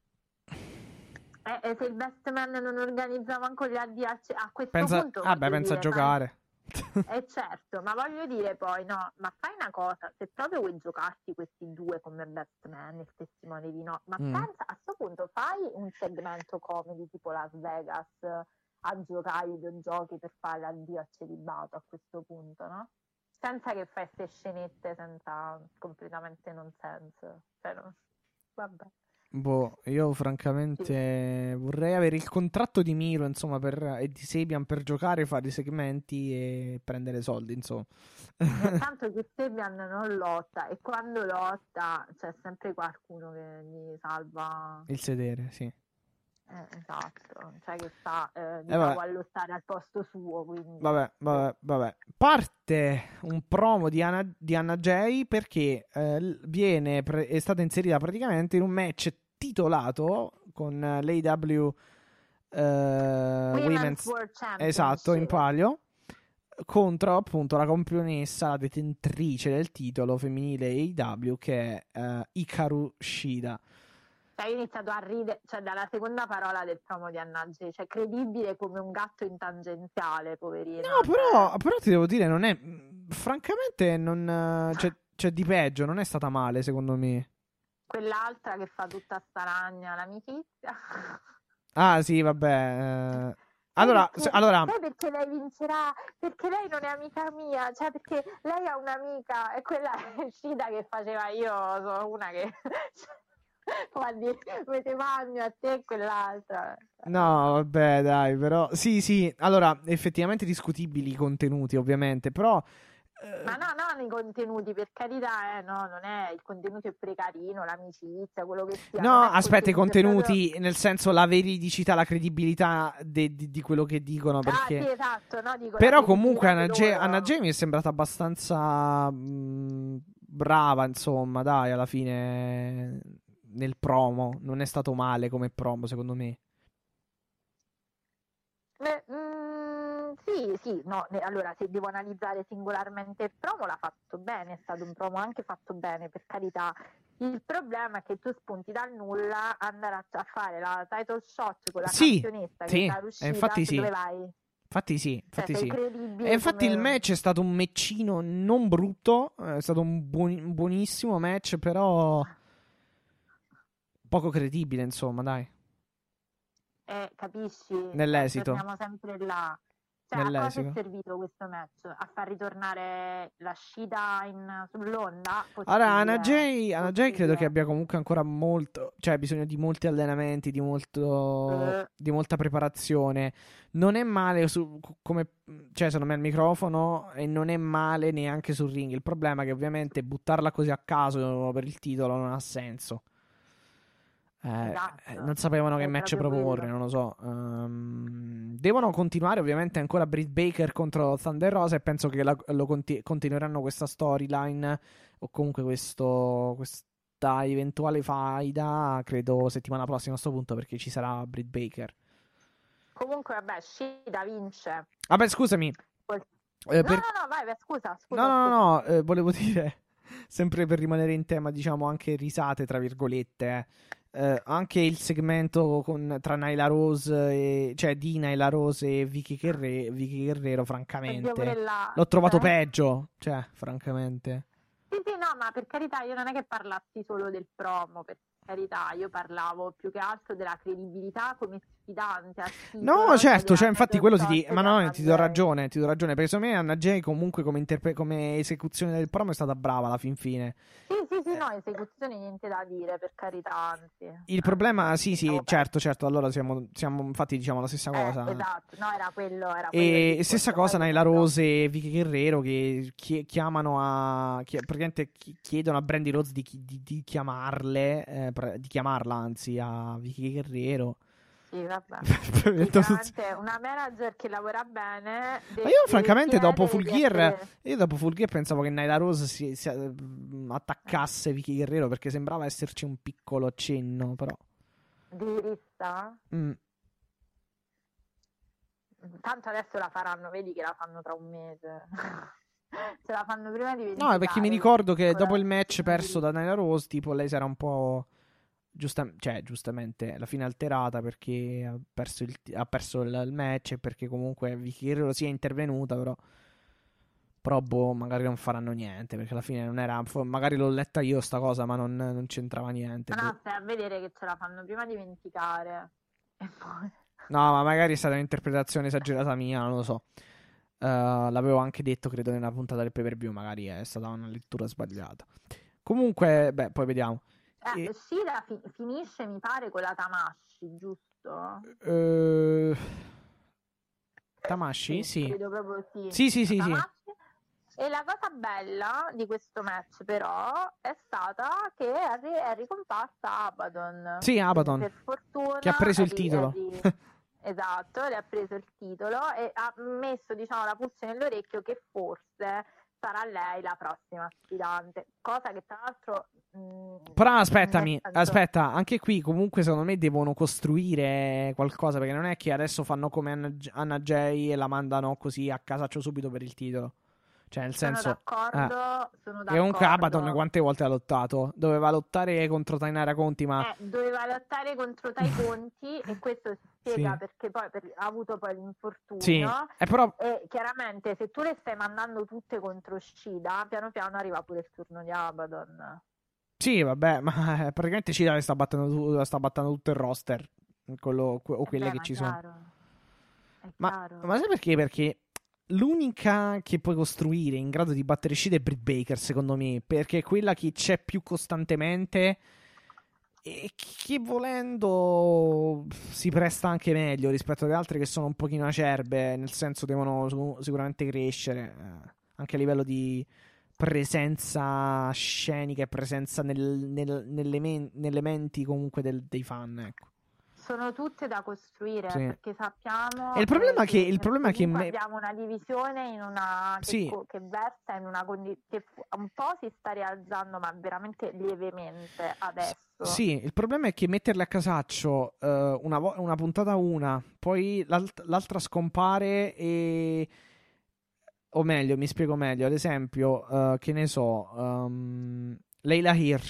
Eh, eh, se il best man non organizza manco gli addi a, a questo Pensa, punto vabbè, voglio pensa a dire, giocare. ma- eh certo, ma voglio dire poi no, ma fai una cosa, se proprio vuoi giocarti questi due come best man, il testimone di no, ma Mm. pensa a sto punto fai un segmento comedy tipo Las Vegas eh, a giocare ai videogiochi per fare l'addio a celibato a questo punto, no? Senza che fai queste scenette senza completamente nonsense, cioè no. Vabbè. Boh, io francamente vorrei avere il contratto di Miro, insomma, per, e di Sabian per giocare, fare i segmenti e prendere soldi, insomma. Tanto che Sabian non lotta e quando lotta c'è sempre qualcuno che gli salva. Il sedere, sì. Eh, esatto, cioè che sta eh, di Eh, vabbè. nuovo a lottare al posto suo, quindi Vabbè, vabbè, vabbè. Parte un promo di Anna, di Anna Jay perché eh, l- viene pre- è stata inserita praticamente in un match titolato con eh, l'A E W eh, Women's Women's, World esatto, in Championship. palio contro appunto la campionessa, la detentrice del titolo femminile A E W che è eh, Hikaru Shida. Cioè, io ho iniziato a ridere, cioè dalla seconda parola del promo di Annaggi, cioè credibile come un gatto in tangenziale, poverino. No, cioè. però, però ti devo dire, non è. Francamente, non. eh, C'è, c'è di peggio, non è stata male, secondo me. Quell'altra che fa tutta sta ragna, l'amicizia. Ah, sì, vabbè. eh. Allora, perché, se- allora, sai perché lei vincerà? Perché lei non è amica mia, cioè perché lei ha un'amica e quella è Shida che faceva io, sono una che guardi, mette bagno a te e quell'altra. no, vabbè, dai, però. Sì, sì, allora, effettivamente discutibili i contenuti, ovviamente, però. eh, Ma no, no, nei contenuti, per carità, eh, no, non è il contenuto è pure carino, l'amicizia, quello che sia. No, non è aspetta, i contenuto, è contenuti, nel senso la veridicità, la credibilità de- di, di quello che dicono, proprio- perché. Ah, sì, esatto, no, dico, Però la comunque credibilità Anna di Jay, loro. Anna Jay mi è sembrata abbastanza mh, brava, insomma, dai, alla fine nel promo. Non è stato male come promo, secondo me. Beh, mm, sì, sì, no, ne- allora se devo analizzare singolarmente il promo l'ha fatto bene, è stato un promo anche fatto bene, per carità, Il problema è che tu spunti dal nulla, andare a, a fare la title shot con la Sì, campionessa sì, che sta uscita, infatti sì. dove vai? Infatti sì, infatti Cioè, sei sì. credibile E infatti come- il match è stato un matchino non brutto, è stato un, buoni- un buonissimo match, però poco credibile, insomma, dai. Eh, capisci? Nell'esito. Eh, torniamo sempre là. Cioè, a cosa Nell'esito. è servito questo match? A far ritornare la Shida in, sull'onda? Allora, Anna Possibile, Jay, Anna Jay credo possibile. che abbia comunque ancora molto, cioè bisogno di molti allenamenti, di molto, Eh. di molta preparazione. Non è male su, come, cioè secondo me al microfono e non è male neanche sul ring. Il problema è che ovviamente buttarla così a caso per il titolo non ha senso. Eh, Esatto. eh, non sapevano che È match proprio proporre, quello. non lo so. Ehm, devono continuare ovviamente ancora Britt Baker contro Thunder Rosa e penso che la- lo conti- continueranno questa storyline o comunque questo, questa eventuale faida, credo settimana prossima a sto punto, perché ci sarà Britt Baker. Comunque, vabbè, Shida vince. Vabbè, scusami. Poi- eh, No, per- no, no, vai, vai, scusa, scusa. No, no, scusa. no, no, eh, volevo dire, sempre per rimanere in tema, diciamo anche risate, tra virgolette, eh. Eh, anche il segmento con, tra Nyla Rose, e, cioè di Nyla Rose e Vicky, Guerre- Vicky Guerrero, Oddio, francamente, pure là, l'ho trovato eh? peggio, cioè, francamente. Sì, sì, no, ma per carità, io non è che parlassi solo del promo, per carità, io parlavo più che altro della credibilità come sfidante al titolo, No, certo, della cioè, infatti quello ti title di- shot ma di no, Anna ti do Jay. ragione, ti do ragione, perché secondo me Anna Jay comunque come, interpre- come esecuzione del promo è stata brava alla fin fine. Sì, sì, sì, no, esecuzione niente da dire, per carità, anzi. Il problema, sì, sì, Stavo certo, certo, allora siamo, siamo infatti diciamo la stessa Eh, cosa. esatto, no, era quello, era quello il E discorso. stessa cosa Poi Nyla però- Rose e Vicky Guerrero che chi- chiamano a chi- praticamente chi- chiedono a Brandy Rose di, chi- di- di chiamarle eh, pre- di chiamarla anzi a Vicky Guerrero. Sì, vabbè. Detto tutto- Praticamente una manager che lavora bene. de- Ma io deve francamente dopo chiedere Full di Gear essere- io dopo Full Gear pensavo che Nyla Rose si, si, eh, attaccasse Vicky Guerrero, perché sembrava esserci un piccolo accenno, però di rissa. mm. Tanto adesso la faranno, vedi che la fanno tra un mese. Ce la fanno prima di No, verificare. è perché mi ricordo che Ancora- dopo il match perso da Nyla Rose, tipo lei si era un po' giusta, cioè giustamente alla fine alterata perché ha perso il, ha perso il, il match e perché comunque Vicky Guerrero si è intervenuta, però però boh, magari non faranno niente, perché alla fine non era, fo- magari l'ho letta io sta cosa, ma non, non c'entrava niente. Ma no, boh. stai a vedere che ce la fanno prima dimenticare. E poi... No, ma magari è stata un'interpretazione esagerata mia, non lo so. Eh, l'avevo anche detto, credo, nella puntata del pay-per-view, magari è stata una lettura sbagliata. Comunque, beh, poi vediamo. Eh, E- Shida fi- finisce, mi pare, con la Tamashi, giusto? Eh, Tamashi? Sì. Credo proprio sì. Sì, sì, sì, sì. Tamashi. E la cosa bella di questo match, però, è stata che è, ri- è ricomparsa Abaddon. Sì, Abaddon, Per fortuna. che ha preso il è ri- titolo. è ri- Esatto, le ha preso il titolo e ha messo, diciamo, la pulce nell'orecchio che forse sarà lei la prossima sfidante. Cosa che tra l'altro... mh, Però aspettami, nel senso- aspetta, anche qui comunque secondo me devono costruire qualcosa, perché non è che adesso fanno come Anna, Anna Jay e la mandano così a casaccio subito per il titolo. Cioè, nel Sono senso, d'accordo, sono che comunque d'accordo. Abaddon quante volte ha lottato? Doveva lottare contro Tainara Conti, ma Eh, doveva lottare contro Tai Conti e questo si spiega Sì. perché poi per- ha avuto poi l'infortunio. sì, è però E chiaramente se tu le stai mandando tutte contro Shida, piano piano arriva pure il turno di Abaddon. sì, vabbè, ma eh, praticamente Cida le sta battendo, tu- sta battendo tutto il roster, quello, que- o quelle Eh beh, che ma ci chiaro, è Ma, chiaro. ma sai perché? Perché l'unica che puoi costruire in grado di battere Shida è Britt Baker, secondo me, perché è quella che c'è più costantemente e che volendo si presta anche meglio rispetto alle altre che sono un pochino acerbe, nel senso devono su- sicuramente crescere, eh, anche a livello di presenza scenica e presenza nel, nel- nelle, men- nelle menti comunque del- dei fan, ecco. Sono tutte da costruire Sì. perché sappiamo E il problema eh, che- il problema che comunque me- abbiamo una divisione in una che, Sì. co- che versa in una condizione che fu- un po' si sta rialzando ma veramente lievemente adesso. Sì, il problema è che metterle a casaccio eh, una, vo- una puntata una, poi l'alt- l'altra scompare e... O meglio, mi spiego meglio, ad esempio, eh, che ne so, ehm, Leila Hirsch,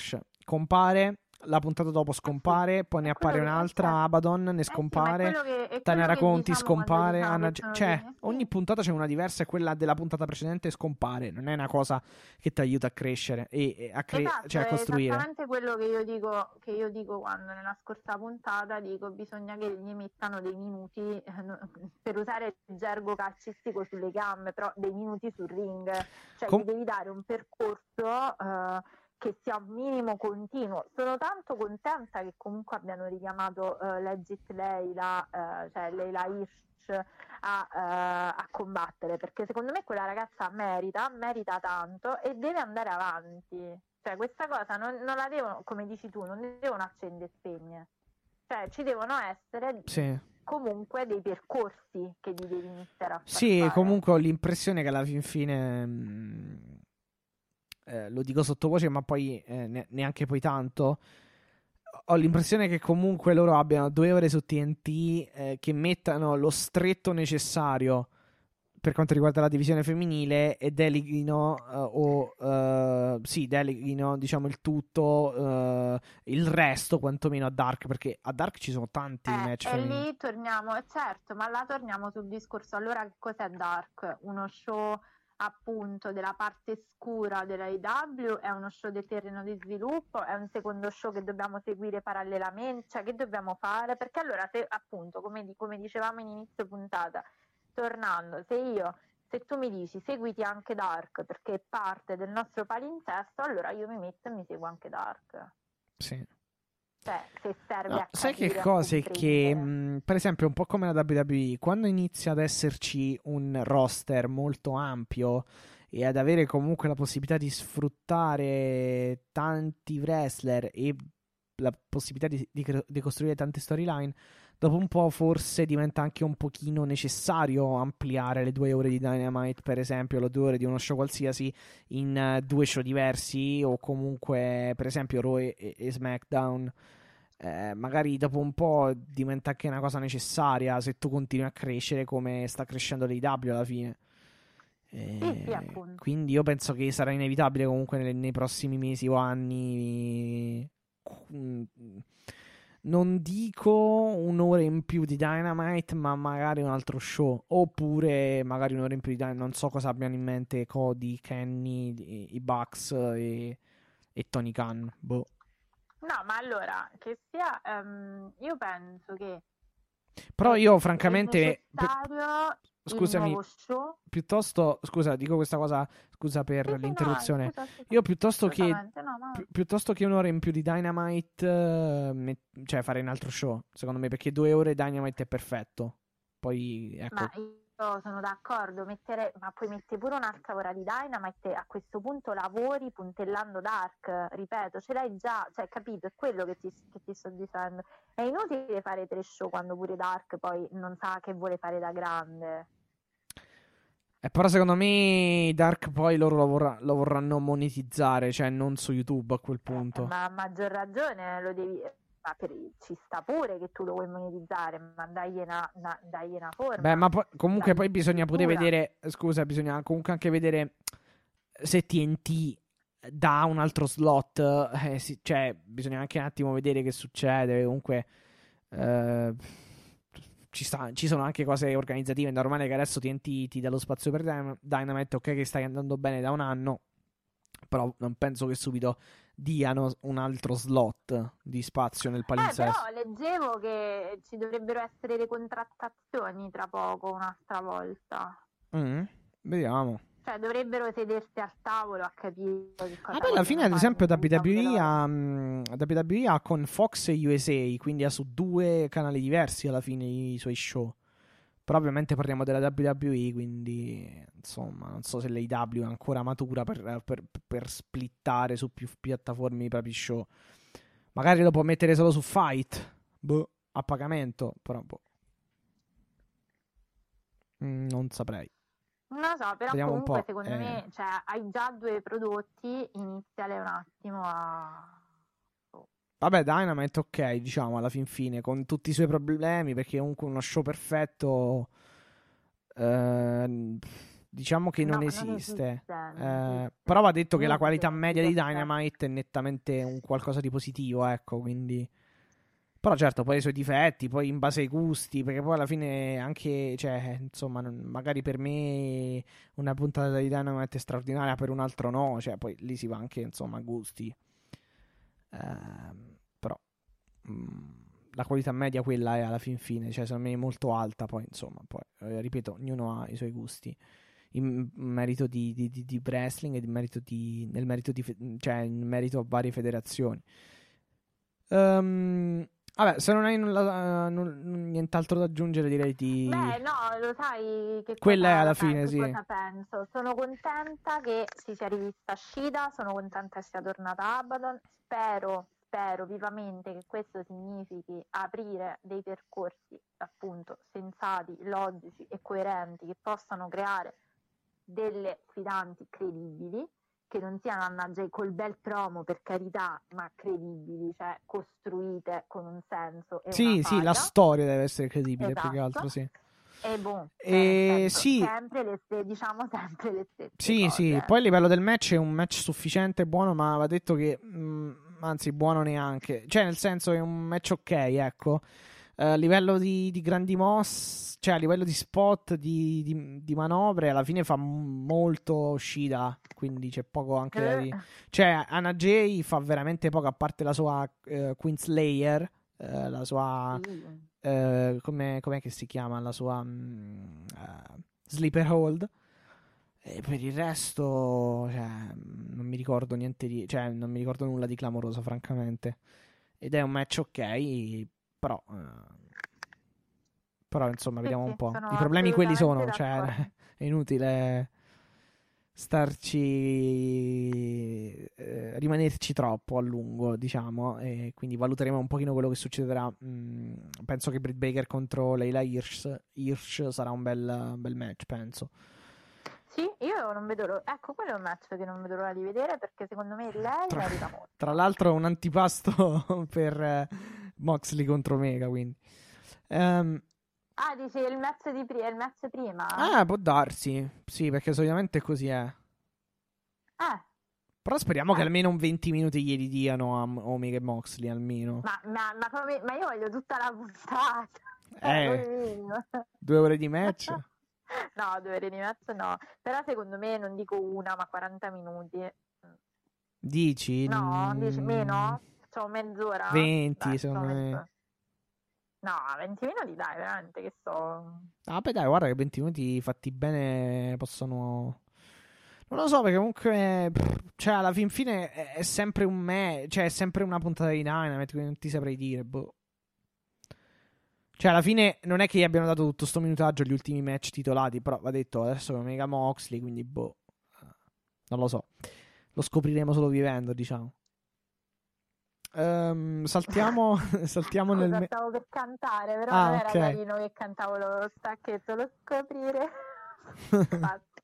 compare, la puntata dopo scompare, poi ne appare un'altra, Abaddon ne scompare, eh Tanera Conti diciamo scompare, diciamo Anna... sono cioè sì. ogni puntata c'è una diversa e quella della puntata precedente scompare, non è una cosa che ti aiuta a crescere e, e a, cre... esatto, cioè a costruire. È esattamente quello che io dico che io dico quando nella scorsa puntata dico bisogna che gli mettano dei minuti, eh, per usare il gergo calcistico, sulle gambe, però dei minuti sul ring, cioè Com- gli devi dare un percorso eh, che sia un minimo continuo. Sono tanto contenta che comunque abbiano richiamato uh, Legit Leila, uh, cioè Leila Hirsch a, uh, a combattere, perché secondo me quella ragazza merita, merita tanto e deve andare avanti. Cioè questa cosa non, non la devono, come dici tu, non devono accendere e spegne. Cioè ci devono essere sì. comunque dei percorsi che gli devi iniziare a fare. Sì, comunque ho l'impressione che alla fin fine... Mh... Eh, lo dico sottovoce, ma poi eh, ne- neanche poi tanto. Ho l'impressione che comunque loro abbiano due ore su T N T eh, che mettano lo stretto necessario per quanto riguarda la divisione femminile e deleghino uh, o uh, sì, deleghino diciamo il tutto, uh, il resto quantomeno a Dark, perché a Dark ci sono tanti eh, match e femminili. lì torniamo, certo, ma là torniamo sul discorso. Allora che cos'è Dark? Uno show appunto della parte scura della I W, è uno show del terreno di sviluppo, è un secondo show che dobbiamo seguire parallelamente, cioè che dobbiamo fare? Perché allora se appunto come, di, come dicevamo in inizio puntata, tornando, se io se tu mi dici seguiti anche Dark perché è parte del nostro palinsesto, allora io mi metto e mi seguo anche Dark. Sì. Cioè, se serve No, a sai che capire, a cose che, comprendere. mh, per esempio, un po' come la W W E, quando inizia ad esserci un roster molto ampio e ad avere comunque la possibilità di sfruttare tanti wrestler e la possibilità di, di, cre- di costruire tante storyline, dopo un po' forse diventa anche un pochino necessario ampliare le due ore di Dynamite, per esempio, le due ore di uno show qualsiasi, in uh, due show diversi, o comunque, per esempio, Raw e, e SmackDown. Eh, magari dopo un po' diventa anche una cosa necessaria se tu continui a crescere come sta crescendo l'A E W alla fine. Eh, Sì, sì, appunto. quindi io penso che sarà inevitabile comunque nei, nei prossimi mesi o anni. Non dico un'ora in più di Dynamite, ma magari un altro show. Oppure magari un'ora in più di Dynamite. Non so cosa abbiano in mente Cody, Kenny, i, i Bucks e, e Tony Khan. Boh. No, ma allora, che sia, um, io penso che però è, io francamente è necessario scusami, il nuovo show. Piuttosto, scusa, dico questa cosa, scusa per Sì, sì, l'interruzione. no, scusa, scusa. Io piuttosto che no, ma... pi- piuttosto che un'ora in più di Dynamite, uh, met- cioè fare un altro show, secondo me, perché due ore Dynamite è perfetto. Poi ecco. Ma io sono d'accordo, mettere, ma poi metti pure un'altra ora di Dynamite, a questo punto lavori puntellando Dark, ripeto, ce l'hai già, cioè capito, è quello che ti, che ti sto dicendo. È inutile fare tre show quando pure Dark poi non sa che vuole fare da grande. Eh, però secondo me Dark poi loro lo, vorrà, lo vorranno monetizzare, cioè non su YouTube a quel punto. Eh, ma a maggior ragione lo devi... Ma per, ci sta pure che tu lo vuoi monetizzare, ma dagli una, una, dagli una forma. Beh, ma po- comunque dagli poi bisogna pure struttura. vedere, scusa, bisogna comunque anche vedere se T N T dà un altro slot, eh, sì, cioè bisogna anche un attimo vedere che succede, comunque eh, ci, sta, ci sono anche cose organizzative, è normale che adesso T N T ti dà lo spazio per Dynam- Dynamite, ok che stai andando bene da un anno, però non penso che subito diano un altro slot di spazio nel palinsesto. Eh, però leggevo che ci dovrebbero essere le contrattazioni tra poco, un'altra volta. Mm, vediamo. Cioè dovrebbero sedersi al tavolo a capire che cosa. Ah, beh, alla fine, ad esempio, W W E ha, ha, mm, W W E ha con Fox e U S A, quindi ha su due canali diversi alla fine i suoi show. Però ovviamente parliamo della W W E, quindi insomma non so se l'A E W è ancora matura per, per, per splittare su più piattaforme i propri show. Magari lo può mettere solo su Fight, boh, a pagamento, però boh. Mm, non saprei. Non lo so, però Vediamo comunque un po', secondo eh. me, cioè, hai già due prodotti, iniziale un attimo a... Vabbè, Dynamite ok, diciamo, alla fin fine, con tutti i suoi problemi, perché comunque uno show perfetto... Eh, diciamo che No, non non esiste. esiste, non Eh, esiste. però va detto che la Niente qualità media di esiste. Dynamite è nettamente un qualcosa di positivo, ecco, quindi... Però certo, poi ha i suoi difetti, poi in base ai gusti, perché poi alla fine anche, cioè, insomma, non- magari per me una puntata di Dynamite è straordinaria, per un altro no, cioè, poi lì si va anche, insomma, a gusti. Ehm, però mm, la qualità media quella è alla fin fine, cioè, secondo me è molto alta, poi, insomma, poi, eh, ripeto, ognuno ha i suoi gusti. In merito di, di, di, di wrestling e in merito di, nel merito di, fe- cioè, in merito a varie federazioni. Ehm... Vabbè, se non hai nulla, null- nient'altro da aggiungere, direi di... Beh, no, lo sai che Quella cosa, è alla pe- fine, che sì. cosa penso? Sono contenta che si sia rivista Shida, sono contenta che sia tornata Abaddon. Spero, spero vivamente che questo significhi aprire dei percorsi appunto sensati, logici e coerenti che possano creare delle sfidanti credibili, che non siano Anna Jay col bel promo, per carità, ma credibili, cioè costruite con un senso e Sì, una sì, la faglia. storia deve essere credibile, più che Esatto. altro, sì. E boh, cioè, E nel senso, sì, sempre le stesse, diciamo sempre le stesse sì, cose. sì. Poi a livello del match è un match sufficiente, buono, ma va detto che... mh, anzi, buono neanche. Cioè, nel senso è un match ok, ecco. Eh, a livello di, di grandi mosse, cioè a livello di spot, di, di, di manovre, alla fine fa m- molto Shida, quindi c'è poco anche da Eh, dire. Cioè, Anna Jay fa veramente poco, a parte la sua eh, Queen Slayer, eh, la sua... sì. eh, come, com'è che si chiama? La sua mm, eh, Sleeper Hold. E per il resto, cioè, non mi ricordo niente di... Cioè, non mi ricordo nulla di clamoroso, francamente. Ed è un match ok, però... eh, però, insomma, Sì, vediamo un sì, po'. sono I problemi quelli sono, assolutamente cioè, d'accordo. è inutile starci... eh, rimanerci troppo a lungo, diciamo, e quindi valuteremo un pochino quello che succederà. Mm, penso che Britt Baker contro Leila Hirsch, Hirsch sarà un bel, un bel match, penso. Sì, io non vedo l'ora. Ecco, quello è un match che non vedo l'ora di vedere, perché secondo me lei Tra, merita molto. tra l'altro un antipasto per eh, Moxley contro Omega, quindi. Ehm, Ah, dici il match di pri- il match prima? ah, può darsi, sì, perché solitamente così è. Eh, Però speriamo che Eh. almeno un venti minuti glieli diano a Omega e Moxley, almeno. ma, ma, ma, come, ma io voglio tutta la puntata. Eh. Poverino. Due ore di match? No, due ore di match no. Però secondo me non dico una, ma quaranta minuti. Dici? No, Mm, dici meno? Facciamo mezz'ora? venti, Dai, secondo facciamo me. mezz'ora. No, venti minuti dai, veramente, che so. Ah, beh, dai, guarda che venti minuti fatti bene possono... Non lo so, perché comunque, pff, cioè, alla fin fine è, è sempre un me, cioè, è sempre una puntata di Dynamite, quindi non ti saprei dire, boh. Cioè, alla fine non è che gli abbiano dato tutto sto minutaggio agli ultimi match titolati, però va detto, adesso è Omega Moxley, quindi boh. Non lo so. Lo scopriremo solo vivendo, diciamo. Ehm, saltiamo saltiamo Scusa, nel... me- stavo per cantare, però Ah, non era ok. carino che cantavo lo stacchetto, lo scoprire. Infatti.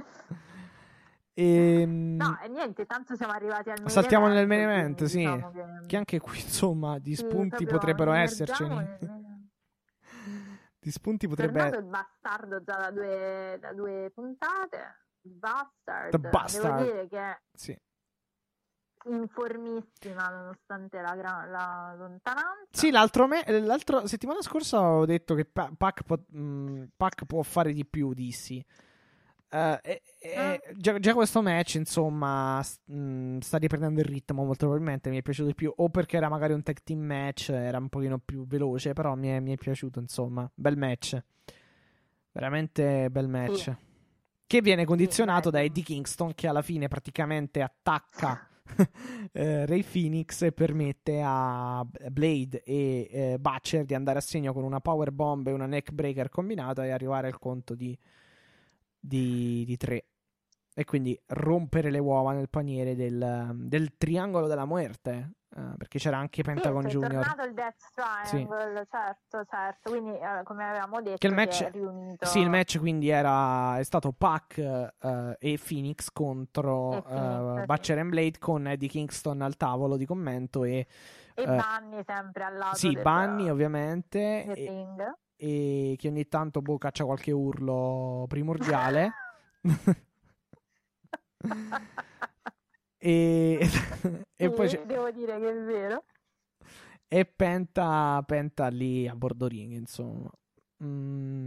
Ehm, No, e niente, tanto siamo arrivati al main saltiamo nel event, main quindi event, sì. diciamo che... Che anche qui, insomma, di Sì, spunti proprio potrebbero immergiamo essercene. nel- Di spunti Tornato potrebbe... il bastardo già da due, da due puntate. Il Bastard. The Bastard. Devo dire che è Sì. informissima nonostante la, gran- la lontananza. Sì, l'altro, me- l'altro settimana scorsa ho detto che Pa- Pac, può, mh, Pac può fare di più, dissi. Eh, e- e- già, già questo match, insomma, s- mh, sta riprendendo il ritmo molto probabilmente. Mi è piaciuto di più. O perché era magari un tag team match, era un pochino più veloce, però mi è, mi è piaciuto, insomma. Bel match. Veramente bel match. Sì. Che viene condizionato Sì, da beh. Eddie Kingston, che alla fine praticamente attacca eh, Ray Phoenix e permette a Blade e eh, Butcher di andare a segno con una power bomb e una neck breaker combinata e arrivare al conto di, di, di tre. E quindi rompere le uova nel paniere del, del triangolo della muerte. eh, perché c'era anche Pentagon Sì, è Junior. tornato il Death Triangle, certo, certo. Quindi, eh, come avevamo detto, Che il si match, è riunito. sì, il match quindi era è stato Pac eh, e Phoenix contro E Phoenix, eh, sì. Butcher and Blade con Eddie Kingston al tavolo di commento e E eh, Bunny sempre al lato sì, del, Bunny ovviamente del e, ring. e che ogni tanto boh, caccia qualche urlo primordiale e, e Sì, poi c'è, devo dire che è vero. e Penta, Penta lì a bordo ring, insomma. Mm.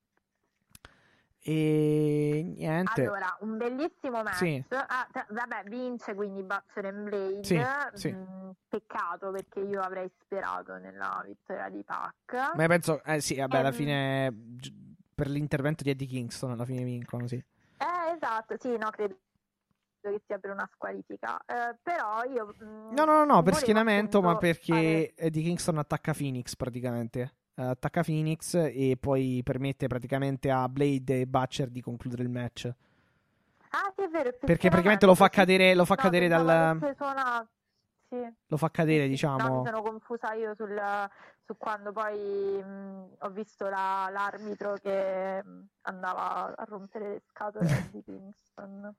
E niente. Allora, un bellissimo match. Sì. Ah, t- vabbè, vince quindi Butcher and Blade. Sì, sì. Mm, peccato perché io avrei sperato nella vittoria di Pac. Ma penso, eh sì, vabbè, alla Ehm, fine gi- per l'intervento di Eddie Kingston alla fine vincono, sì. Eh, esatto, sì, no, credo che sia per una squalifica. Eh, però io mm, No, no, no, no, per volevo schienamento, ma appunto perché fare... Eddie Kingston attacca Phoenix praticamente. Eh, attacca Phoenix e poi permette praticamente a Blade e Butcher di concludere il match. Ah, sì, è vero, il Perché praticamente lo fa peschiamento, sì. cadere, lo fa No, cadere pensavo dal... avesse suonato. Sì. Lo fa Sì, cadere, sì. No, mi diciamo. sono confusa io sul, su quando poi mh, ho visto la- l'arbitro che mh, andava a rompere le scatole di Kingston.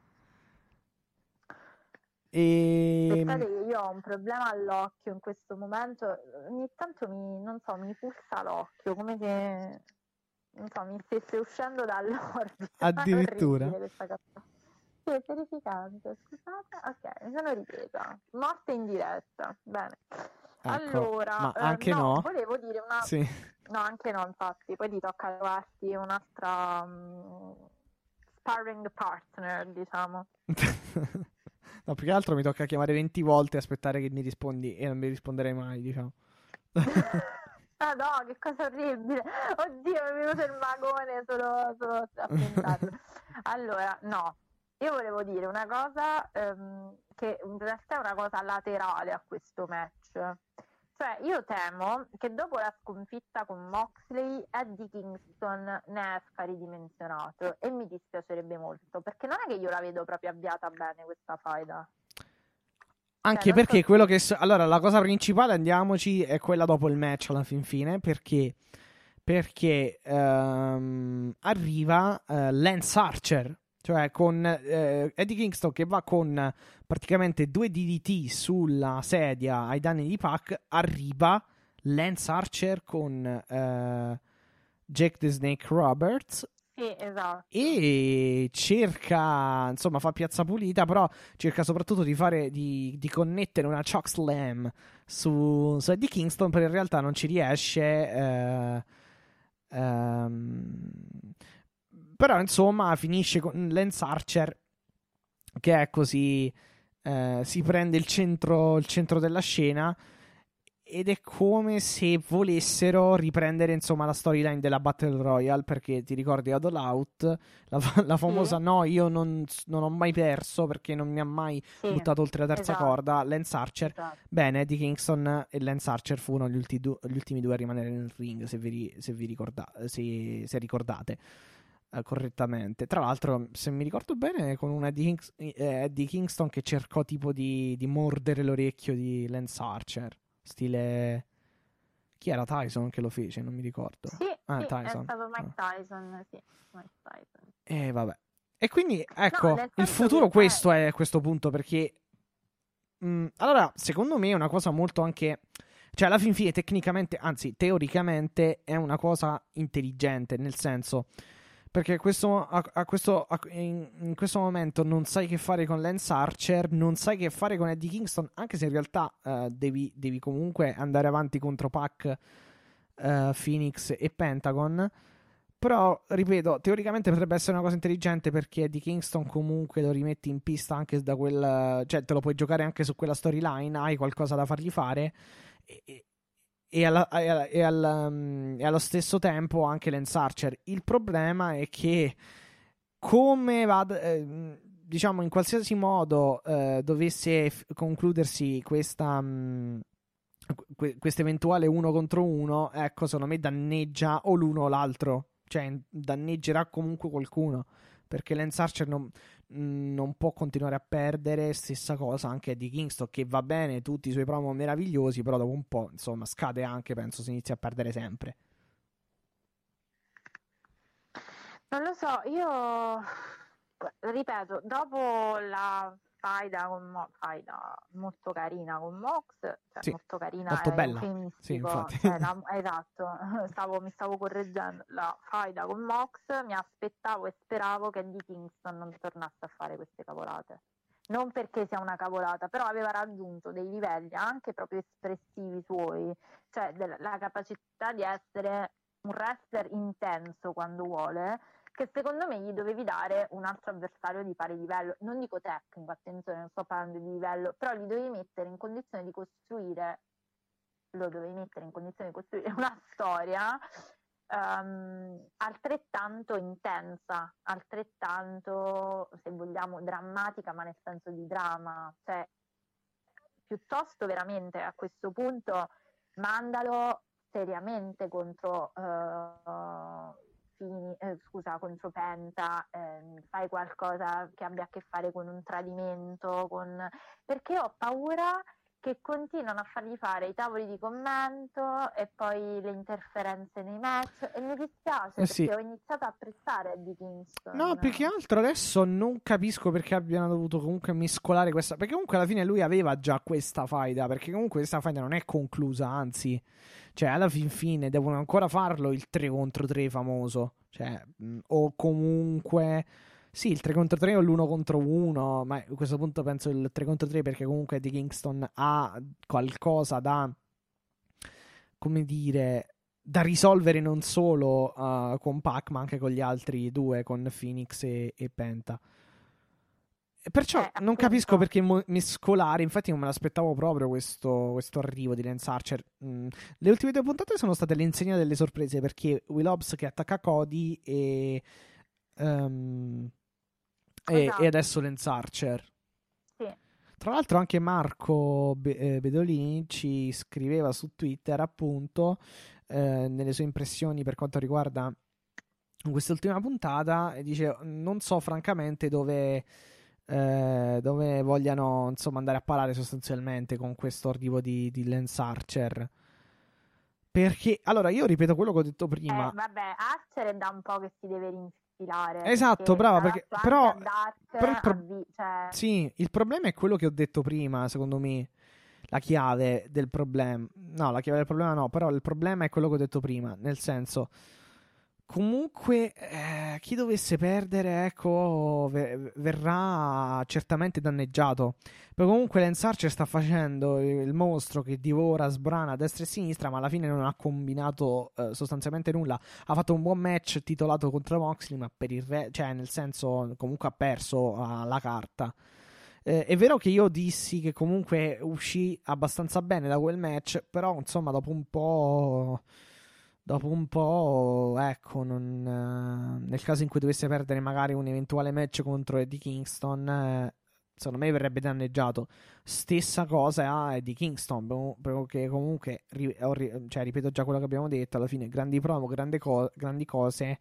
E... Pensate che io ho un problema all'occhio in questo momento, ogni tanto mi, non so, mi pulsa l'occhio, come se, non so, mi stesse uscendo dall'orbita. Addirittura. È orribile questa cosa. Sì, è terrificante, scusate. Ok, mi sono ripresa. Morte in diretta, bene. Ecco, Allora, ma eh, anche no, no. volevo dire una... Sì. No, anche no, infatti, poi ti tocca trovarti un'altra um, sparring partner, diciamo. No, più che altro mi tocca chiamare venti volte e aspettare che mi rispondi e non mi risponderei mai, diciamo. Ah no, che cosa orribile. Oddio, mi è venuto il magone solo, solo a pensarlo. Allora, no, io volevo dire una cosa ehm, che in realtà è una cosa laterale a questo match. Cioè, io temo che dopo la sconfitta con Moxley, Eddie Kingston ne esca ridimensionato e mi dispiacerebbe molto, perché non è che io la vedo proprio avviata bene questa faida. Anche Cioè, non perché so quello se- che... so- Allora, la cosa principale, andiamoci, è quella dopo il match alla fin fine, perché... Perché ehm, arriva eh, Lance Archer, cioè con eh, Eddie Kingston che va con praticamente due D D T sulla sedia ai danni di Pac, arriva Lance Archer con eh, Jake the Snake Roberts Sì, esatto. e cerca, insomma, fa piazza pulita, però cerca soprattutto di fare, di, di connettere una choke slam su, su Eddie Kingston, però in realtà non ci riesce. Eh, ehm, però, insomma, finisce con Lance Archer che è così, eh, si prende il centro, il centro della scena. Ed è come se volessero riprendere, insomma, la storyline della Battle Royale, perché ti ricordi ad All Out, la, fa- la famosa Sì. no, io non, non ho mai perso perché non mi ha mai Sì, buttato oltre la terza esatto. corda, Lance Archer. Esatto. Bene, Eddie Kingston e Lance Archer furono gli, ulti du- gli ultimi due a rimanere nel ring, se vi, ri- se vi ricorda- se, se ricordate eh, correttamente. Tra l'altro, se mi ricordo bene, con un Eddie, Kings- eh, Eddie Kingston che cercò tipo di, di mordere l'orecchio di Lance Archer. Stile... Chi era Tyson che lo fece? Non mi ricordo. Sì, Ah, sì, Tyson. è stato Mike Ah. Tyson, sì, Mike Tyson. E vabbè. E quindi, ecco, No, nel il senso futuro che, questo eh, è a questo punto, perché... mh, allora, secondo me è una cosa molto anche... Cioè, alla fin fine, tecnicamente, anzi, teoricamente, è una cosa intelligente, nel senso... Perché questo, a, a questo, a- in, in questo momento non sai che fare con Lance Archer, non sai che fare con Eddie Kingston, anche se in realtà eh, devi, devi comunque andare avanti contro Pac, eh, Phoenix e Pentagon. Però, ripeto, teoricamente potrebbe essere una cosa intelligente perché Eddie Kingston comunque lo rimetti in pista anche da quel... Cioè, te lo puoi giocare anche su quella storyline, hai qualcosa da fargli fare. E, e- e, alla- e alla- e al, um, e allo stesso tempo anche Lance Archer. Il problema è che come va, eh, diciamo, in qualsiasi modo eh, dovesse f- concludersi questa mh, que- questo eventuale uno contro uno, ecco, secondo me danneggia o l'uno o l'altro, cioè danneggerà comunque qualcuno, perché Lance Archer non, mh, non può continuare a perdere. Stessa cosa anche di Kingston, che va bene, tutti i suoi promo meravigliosi, però dopo un po', insomma, scade anche, penso, si inizia a perdere sempre. non lo so, io ripeto, dopo la faida, con Mo- faida molto carina con Mox, cioè Sì, molto carina, molto è bella. eufemistico, Sì, infatti. cioè, la- esatto, stavo, mi stavo correggendo, la faida con Mox, mi aspettavo e speravo che Eddie Kingston non tornasse a fare queste cavolate. Non perché sia una cavolata, però aveva raggiunto dei livelli anche proprio espressivi suoi, cioè della, la capacità di essere un wrestler intenso quando vuole, che secondo me gli dovevi dare un altro avversario di pari livello, non dico tecnico, attenzione, non sto parlando di livello, però li dovevi mettere in condizione di costruire, lo dovevi mettere in condizione di costruire una storia um, altrettanto intensa, altrettanto, se vogliamo, drammatica, ma nel senso di dramma, cioè piuttosto veramente a questo punto mandalo seriamente contro uh, Fini, eh, scusa, contro Penta, eh, fai qualcosa che abbia a che fare con un tradimento, con... perché ho paura che continuano a fargli fare i tavoli di commento e poi le interferenze nei match, e mi dispiace Eh sì. perché ho iniziato a apprezzare Eddie Kingston. No, più che altro adesso non capisco perché abbiano dovuto comunque mescolare questa, perché comunque alla fine lui aveva già questa faida, perché comunque questa faida non è conclusa, anzi, cioè alla fin fine devono ancora farlo il tre contro tre famoso, cioè mh, o comunque sì, il tre contro tre o l'uno contro uno, ma a questo punto penso il tre contro tre, perché comunque Eddie Kingston ha qualcosa da, come dire, da risolvere non solo uh, con Pac, ma anche con gli altri due, con Phoenix e, e Penta. E perciò Eh, non appunto. capisco perché mo- mescolare. Infatti non me l'aspettavo proprio questo, questo arrivo di Lance Archer. Mm. Le ultime due puntate sono state l'insegna delle sorprese, perché Will Hobbs che attacca Cody e, um, e, Esatto. e adesso Lance Archer. Sì. Tra l'altro anche Marco Be- eh, Bedolini ci scriveva su Twitter, appunto, eh, nelle sue impressioni per quanto riguarda quest'ultima puntata, e dice: non so francamente dove, eh, dove vogliano, insomma, andare a parare sostanzialmente con questo arrivo di, di Lance Archer, perché allora io ripeto quello che ho detto prima. Eh, vabbè, Archer è da un po' che si deve rinfilare. Esatto, brava, perché però, Dark, però il pro- avvi- cioè... sì, il problema è quello che ho detto prima, secondo me. La chiave del problema, no, la chiave del problema no, però il problema è quello che ho detto prima, nel senso, comunque eh, chi dovesse perdere, ecco, ver- verrà certamente danneggiato, perché comunque Lance Archer sta facendo il mostro che divora, sbrana a destra e a sinistra, ma alla fine non ha combinato eh, sostanzialmente nulla. Ha fatto un buon match titolato contro Moxley, ma per il re- cioè nel senso comunque ha perso alla carta. Eh, è vero che io dissi che comunque uscì abbastanza bene da quel match, però insomma dopo un po', dopo un po', ecco, non, eh, nel caso in cui dovesse perdere magari un eventuale match contro Eddie Kingston, eh, secondo me verrebbe danneggiato. Stessa cosa a Eddie Kingston, perché comunque, ri- ri- cioè, ripeto già quello che abbiamo detto, alla fine grandi promo, grandi, co- grandi cose.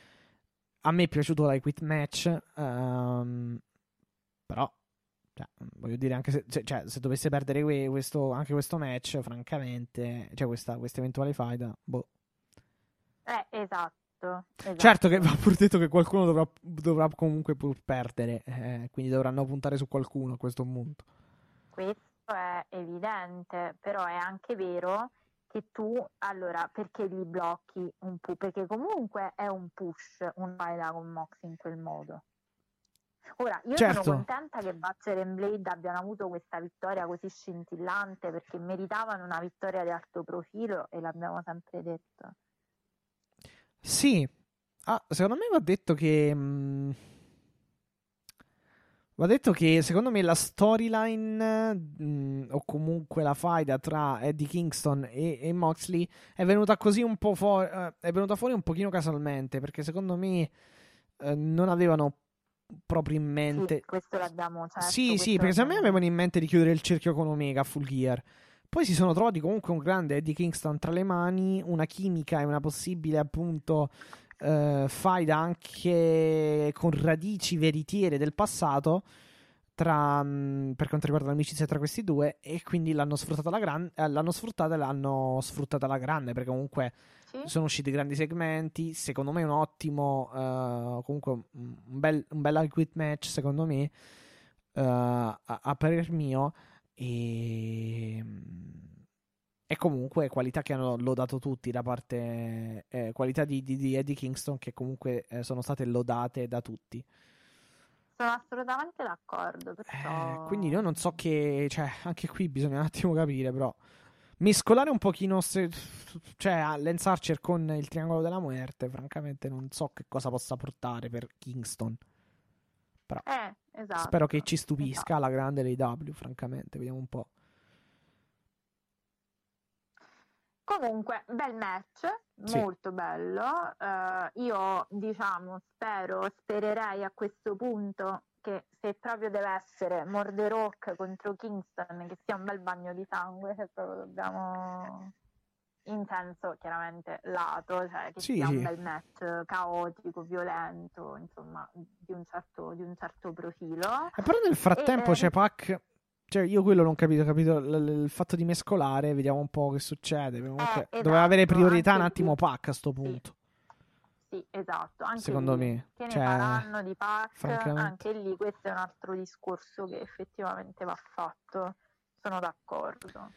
A me è piaciuto l'I Quit match, um, però cioè, voglio dire, anche se, se, cioè, se dovesse perdere que- questo, anche questo match, francamente, cioè questa, questa eventuale faida, boh. Eh, esatto, esatto. Certo che va pur detto che qualcuno dovrà, dovrà comunque pur perdere, eh, quindi dovranno puntare su qualcuno a questo punto. Questo è evidente, però è anche vero che tu, allora, perché li blocchi un po'? Perché comunque è un push, un faida con Mox in quel modo. Ora, io certo. sono contenta che Butcher e Blade abbiano avuto questa vittoria così scintillante, perché meritavano una vittoria di alto profilo e l'abbiamo sempre detto. Sì, ah, secondo me va detto che mh, va detto che secondo me la storyline mh, o comunque la faida tra Eddie Kingston e, e Moxley è venuta così un po' fuori, eh, è venuta fuori un pochino casualmente, perché secondo me eh, non avevano proprio in mente. Sì, questo l'abbiamo, certo, sì, sì, perché secondo me avevano in mente di chiudere il cerchio con Omega Full Gear. Poi si sono trovati comunque un grande Eddie Kingston tra le mani, una chimica e una possibile appunto eh, faida anche con radici veritiere del passato, tra, mh, per quanto riguarda l'amicizia tra questi due, e quindi l'hanno sfruttata alla grande, eh, l'hanno sfruttata e l'hanno sfruttata alla grande, perché comunque Sì. sono usciti grandi segmenti. Secondo me è un ottimo, eh, comunque un un bel, un bel liquid match, secondo me, eh, a, a parer mio, e, e comunque qualità che hanno lodato tutti da parte, eh, qualità di, di, di Eddie Kingston, che comunque eh, sono state lodate da tutti. Sono assolutamente d'accordo, perciò... Eh, quindi io non so che, cioè, anche qui bisogna un attimo capire, però mescolare un pochino, se, cioè, Lance Archer con il triangolo della muerte, francamente non so che cosa possa portare per Kingston. Però Eh, esatto. spero che ci stupisca esatto. la grande A E W, francamente, vediamo un po'. Comunque, bel match, Sì. molto bello. Eh, io, diciamo, spero, spererei a questo punto che se proprio deve essere Morde Rock contro Kingston, che sia un bel bagno di sangue, se proprio dobbiamo, in senso chiaramente lato, cioè che Sì, sia sì. un bel match caotico, violento, insomma, di un certo, di un certo profilo. E però nel frattempo E, eh, c'è Pac. Cioè, io quello non ho capito, ho capito l- l- il fatto di mescolare, vediamo un po' che succede. Comunque, Eh, doveva avere esatto, priorità un anche attimo lì. Pac a sto Sì. punto. Sì, esatto, anche Secondo lì. me. Che ne Cioè, faranno di Pac? francamente. Anche lì questo è un altro discorso che effettivamente va fatto. Sono d'accordo.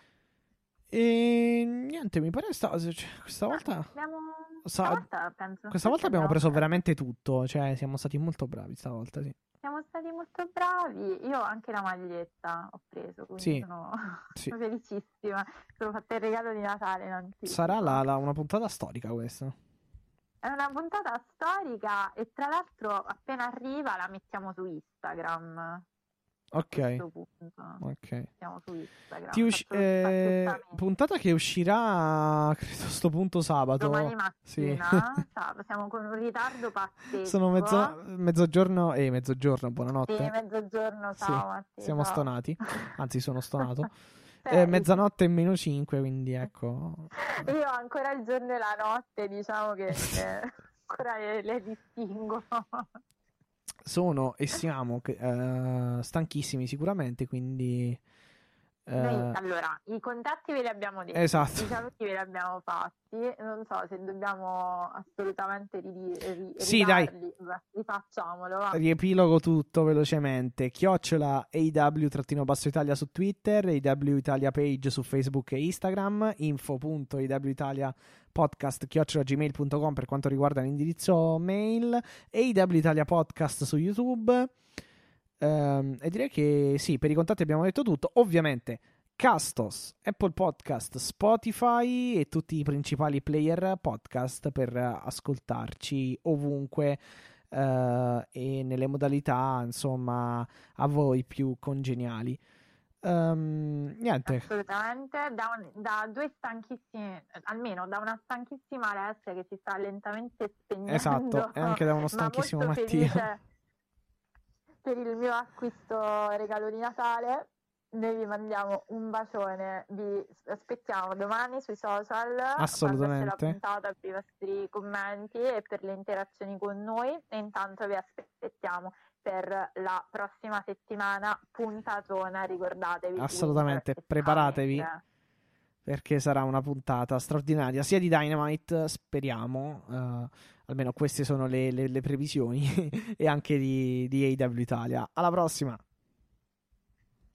E niente, mi pare sta, cioè, questa volta. Abbiamo... sa- Stavolta penso Questa volta abbiamo preso fatto- veramente tutto. Cioè, siamo stati molto bravi stavolta, sì. Siamo stati molto bravi. Io anche la maglietta ho preso, quindi Sì, sono... sì. sono felicissima. Sono fatta il regalo di Natale in anticipo. Sarà la- la- una puntata storica questa. È una puntata storica e tra l'altro appena arriva la mettiamo su Instagram. A Ok. questo punto. Ok. Siamo su Instagram. Ti usci- Faccio lo eh, spacchettamento. puntata che uscirà, credo, a sto punto sabato. Domani Sì. mattina, sabato, siamo con un ritardo pazzesco. Sono mezzo- mezzogiorno e mezzogiorno, buonanotte. Sì, mezzogiorno, Sì, ciao Mattia. siamo ciao. stonati. Anzi, sono stonato. Sei. Eh, mezzanotte e meno cinque, quindi ecco. Io ancora il giorno e la notte, diciamo che eh, ancora le, le distingo. Sono e siamo eh, stanchissimi sicuramente, quindi eh, Noi, allora, i contatti ve li abbiamo detti, Esatto. i saluti ve li abbiamo fatti, non so se dobbiamo assolutamente ridi- ri- Sì, dai. ridarli. Beh, rifacciamolo, va. riepilogo tutto velocemente. Chiocciola A E W Italia su Twitter, A E W Italia page su Facebook e Instagram, info punto A E W Italia podcast chiocciola gmail punto com per quanto riguarda l'indirizzo mail, A E W Italia podcast su YouTube. Ehm, e direi che sì, per i contatti abbiamo detto tutto. Ovviamente Castos, Apple Podcast, Spotify e tutti i principali player podcast per ascoltarci ovunque eh, e nelle modalità, insomma, a voi più congeniali. Ehm, niente, Assolutamente, da, un- da due stanchissimi, almeno da una stanchissima Alessia che si sta lentamente spegnendo. esatto, e anche da uno ma stanchissimo molto Mattia. felice per il mio acquisto regalo di Natale. Noi vi mandiamo un bacione, vi aspettiamo domani sui social, Assolutamente. quando esce la puntata, per i vostri commenti e per le interazioni con noi, e intanto vi aspettiamo per la prossima settimana, puntatona, ricordatevi. Assolutamente, Winter e preparatevi. Summer. Perché sarà una puntata straordinaria sia di Dynamite, speriamo, eh, almeno queste sono le, le- le previsioni, e anche di, di A E W Italia. Alla prossima!